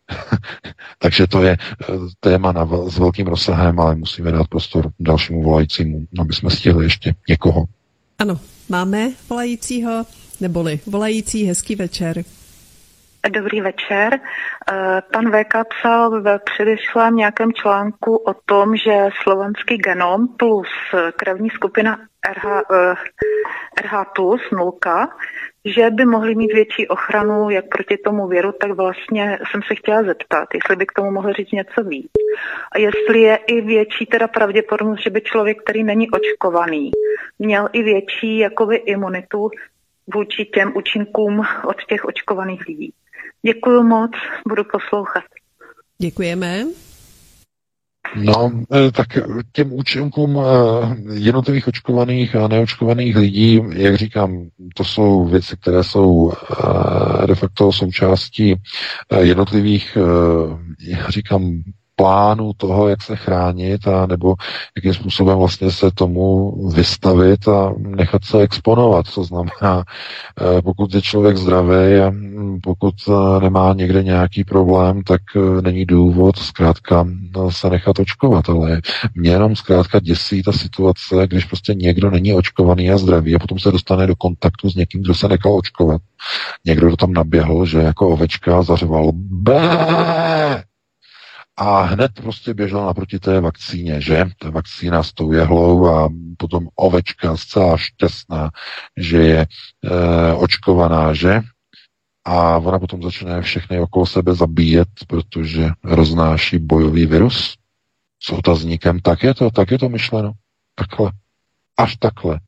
C: Takže to je téma na, s velkým rozsahem, ale musíme dát prostor dalšímu volajícímu, aby jsme stihli ještě někoho.
B: Ano, máme volajícího, neboli volající, hezký večer.
H: Dobrý večer. Pan V K psal ve předešlém nějakém článku o tom, že slovanský genom plus krevní skupina R H, R H plus nulka, že by mohli mít větší ochranu jak proti tomu viru, tak vlastně jsem se chtěla zeptat, jestli by k tomu mohl říct něco víc. A jestli je i větší teda pravděpodobnost, že by člověk, který není očkovaný, měl i větší jakoby imunitu vůči těm účinkům od těch očkovaných lidí. Děkuju moc, budu poslouchat.
B: Děkujeme.
C: No, tak těm účinkům jednotlivých očkovaných a neočkovaných lidí, jak říkám, to jsou věci, které jsou de facto součástí jednotlivých, jak říkám, plánu toho, jak se chránit a nebo jakým způsobem vlastně se tomu vystavit a nechat se exponovat. To znamená, pokud je člověk zdravý a pokud nemá někde nějaký problém, tak není důvod zkrátka se nechat očkovat. Ale mě jenom zkrátka děsí ta situace, když prostě někdo není očkovaný a zdravý a potom se dostane do kontaktu s někým, kdo se nechal očkovat. Někdo, kdo tam naběhl, že jako ovečka zařval bé! A hned prostě běžel naproti té vakcíně, že? Ta vakcína s tou jehlou a potom ovečka zcela šťastná, že je e, očkovaná, že? A ona potom začne všechny okolo sebe zabíjet, protože roznáší bojový virus s otazníkem. Tak je to, tak je to myšleno. Takhle. Až takhle.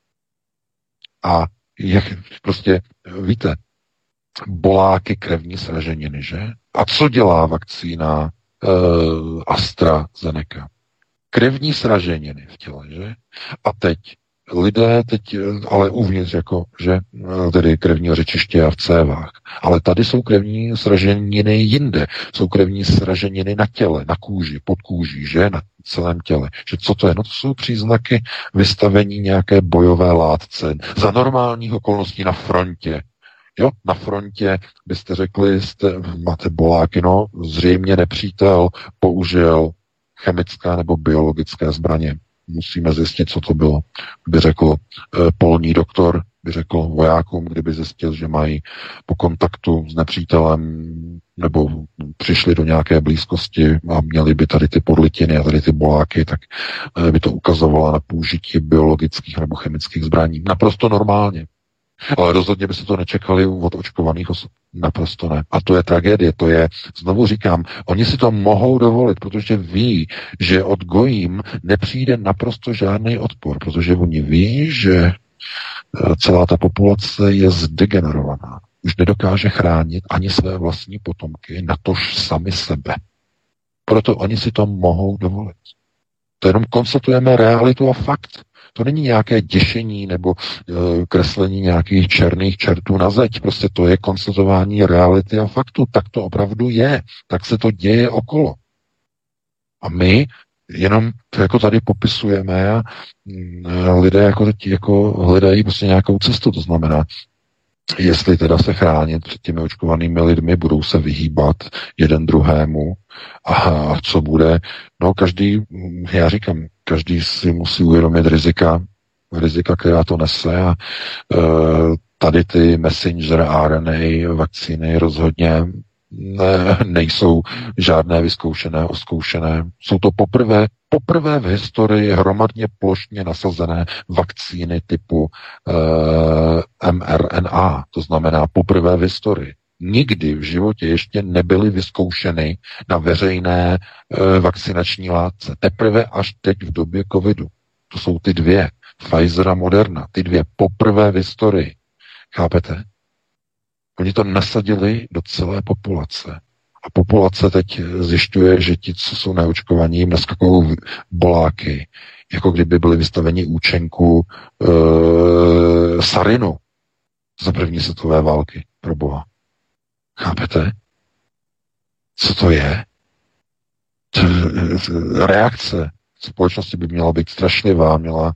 C: A jak prostě, víte, boláky krevní sraženiny, že? A co dělá vakcína Uh, AstraZeneca? Krevní sraženiny v těle, že? A teď lidé, teď, ale uvnitř jako, že tedy krevní řečiště a v cévách. Ale tady jsou krevní sraženiny jinde. Jsou krevní sraženiny na těle, na kůži, pod kůží, že? Na celém těle. Že co to je? No to jsou příznaky vystavení nějaké bojové látce. Za normálních okolností na frontě. Jo, na frontě byste řekli, jste, máte boláky, no, zřejmě nepřítel použil chemické nebo biologické zbraně. Musíme zjistit, co to bylo. By řekl eh, polní doktor, by řekl vojákům, kdyby zjistil, že mají po kontaktu s nepřítelem nebo přišli do nějaké blízkosti a měli by tady ty podlitiny a tady ty boláky, tak eh, by to ukazovalo na použití biologických nebo chemických zbraní. Naprosto normálně. Ale rozhodně by se to nečekali od očkovaných osob. Naprosto ne. A to je tragédie. To je, znovu říkám, oni si to mohou dovolit, protože ví, že od gojím nepřijde naprosto žádný odpor, protože oni ví, že celá ta populace je zdegenerovaná. Už nedokáže chránit ani své vlastní potomky, natož sami sebe. Proto oni si to mohou dovolit. To jenom konstatujeme realitu a fakt. To není nějaké děšení nebo uh, kreslení nějakých černých čertů na zeď. Prostě to je konstatování reality a faktu. Tak to opravdu je. Tak se to děje okolo. A my jenom to jako tady popisujeme a uh, lidé jako teď jako hledají prostě nějakou cestu. To znamená, jestli teda se chránit před těmi očkovanými lidmi, budou se vyhýbat jeden druhému a co bude, no každý, já říkám, každý si musí uvědomit rizika, rizika, která to nese a e, tady ty messenger R N A vakcíny rozhodně ne, nejsou žádné vyzkoušené, oskoušené. Jsou to poprvé, poprvé v historii hromadně plošně nasazené vakcíny typu e, M R N A, to znamená poprvé v historii. Nikdy v životě ještě nebyly vyzkoušeny na veřejné e, vakcinační látce. Teprve až teď v době covidu. To jsou ty dvě, Pfizer a Moderna, ty dvě poprvé v historii. Chápete? Oni to nasadili do celé populace. A populace teď zjišťuje, že ti, co jsou neočkovaní, jim naskakují boláky, jako kdyby byli vystaveni účenku e, sarinu za první světové války, pro boha. Chápete? Co to je? Reakce společnosti by měla být strašlivá, měla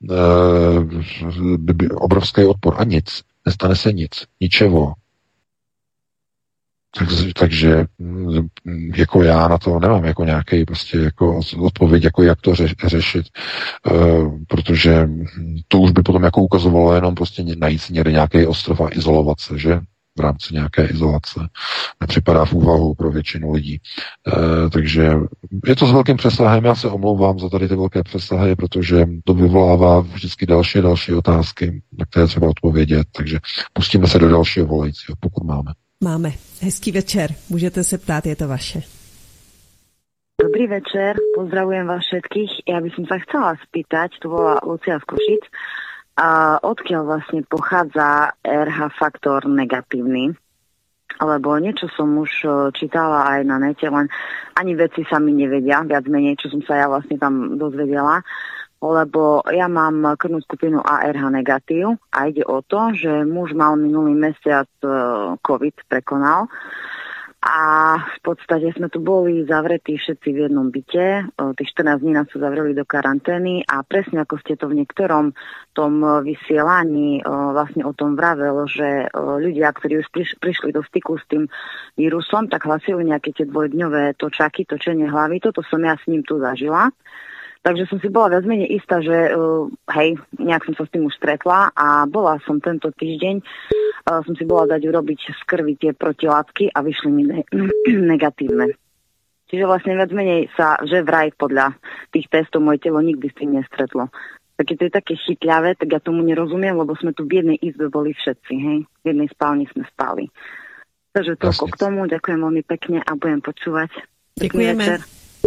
C: by, by obrovský odpor a nic. Nestane se nic. Ničevo. Takže, takže jako já na to nemám jako nějaký prostě jako odpověď, jako jak to řeš, řešit, uh, protože to už by potom jako ukazovalo jenom prostě najít si někde nějaký ostrov a izolovat se, že? V rámci nějaké izolace. Nepřipadá v úvahu pro většinu lidí. E, takže je to s velkým přesahem. Já se omlouvám za tady ty velké přesahy, protože to vyvolává vždycky další další otázky, na které třeba odpovědět. Takže pustíme se do dalšího volajícího, pokud máme.
B: Máme. Hezký večer. Můžete se ptát, je to vaše.
I: Dobrý večer, pozdravujem vás všetkých. Ja by som sa chcela spýtať, to bola Lucia z Košic, a odkiaľ vlastne pochádza er há faktor negatívny? Lebo niečo som už čítala aj na nete, len ani veci sa mi nevedia, viac menej, čo som sa ja vlastne tam dozvedela. Lebo ja mám krvnú skupinu á er há negatív a ide o to, že muž mal minulý mesiac COVID, prekonal. A v podstate sme tu boli zavretí všetci v jednom byte. Tých štrnásť dní nás tu zavreli do karantény a presne ako ste to v niektorom tom vysielaní vlastne o tom vravel, že ľudia, ktorí už prišli do styku s tým vírusom, tak hlasili nejaké tie dvojdňové točaky, točenie hlavy. Toto som ja s ním tu zažila. Takže som si bola viac menej istá, že uh, hej, nejak som sa s tým už stretla a bola som tento týždeň, uh, som si bola dať urobiť z krvi tie protilátky a vyšli mi ne- negatívne. Čiže vlastne viac menej sa, že vraj podľa tých testov moje telo nikdy s tým nestretlo. Tak keď to je také chytľavé, tak ja tomu nerozumiem, lebo sme tu v jednej izbe boli všetci, hej. V jednej spálni sme spali. Takže toľko k tomu, ďakujem veľmi pekne a budem počúvať.
B: Děkujeme.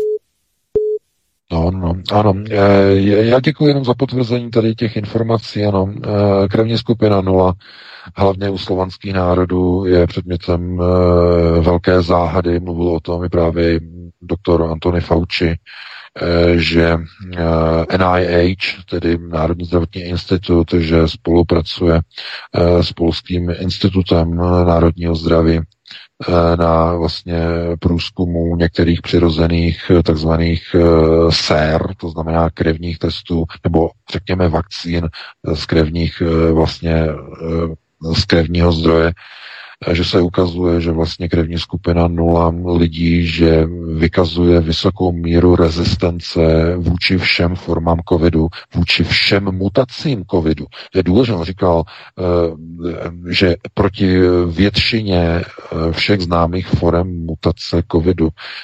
C: No, no, ano. Já děkuji jenom za potvrzení tady těch informací, ano. Krevní skupina nula, hlavně u slovanských národů, je předmětem velké záhady. Mluvil o tom i právě doktor Anthony Fauci, že en í há, tedy Národní zdravotní institut, že spolupracuje s Polským institutem národního zdraví na vlastně průzkumu některých přirozených takzvaných sér, to znamená krevních testů, nebo řekněme vakcín z krevních vlastně z krevního zdroje, že se ukazuje, že vlastně krevní skupina nula lidí, že vykazuje vysokou míru rezistence vůči všem formám covidu, vůči všem mutacím covidu. Je důležité, on říkal, že proti většině všech známých forem mutace covidu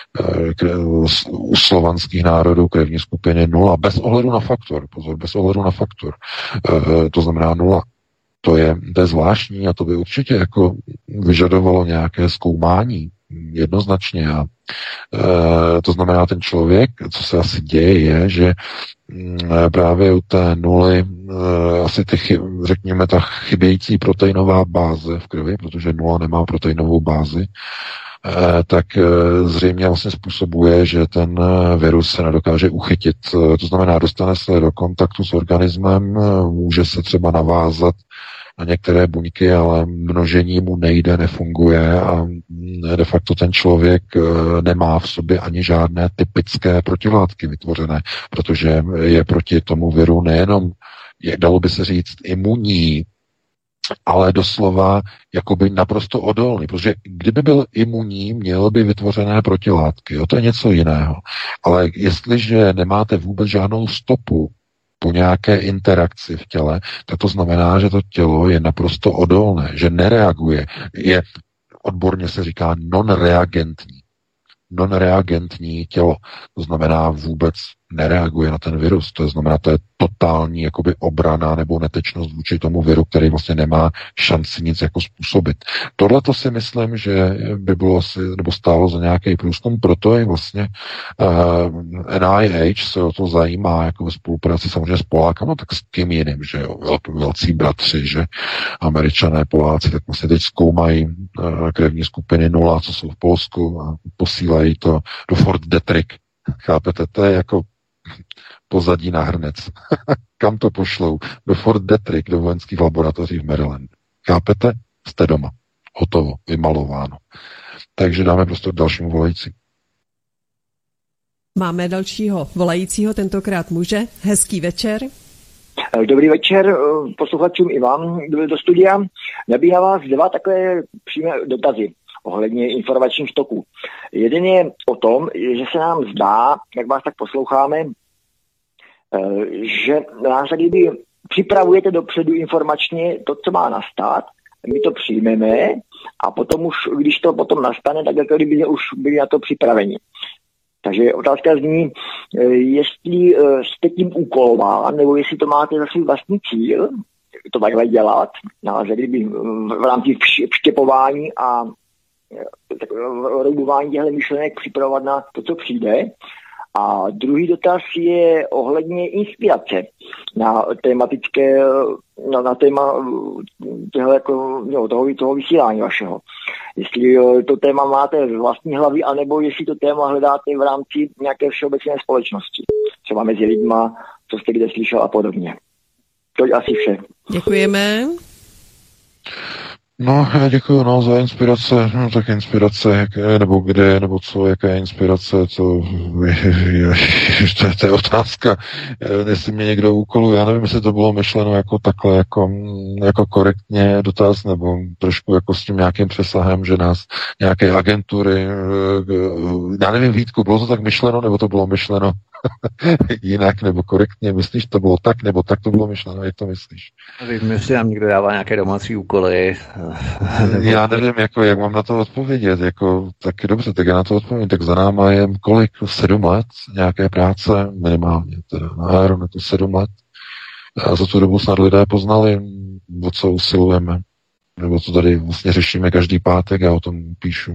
C: u slovanských národů krevní skupiny nula, bez ohledu na faktor, pozor, bez ohledu na faktor, to znamená nula. To je, to je zvláštní a to by určitě jako vyžadovalo nějaké zkoumání jednoznačně. A, e, to znamená, ten člověk, co se asi děje, je, že e, právě u té nuly e, asi ty, chy, řekněme, ta chybějící proteinová báze v krvi, protože nula nemá proteinovou bázi, e, tak e, zřejmě vlastně způsobuje, že ten virus se nedokáže uchytit. E, to znamená, dostane se do kontaktu s organismem, e, může se třeba navázat na některé buňky, ale množení mu nejde, nefunguje a de facto ten člověk nemá v sobě ani žádné typické protilátky vytvořené, protože je proti tomu viru nejenom, jak dalo by se říct, imunní, ale doslova jakoby naprosto odolný, protože kdyby byl imunní, měl by vytvořené protilátky, jo, to je něco jiného. Ale jestliže nemáte vůbec žádnou stopu po nějaké interakci v těle, tak to znamená, že to tělo je naprosto odolné, že nereaguje. Je, odborně se říká non-reagentní. Non-reagentní tělo. To znamená vůbec nereaguje na ten virus. To znamená, to je totální jakoby obrana nebo netečnost vůči tomu viru, který vlastně nemá šanci nic jako způsobit. Tohle to si myslím, že by bylo asi, nebo stálo za nějaký průzkum, proto je vlastně uh, en í há se o to zajímá jako ve spolupráci samozřejmě s Polákama, tak s kým jiným, že jo, vel, velcí bratři, že Američané, Poláci, tak vlastně teď zkoumají uh, krevní skupiny nula, co jsou v Polsku a posílají to do Fort Detrick. Chápete, to je jako pozadí na hrnec. Kam to pošlou? Do Fort Detrick, do vojenských laboratoří v Marylandu. Chápete? Jste doma. Hotovo. Vymalováno. Takže dáme prostě dalšímu volající.
B: Máme dalšího volajícího, tentokrát muže. Hezký večer.
J: Dobrý večer posluchačům i vám do studia. Nabíhá vás dva takové přímé dotazy. ohledně informačních toků. Jeden je o tom, že se nám zdá, jak vás tak posloucháme, že nás tak kdyby připravujete dopředu informačně to, co má nastat, my to přijmeme a potom už, když to potom nastane, tak jako kdyby už byli na to připraveni. Takže otázka zní, jestli jste tím úkolován, nebo jestli to máte za svůj vlastní cíl, to takhle dělat, název kdyby v rámci vštěpování a roubování těchto myšlenek připravovat na to, co přijde. A druhý dotaz je ohledně inspirace na tematické, na, na téma těho, jako, no, toho, toho vysílání vašeho. Jestli to téma máte z vlastní hlavy, anebo jestli to téma hledáte v rámci nějaké všeobecné společnosti. Třeba mezi lidma, co jste kde slyšel a podobně. To je asi vše.
B: Děkujeme.
C: No, já děkuju no, za inspirace, no tak inspirace, jaké, nebo kde, nebo co, jaká je inspirace, to je, to, je, to je otázka, jestli mě někdo úkoluje, já nevím, jestli to bylo myšleno jako takhle, jako, jako korektně dotaz, nebo trošku jako s tím nějakým přesahem, že nás nějaké agentury, já nevím, Vítku, bylo to tak myšleno, nebo to bylo myšleno jinak, nebo korektně, myslíš, to bylo tak, nebo tak to bylo myšleno, jak to myslíš?
A: Vím, jestli nám někdo dává nějaké domácí úkoly.
C: Nebo... Já nevím, jako, jak mám na to odpovědět, jako, tak dobře, tak já na to odpovím, tak za náma je kolik, sedm let nějaké práce, minimálně teda na Aeronetu sedm let. A za tu dobu snad lidé poznali, o co usilujeme, nebo co tady vlastně řešíme každý pátek, já o tom píšu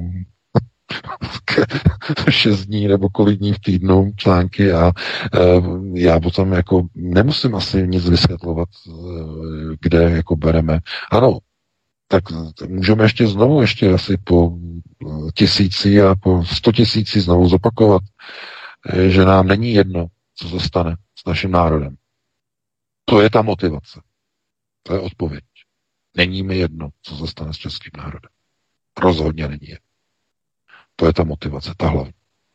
C: šest dní nebo kolik dní v týdnu články a e, já potom jako nemusím asi nic vysvětlovat, e, kde jako bereme. Ano, tak můžeme ještě znovu, ještě asi po tisíci a po sto tisíci znovu zopakovat, e, že nám není jedno, co se stane s naším národem. To je ta motivace. To je odpověď. Není mi jedno, co se stane s českým národem. Rozhodně není jedno. To je ta motivace, ta hlavní.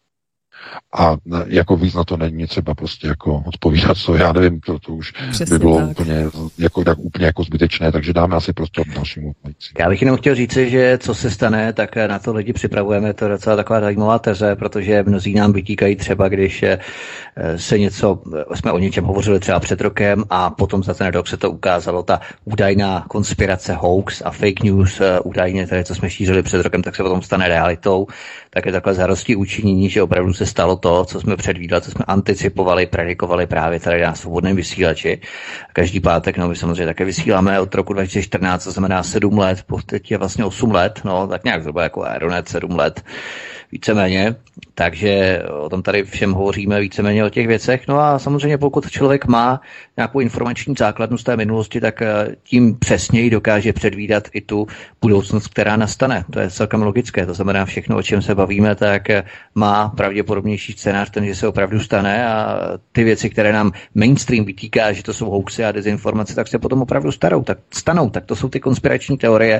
C: A jako víc na to není třeba prostě jako odpovídat, co já nevím, to, to už Přesně by bylo tak. úplně jako, tak úplně jako zbytečné, takže dáme asi prostor dalšímu odpovědci.
A: Já bych jenom chtěl říci, že co se stane, tak na to lidi připravujeme, to je docela taková zajímavá teze, protože mnozí nám vytíkají třeba, když se něco, jsme o něčem hovořili třeba před rokem a potom za ten rok se to ukázalo, ta údajná konspirace, hoax a fake news, údajně tady, co jsme šířili před rokem, tak se potom stane realitou, tak je takhle zarostí učinění, že opravdu se stalo to, co jsme předvídali, co jsme anticipovali, predikovali právě tady na svobodném vysílači. Každý pátek, no my samozřejmě také vysíláme od roku dva tisíce čtrnáct, to znamená sedm let, teď je vlastně osm let, no tak nějak zhruba jako Aeronet sedm let, víceméně, takže o tom tady všem hovoříme víceméně o těch věcech. No a samozřejmě pokud člověk má nějakou informační základnu z té minulosti, tak tím přesněji dokáže předvídat i tu budoucnost, která nastane. To je celkem logické, to znamená všechno, o čem se bavíme, tak má pravděpodobnější scénář ten, že se opravdu stane a ty věci, které nám mainstream vytýká, že to jsou hoaxy a dezinformace, tak se potom opravdu starou, tak stanou. Tak to jsou ty konspirační teorie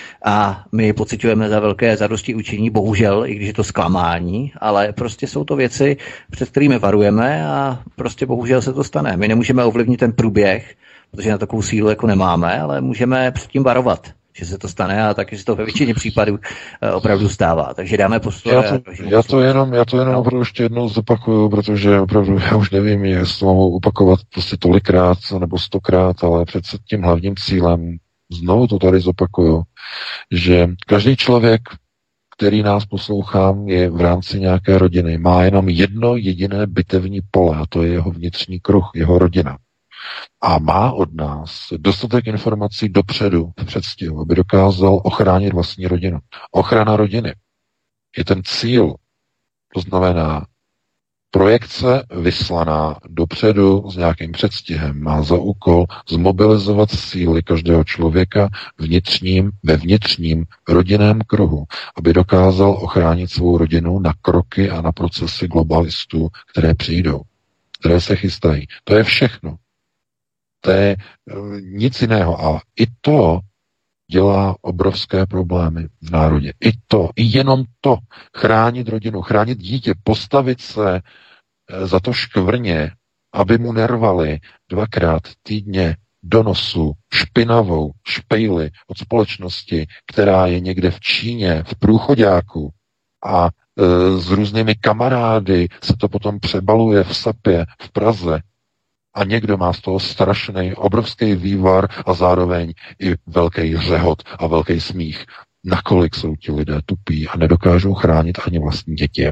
A: a my je pociťujeme za velké zadosti učinění, bohužel, i když je to zklamání, ale prostě jsou to věci, před kterými varujeme a prostě bohužel se to stane. My nemůžeme ovlivnit ten průběh, protože na takovou sílu jako nemáme, ale můžeme před tím varovat, že se to stane a taky se to ve většině případů opravdu stává. Takže dáme postor.
C: Já to, já to jenom, já to jenom no. opravdu ještě jednou zopakuju, protože opravdu já už nevím, jestli to mohu opakovat prostě tolikrát nebo stokrát, ale přece tím hlavním cílem, znovu to tady zopakuju, že každý člověk, který nás poslouchá, je v rámci nějaké rodiny, má jenom jedno jediné bitevní pole a to je jeho vnitřní kruh, jeho rodina. A má od nás dostatek informací dopředu, v předstihu, aby dokázal ochránit vlastní rodinu. Ochrana rodiny je ten cíl, to znamená projekce vyslaná dopředu s nějakým předstihem má za úkol zmobilizovat síly každého člověka vnitřním, ve vnitřním rodinném kruhu, aby dokázal ochránit svou rodinu na kroky a na procesy globalistů, které přijdou, které se chystají. To je všechno. To je nic jiného. A i to dělá obrovské problémy v národě. I to, i jenom to. Chránit rodinu, chránit dítě, postavit se za to škvrně, aby mu nervali dvakrát týdně do nosu špinavou špejli od společnosti, která je někde v Číně, v průchoďáku a e, s různými kamarády se to potom přebaluje v Sapě v Praze a někdo má z toho strašný, obrovský vývar a zároveň i velký řehot a velký smích. Nakolik jsou ti lidé tupí a nedokážou chránit ani vlastní děti.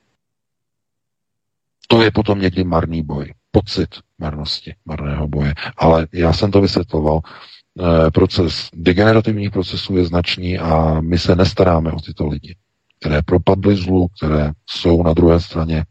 C: To je potom někdy marný boj. Pocit marnosti, marného boje. Ale já jsem to vysvětloval. E, proces degenerativních procesů je značný a my se nestaráme o tyto lidi, které propadly zlu, které jsou na druhé straně.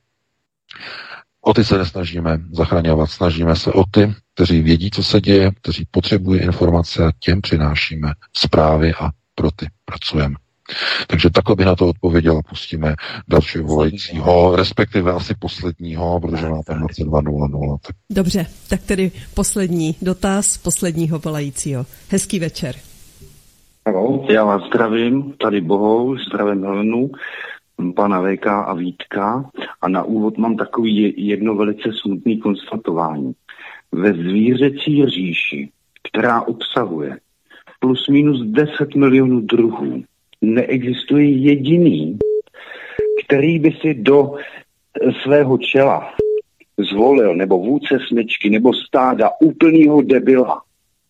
C: O ty se nesnažíme zachraňovat. Snažíme se o ty, kteří vědí, co se děje, kteří potřebují informace a těm přinášíme zprávy a pro ty pracujeme. Takže takhle by na to odpověděl a pustíme dalšího volajícího, respektive asi posledního, protože má tam dvacet dva nula nula. Tak.
B: Dobře, tak tedy poslední dotaz posledního volajícího. Hezký večer.
K: Ahoj, já vás zdravím, tady Bohou, zdravím Helenu, pana V K a Vítka a na úvod mám takový jedno velice smutné konstatování. Ve zvířecí říši, která obsahuje plus minus deset milionů druhů, neexistuje jediný, který by si do svého čela zvolil, nebo vůdce smyčky, nebo stáda úplnýho debila.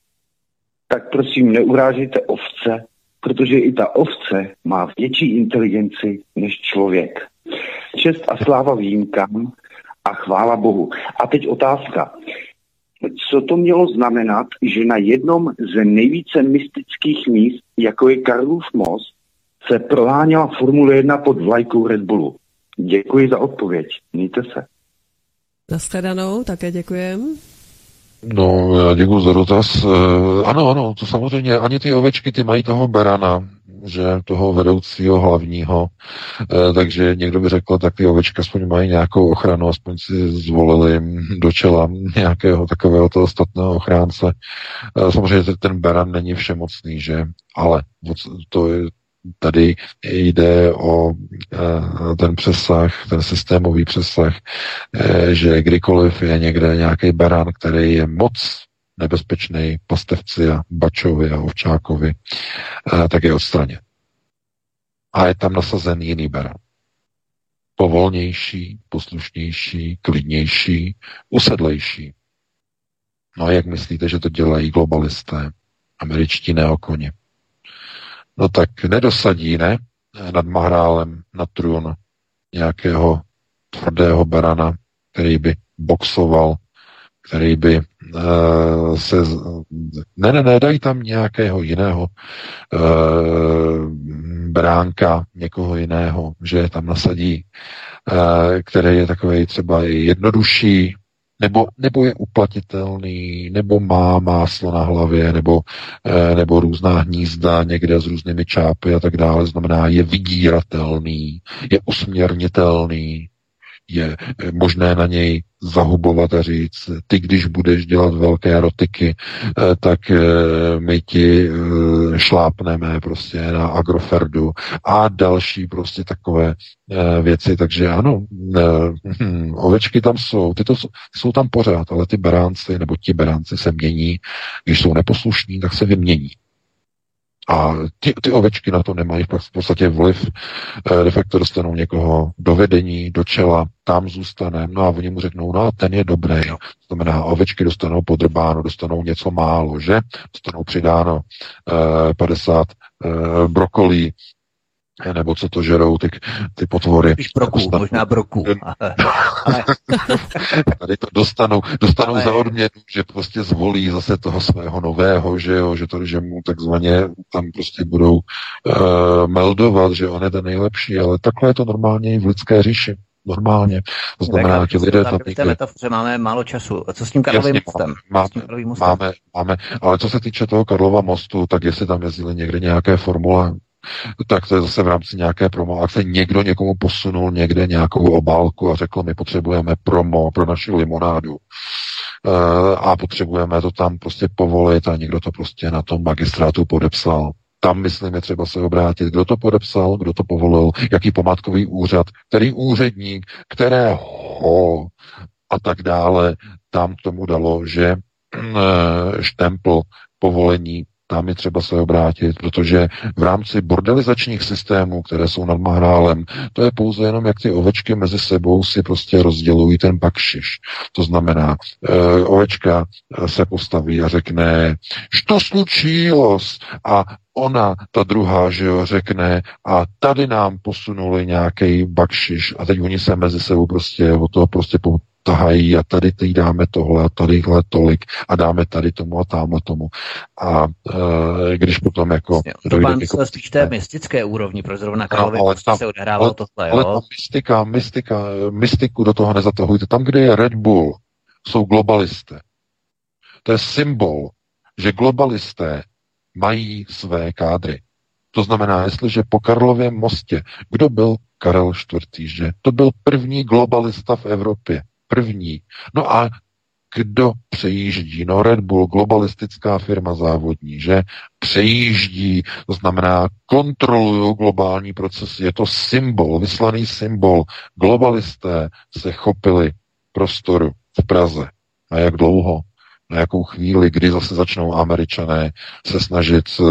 K: Tak prosím, neurážejte ovce, protože i ta ovce má větší inteligenci než člověk. Čest a sláva výjimkám a chvála Bohu. A teď otázka. Co to mělo znamenat, že na jednom ze nejvíce mystických míst, jako je Karlův most, se proháněla Formule jedna pod vlajkou Red Bullu? Děkuji za odpověď. Mějte se.
B: Nashledanou, také děkujem.
C: No, já děkuji za dotaz. Ano, ano, to samozřejmě, ani ty ovečky, ty mají toho berana, že toho vedoucího hlavního, takže někdo by řekl, tak ty ovečky aspoň mají nějakou ochranu, aspoň si zvolili do čela nějakého takového toho statného ochránce. Samozřejmě ten beran není všemocný, že? Ale to je, tady jde o ten přesah, ten systémový přesah, že kdykoliv je někde nějaký beran, který je moc nebezpečný pastevci a bačovi a ovčákovi, tak je odstraněn. A je tam nasazen jiný beran. Povolnější, poslušnější, klidnější, usedlejší. No a jak myslíte, že to dělají globalisté, američtí neokoni? No tak nedosadí, ne? Nad Mahrálem, na trůn nějakého tvrdého berana, který by boxoval, který by uh, se... Ne, ne, ne, dají tam nějakého jiného uh, beránka, někoho jiného, že tam nasadí, uh, který je takovej třeba jednodušší, nebo, nebo je uplatitelný, nebo má máslo na hlavě, nebo, eh, nebo různá hnízda někde s různými čápy a tak dále. Znamená, je vydíratelný, je usměrnitelný, je možné na něj zahubovat a říct, ty když budeš dělat velké rotiky, tak my ti šlápneme prostě na Agroferdu a další prostě takové věci, takže ano, ovečky tam jsou, ty to jsou tam pořád, ale ty beránci nebo ti beránci se mění, když jsou neposlušní, tak se vymění. A ty, ty ovečky na to nemají v podstatě vliv. De facto dostanou někoho do vedení, do čela, tam zůstane, no a oni mu řeknou, no a ten je dobrý. To znamená, ovečky dostanou podrbáno, dostanou něco málo, že? Dostanou přidáno eh, padesát eh, brokolí, nebo co to žerou, ty, ty potvory.
A: Broků, dostanou, možná broků.
C: Tady to dostanou, dostanou ale... za odměnu, že prostě zvolí zase toho svého nového, že jo, že to, že mu takzvaně tam prostě budou uh, meldovat, že on je ten nejlepší, ale takhle je to normálně i v lidské říši. Normálně. To znamená, že lidé tam někde...
A: metafoře máme málo času. Co s tím Karlovým mostem?
C: Máme, máme, máme, ale co se týče toho Karlova mostu, tak jestli tam jezdili někde nějaké formule, tak to je zase v rámci nějaké promo akce. Někdo někomu posunul někde nějakou obálku a řekl, my potřebujeme promo pro naši limonádu. E, a potřebujeme to tam prostě povolit a někdo to prostě na tom magistrátu podepsal. Tam, myslím, je třeba se obrátit, kdo to podepsal, kdo to povolil, jaký památkový úřad, který úředník, kterého a tak dále, tam k tomu dalo, že štempl, povolení, tam je třeba se obrátit, protože v rámci bordelizačních systémů, které jsou nad Mahrálem, to je pouze jenom, jak ty ovečky mezi sebou si prostě rozdělují ten bakšiš. To znamená, e, ovečka se postaví a řekne, što slučílos? A ona, ta druhá, že jo, řekne, a tady nám posunuli nějaký bakšiš a teď oni se mezi sebou prostě o toho prostě tahají a tady teď dáme tohle a tadyhle tolik a dáme tady tomu a tamhle tomu. A e, když potom jako...
A: To pan jako, spíš té mystické úrovni, pro zrovna Karlově no, se odehrávalo tohle, jo?
C: Ale ta mystika, mystika, mystiku do toho nezatahujte. Tam, kde je Red Bull, jsou globalisté. To je symbol, že globalisté mají své kádry. To znamená, jestliže po Karlově mostě, kdo byl Karel čtvrtý, že to byl první globalista v Evropě. První. No a kdo přejíždí? No Red Bull, globalistická firma závodní, že přejíždí, to znamená kontrolují globální procesy. Je to symbol, vyslaný symbol. Globalisté se chopili prostoru v Praze. A jak dlouho? Na jakou chvíli, kdy zase začnou Američané se snažit uh,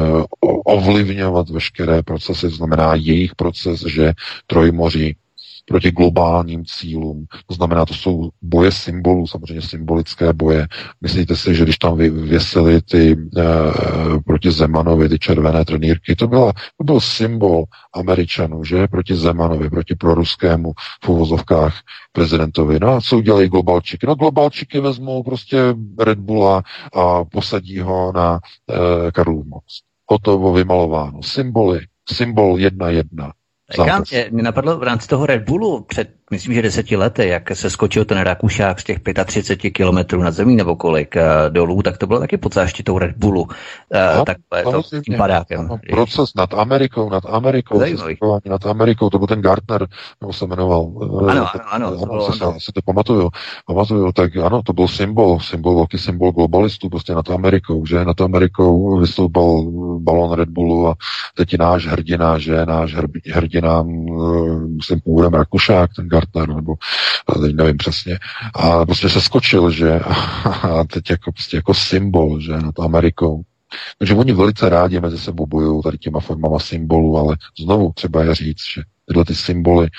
C: ovlivňovat veškeré procesy, to znamená jejich proces, že Trojmoří proti globálním cílům. To znamená, to jsou boje symbolů, samozřejmě symbolické boje. Myslíte si, že když tam vyvěsili ty e, proti Zemanovi, ty červené trenýrky, to, byla, to byl symbol Američanů, že? Proti Zemanovi, proti proruskému v uvozovkách prezidentovi. No a co udělají globalčiky? No globalčiky vezmou prostě Red Bulla a posadí ho na e, Karlův most. Hotovo, vymalováno. Symboly. Symbol jedna jedna.
A: Já mě, mě napadlo v rámci toho Red Bullu před, myslím, že deseti lety, jak se skočil ten Rakušák z těch třicet pět kilometrů nad zemí nebo kolik uh, dolů, tak to bylo taky pod záštitou Red Bullu. Uh, no, tak to s tím padákem.
C: No, proces nad Amerikou, nad Amerikou, nad Amerikou, to byl ten Gartner, nebo se jmenoval.
A: Ano, ano, ano.
C: To ano, se, ano. Si to pamatuju, pamatuju, tak ano, to byl symbol, symbol, velký symbol globalistů, prostě nad Amerikou, že nad Amerikou vystoupal balon Red Bullu a teď je náš hrdina, že náš hrdina, myslím, původem Rakušák, ten Gartner, nebo teď nevím přesně, a prostě se skočil, že a teď jako, prostě jako symbol, že nad Amerikou. Takže oni velice rádi mezi sebou bojují tady těma formama symbolů, ale znovu třeba je říct, že tyhle ty symboly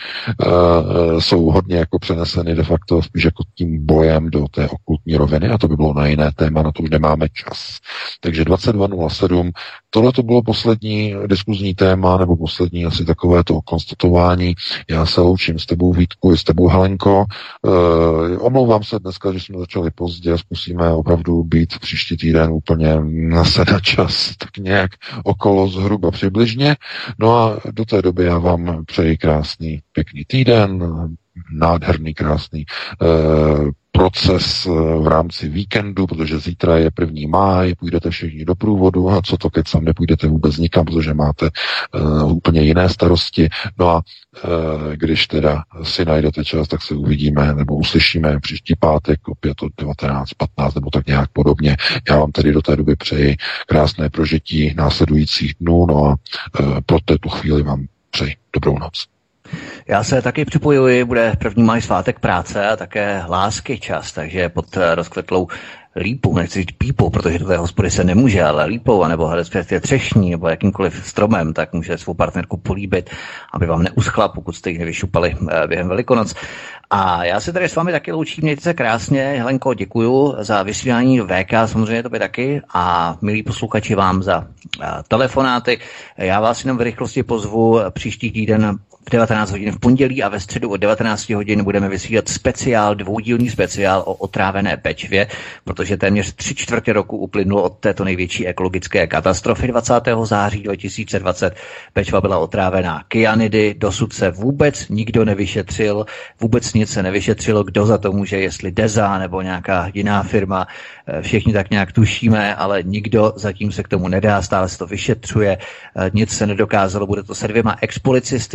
C: uh, jsou hodně jako přeneseny de facto spíš jako tím bojem do té okultní roviny a to by bylo na jiné téma, na to už nemáme čas. Takže dvacet dva nula sedm, tohle to bylo poslední diskuzní téma, nebo poslední asi takové to konstatování. Já se loučím s tebou, Vítku, i s tebou, Helenko. Uh, omlouvám se dneska, že jsme začali pozdě, zkusíme opravdu být příští týden úplně se na čas, tak nějak okolo zhruba přibližně. No a do té doby já vám přeji krásný, pěkný týden, nádherný, krásný eh, proces v rámci víkendu, protože zítra je první máj, půjdete všichni do průvodu a co to kecam, nepůjdete vůbec nikam, protože máte uh, úplně jiné starosti. No a uh, když teda si najdete čas, tak se uvidíme nebo uslyšíme příští pátek opět od devatenáct patnáct nebo tak nějak podobně. Já vám tedy do té doby přeji krásné prožití následujících dnů, no a uh, pro této chvíli vám přeji dobrou noc.
A: Já se taky připojuji, bude první máj svátek práce a také lásky čas, takže pod rozkvetlou lípou, nechci říct pípou, protože do té hospody se nemůže, ale lípou, anebo respektive třešní, nebo jakýmkoliv stromem, tak může svou partnerku políbit, aby vám neuschla, pokud jste jich nevyšupali během Velikonoc. A já se tady s vámi taky loučím, mějte se krásně. Helenko, děkuju za vysílání V K, samozřejmě to by taky. A milí posluchači, vám za telefonáty. Já vás jenom v rychlosti pozvu příští týden v devatenáct hodin v pondělí a ve středu od devatenáct hodin budeme vysílat speciál, dvoudílný speciál o otrávené Bečvě, protože téměř tři čtvrtě roku uplynulo od této největší ekologické katastrofy dvacátého září dva tisíce dvacet. Bečva byla otrávená kyanidy, dosud se vůbec nikdo nevyšetřil, vůbec nic se nevyšetřilo, kdo za to může, jestli Deza nebo nějaká jiná firma. Všichni tak nějak tušíme, ale nikdo zatím se k tomu nedá, stále se to vyšetřuje, nic se nedokázalo, bude to se dvěma expolicisty z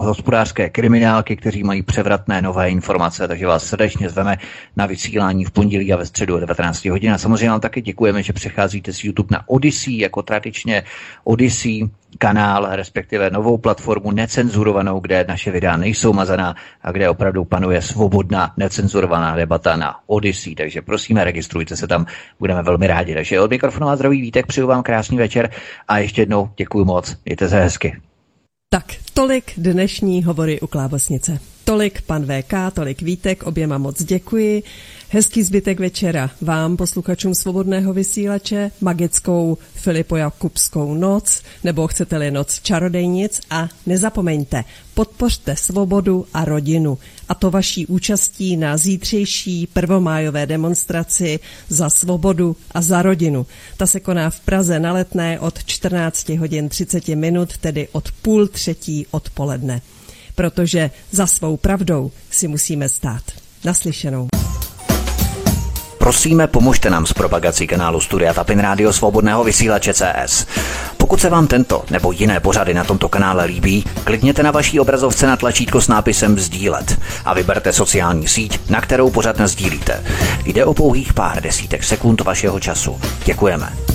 A: hospodářské kriminálky, kteří mají převratné nové informace, takže vás srdečně zveme na vysílání v pondělí a ve středu o devatenáct hodin. A samozřejmě vám taky děkujeme, že přecházíte z YouTube na Odyssey, jako tradičně Odyssey kanál, respektive novou platformu necenzurovanou, kde naše videa nejsou mazaná a kde opravdu panuje svobodná, necenzurovaná debata na Odyssey. Takže prosíme, registrujte se tam, budeme velmi rádi. Takže od mikrofonu a zdraví Vítek, přeju vám krásný večer a ještě jednou děkuji moc, mějte se hezky.
B: Tak, tolik dnešní hovory u Klábosnice. Tolik pan V K, tolik Vítek, oběma moc děkuji. Hezký zbytek večera vám, posluchačům Svobodného vysílače, magickou Filipojakubskou noc, nebo chcete-li noc čarodejnic, a nezapomeňte, podpořte svobodu a rodinu. A to vaší účastí na zítřejší prvomájové demonstraci za svobodu a za rodinu. Ta se koná v Praze na Letné od čtrnáct hodin třicet minut, tedy od půl třetí odpoledne. Protože za svou pravdou si musíme stát. Naslyšenou.
A: Prosíme, pomožte nám s propagací kanálu Studia Tapin Rádio Svobodného vysílače C S. Pokud se vám tento nebo jiné pořady na tomto kanále líbí, klikněte na vaší obrazovce na tlačítko s nápisem sdílet a vyberte sociální síť, na kterou pořad nasdílíte. Jde o pouhých pár desítek sekund vašeho času. Děkujeme.